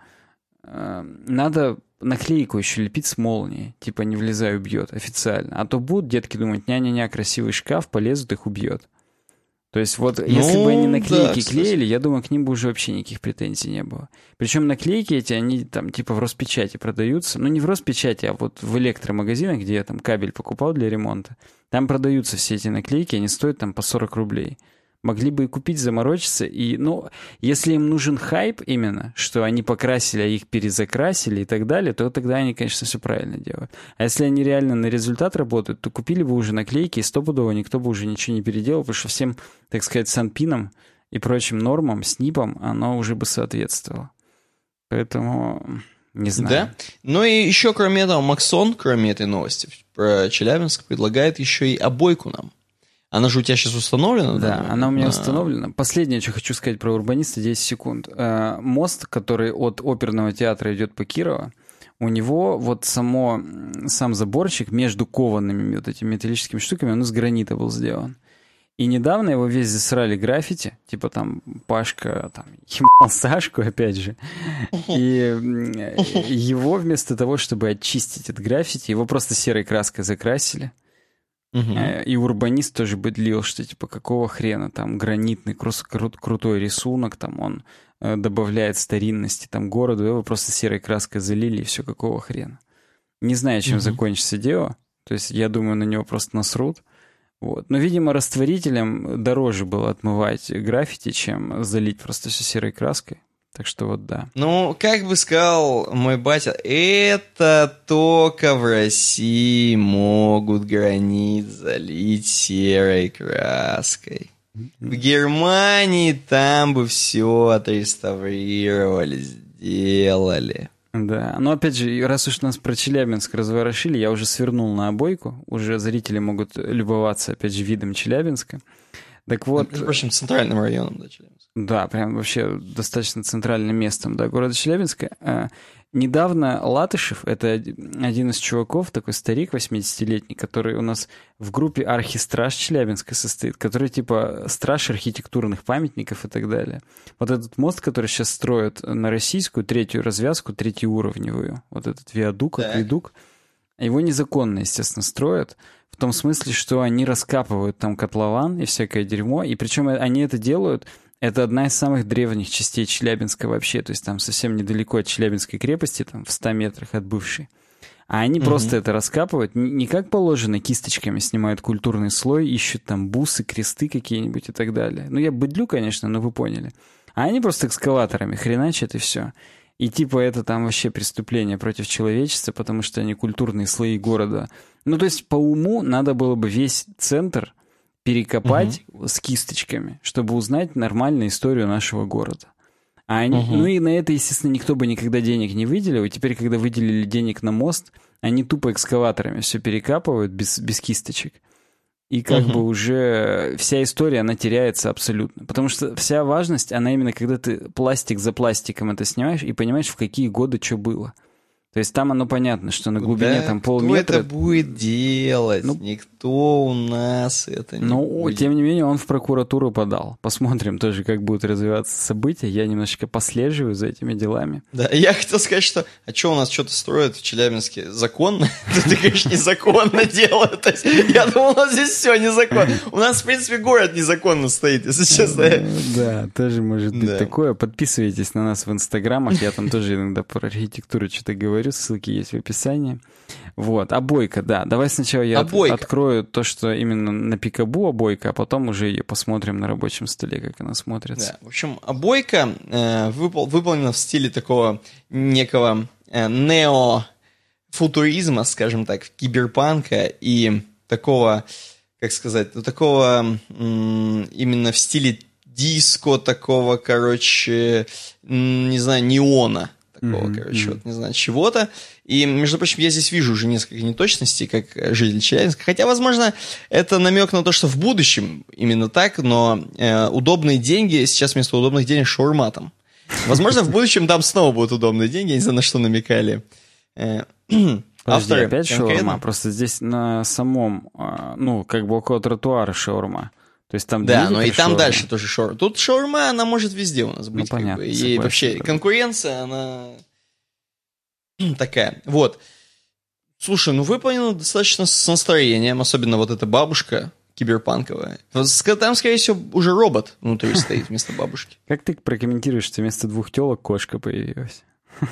надо наклейку еще лепить с молнией. Типа «не влезай, убьет» официально. А то будут детки думать: ня-ня-ня, красивый шкаф, полезут, их убьет. То есть вот ну, если бы они наклейки да, клеили, я думаю, к ним бы уже вообще никаких претензий не было. Причем наклейки эти, они там типа в Роспечати продаются. Ну не в Роспечати, а вот в электромагазинах, где я там кабель покупал для ремонта. Там продаются все эти наклейки, они стоят там по сорок рублей. Могли бы и купить, заморочиться. И, ну, если им нужен хайп именно, что они покрасили, а их перезакрасили и так далее, то тогда они, конечно, все правильно делают. А если они реально на результат работают, то купили бы уже наклейки, и стопудово никто бы уже ничего не переделал, потому что всем, так сказать, санпинам и прочим нормам, снипам оно уже бы соответствовало. Поэтому не знаю. Да. Ну и еще, кроме этого, Максон, кроме этой новости про Челябинск, предлагает еще и обойку нам. Она же у тебя сейчас установлена? Да, да? она у меня а... установлена. Последнее, что хочу сказать про урбаниста, десять секунд. Мост, который от оперного театра идет по Кирово, у него вот само, сам заборчик между коваными вот этими металлическими штуками, он из гранита был сделан. И недавно его весь засрали граффити, типа там Пашка там ебал Сашку, опять же. И его вместо того, чтобы очистить от граффити, его просто серой краской закрасили. Uh-huh. И урбанист тоже быдлил, что типа какого хрена, там гранитный кру- кру- крутой рисунок, там он э, добавляет старинности там городу, его просто серой краской залили, и все какого хрена. Не знаю, чем uh-huh. закончится дело, то есть я думаю, на него просто насрут. Вот. Но, видимо, растворителем дороже было отмывать граффити, чем залить просто все серой краской. Так что вот да. Ну, как бы сказал мой батя, это только в России могут гранит залить серой краской. В Германии там бы все отреставрировали, сделали. Да, но опять же, раз уж нас про Челябинск разворошили, я уже свернул на обойку, уже зрители могут любоваться, опять же, видом Челябинска. Так вот... Между прочим, центральным районом, да, Челябинска. Да, прям вообще достаточно центральным местом, да, города Челябинска. А, недавно Латышев, это один из чуваков, такой старик восьмидесятилетний, который у нас в группе Архистраж Челябинска состоит, который типа страж архитектурных памятников и так далее. Вот этот мост, который сейчас строят на Российскую, третью развязку, третьеуровневую, вот этот виадук, акведук, его незаконно, естественно, строят. В том смысле, что они раскапывают там котлован и всякое дерьмо, и причем они это делают... Это одна из самых древних частей Челябинска вообще, то есть там совсем недалеко от Челябинской крепости, там в ста метрах от бывшей. А они Мгм. просто это раскапывают, н- не как положено, кисточками снимают культурный слой, ищут там бусы, кресты какие-нибудь и так далее. Ну, я быдлю, конечно, но вы поняли. А они просто экскаваторами хреначат и все. И типа это там вообще преступление против человечества, потому что они культурные слои города. Ну, то есть по уму надо было бы весь центр перекопать с кисточками, чтобы узнать нормальную историю нашего города. А они, Мгм. ну и на это, естественно, никто бы никогда денег не выделил. И теперь, когда выделили денег на мост, они тупо экскаваторами все перекапывают без, без кисточек. И как Мгм. бы уже вся история, она теряется абсолютно. Потому что вся важность, она именно когда ты пластик за пластиком это снимаешь и понимаешь, в какие годы что было. То есть там оно понятно, что на глубине Да, там кто полметра... это будет делать? Ну, Никто у нас это не Ну, будет. тем не менее, он в прокуратуру подал. Посмотрим тоже, как будут развиваться события. Я немножечко послеживаю за этими делами. Да, я хотел сказать, что, а что у нас что-то строят в Челябинске законно? Ты говоришь, незаконно делают. То есть, я думал, у нас здесь все незаконно. У нас, в принципе, город незаконно стоит, если честно. Да, тоже может быть Да. такое. Подписывайтесь на нас в инстаграмах. Я там тоже иногда про архитектуру что-то говорю. Ссылки есть в описании. Вот, обойка, да. Давай сначала я от- Обойка. открою то, что именно на Пикабу обойка, а потом уже ее посмотрим на рабочем столе, как она смотрится. Да, в общем, обойка э, выпол- выполнена в стиле такого некого э, неофутуризма, скажем так, киберпанка и такого, как сказать, ну, такого м, именно в стиле диско, такого, короче, м, не знаю, неона. Такого, Мгм, короче, мгм. вот, не знаю, чего-то. И, между прочим, я здесь вижу уже несколько неточностей, как житель Челябинска. Хотя, возможно, это намек на то, что в будущем именно так, но э, удобные деньги, сейчас вместо удобных денег шаурма там. Возможно, в будущем там снова будут удобные деньги, я не знаю, на что намекали. Э, Подожди, авторы опять конкретно. шаурма? Просто здесь на самом, а, ну, как бы около тротуара шаурма. То есть там Да, но двигатель и там шаурмы. дальше тоже шаурма. Тут шаурма, она может везде у нас Ну, быть. как понятно, бы. И согласен, вообще да. конкуренция, она такая. Вот. Слушай, ну выполнено достаточно с настроением, особенно вот эта бабушка киберпанковая. Вот с- Там, скорее всего, уже робот внутри стоит вместо бабушки. Как ты прокомментируешь, что вместо двух телок кошка появилась?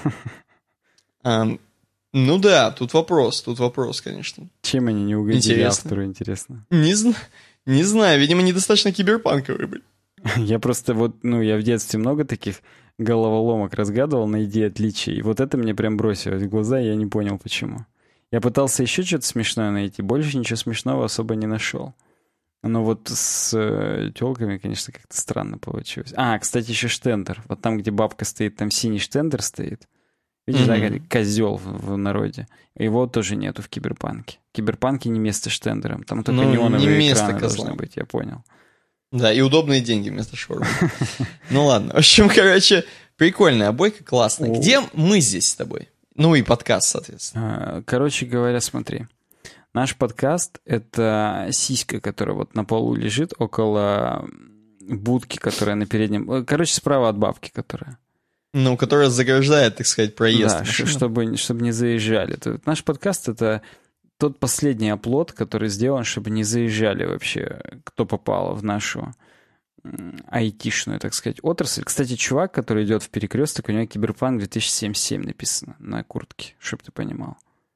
Ам, ну да, тут вопрос, тут вопрос, конечно. Чем они не угодили Интересно. автору, интересно? Не, зна- не знаю, видимо, недостаточно киберпанковые были. Я просто вот, ну, я в детстве много таких головоломок разгадывал, найди отличия. И вот это мне прям бросилось в глаза, и я не понял, почему. Я пытался еще что-то смешное найти, больше ничего смешного особо не нашел. Но вот с э, телками, конечно, как-то странно получилось. А, кстати, еще штендер. Вот там, где бабка стоит, там синий штендер стоит. Видишь, да, Мгм. как козел в, в народе. Его тоже нету в киберпанке. В киберпанке не место штендерам. Там только Ну, не неоновые место экраны козлам. должны быть, я понял. Да, и удобные деньги вместо шаурмы. Ну ладно, в общем, короче, прикольная обойка, классная. О. Где мы здесь с тобой? Ну и подкаст, соответственно. А, Короче говоря, смотри. Наш подкаст — это сиська, которая вот на полу лежит около будки, которая на переднем... э, Короче, справа от бабки, которая. Ну, которая заграждает, так сказать, проезд. Да, ш- машины. чтобы, чтобы не заезжали. То- Наш подкаст — это тот последний оплот, который сделан, чтобы не заезжали вообще, кто попало в нашу м, айтишную, так сказать, отрасль. Кстати, чувак, который идет в перекресток, у него Киберпанк две тысячи семьдесят семь написано на куртке, чтобы ты понимал.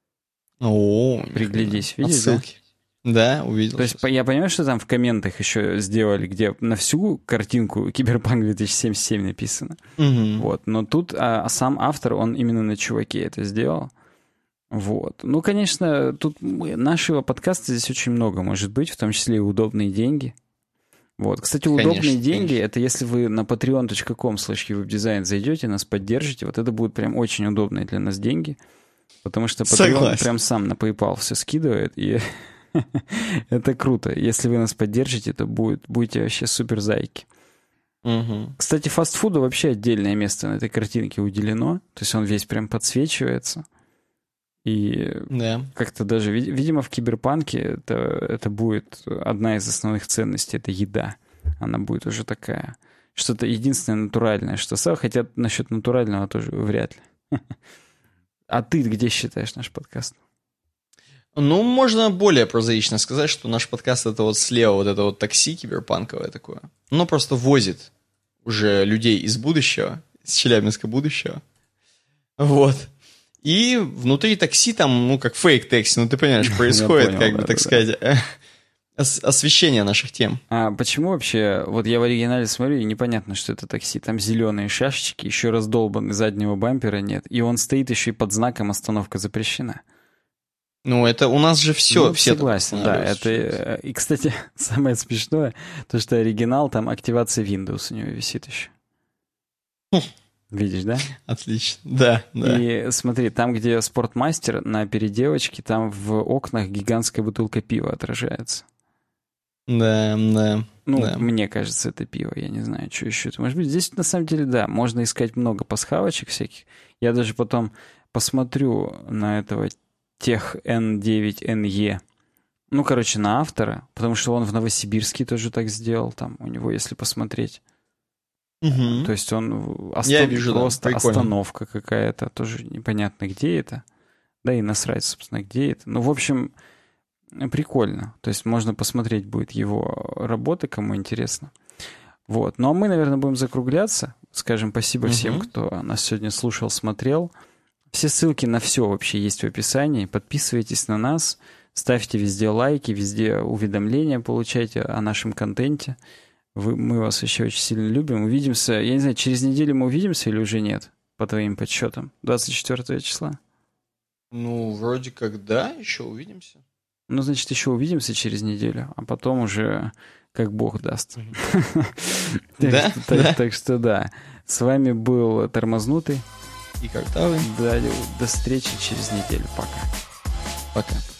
О, Приглядись, нихрена. видишь, да? Отсылки. Да, увидел. То есть сейчас. по- я понимаю, что там в комментах еще сделали, где на всю картинку Киберпанк две тысячи семьдесят семь написано. Мгм. Вот. Но тут а, сам автор, он именно на чуваке это сделал. Вот. Ну, конечно, тут мы- нашего подкаста здесь очень много может быть, в том числе и удобные деньги. Вот. Кстати, удобные Конечно, деньги, конечно. это если вы на patreon точка com slash webdesign зайдете, нас поддержите, вот это будут прям очень удобные для нас деньги. Потому что Patreon Согласен. прям сам на PayPal все скидывает, и это круто. Если вы нас поддержите, то будет, будете вообще супер зайки. Мгм. Кстати, фастфуду вообще отдельное место на этой картинке уделено. То есть он весь прям подсвечивается. И Да. как-то даже, ви- видимо, в киберпанке это, это будет одна из основных ценностей, это еда. Она будет уже такая. Что-то единственное натуральное, что сам, хотя насчет натурального тоже вряд ли. А ты где считаешь наш подкаст? Ну, можно более прозаично сказать, что наш подкаст — это вот слева вот это вот такси киберпанковое такое. Оно просто возит уже людей из будущего, из Челябинска будущего. Вот. И внутри такси там, ну, как фейк-такси, ну, ты понимаешь, происходит, понял, как да, бы, так да, сказать, э, ос- освещение наших тем. А почему вообще, вот я в оригинале смотрю, и непонятно, что это такси. Там зеленые шашечки, еще раздолбанный, заднего бампера нет. И он стоит еще и под знаком «Остановка запрещена». Ну, это у нас же все, Ну, все так согласен, да. Это, останавливаются. и, кстати, самое смешное, то, что оригинал, там активация Windows у него висит еще. Видишь, да? Отлично, да, да. И смотри, там, где спортмастер, на переделочке, там в окнах гигантская бутылка пива отражается. Да, да. Ну, да. мне кажется, это пиво. Я не знаю, что еще это может быть. Здесь, на самом деле, да, можно искать много пасхалочек всяких. Я даже потом посмотрю на этого тех эн девять эн и. Ну, короче, на автора, потому что он в Новосибирске тоже так сделал. Там у него, если посмотреть. Угу. То есть он остан... Я вижу, просто да, прикольно. остановка какая-то. Тоже непонятно, где это. Да и насрать, собственно, где это. Ну, в общем, прикольно. То есть можно посмотреть будет его работы, кому интересно. Вот. Ну, а мы, наверное, будем закругляться. Скажем спасибо Угу. всем, кто нас сегодня слушал, смотрел. Все ссылки на все вообще есть в описании. Подписывайтесь на нас. Ставьте везде лайки, везде уведомления получайте о нашем контенте. Вы, мы вас еще очень сильно любим. Увидимся, я не знаю, через неделю мы увидимся или уже нет, по твоим подсчетам? двадцать четвёртого числа? Ну, вроде как да, еще увидимся. Ну, значит, еще увидимся через неделю, а потом уже как Бог даст. Да? Так что да. С вами был Тормознутый. И Картавый. До встречи через неделю. Пока. Пока.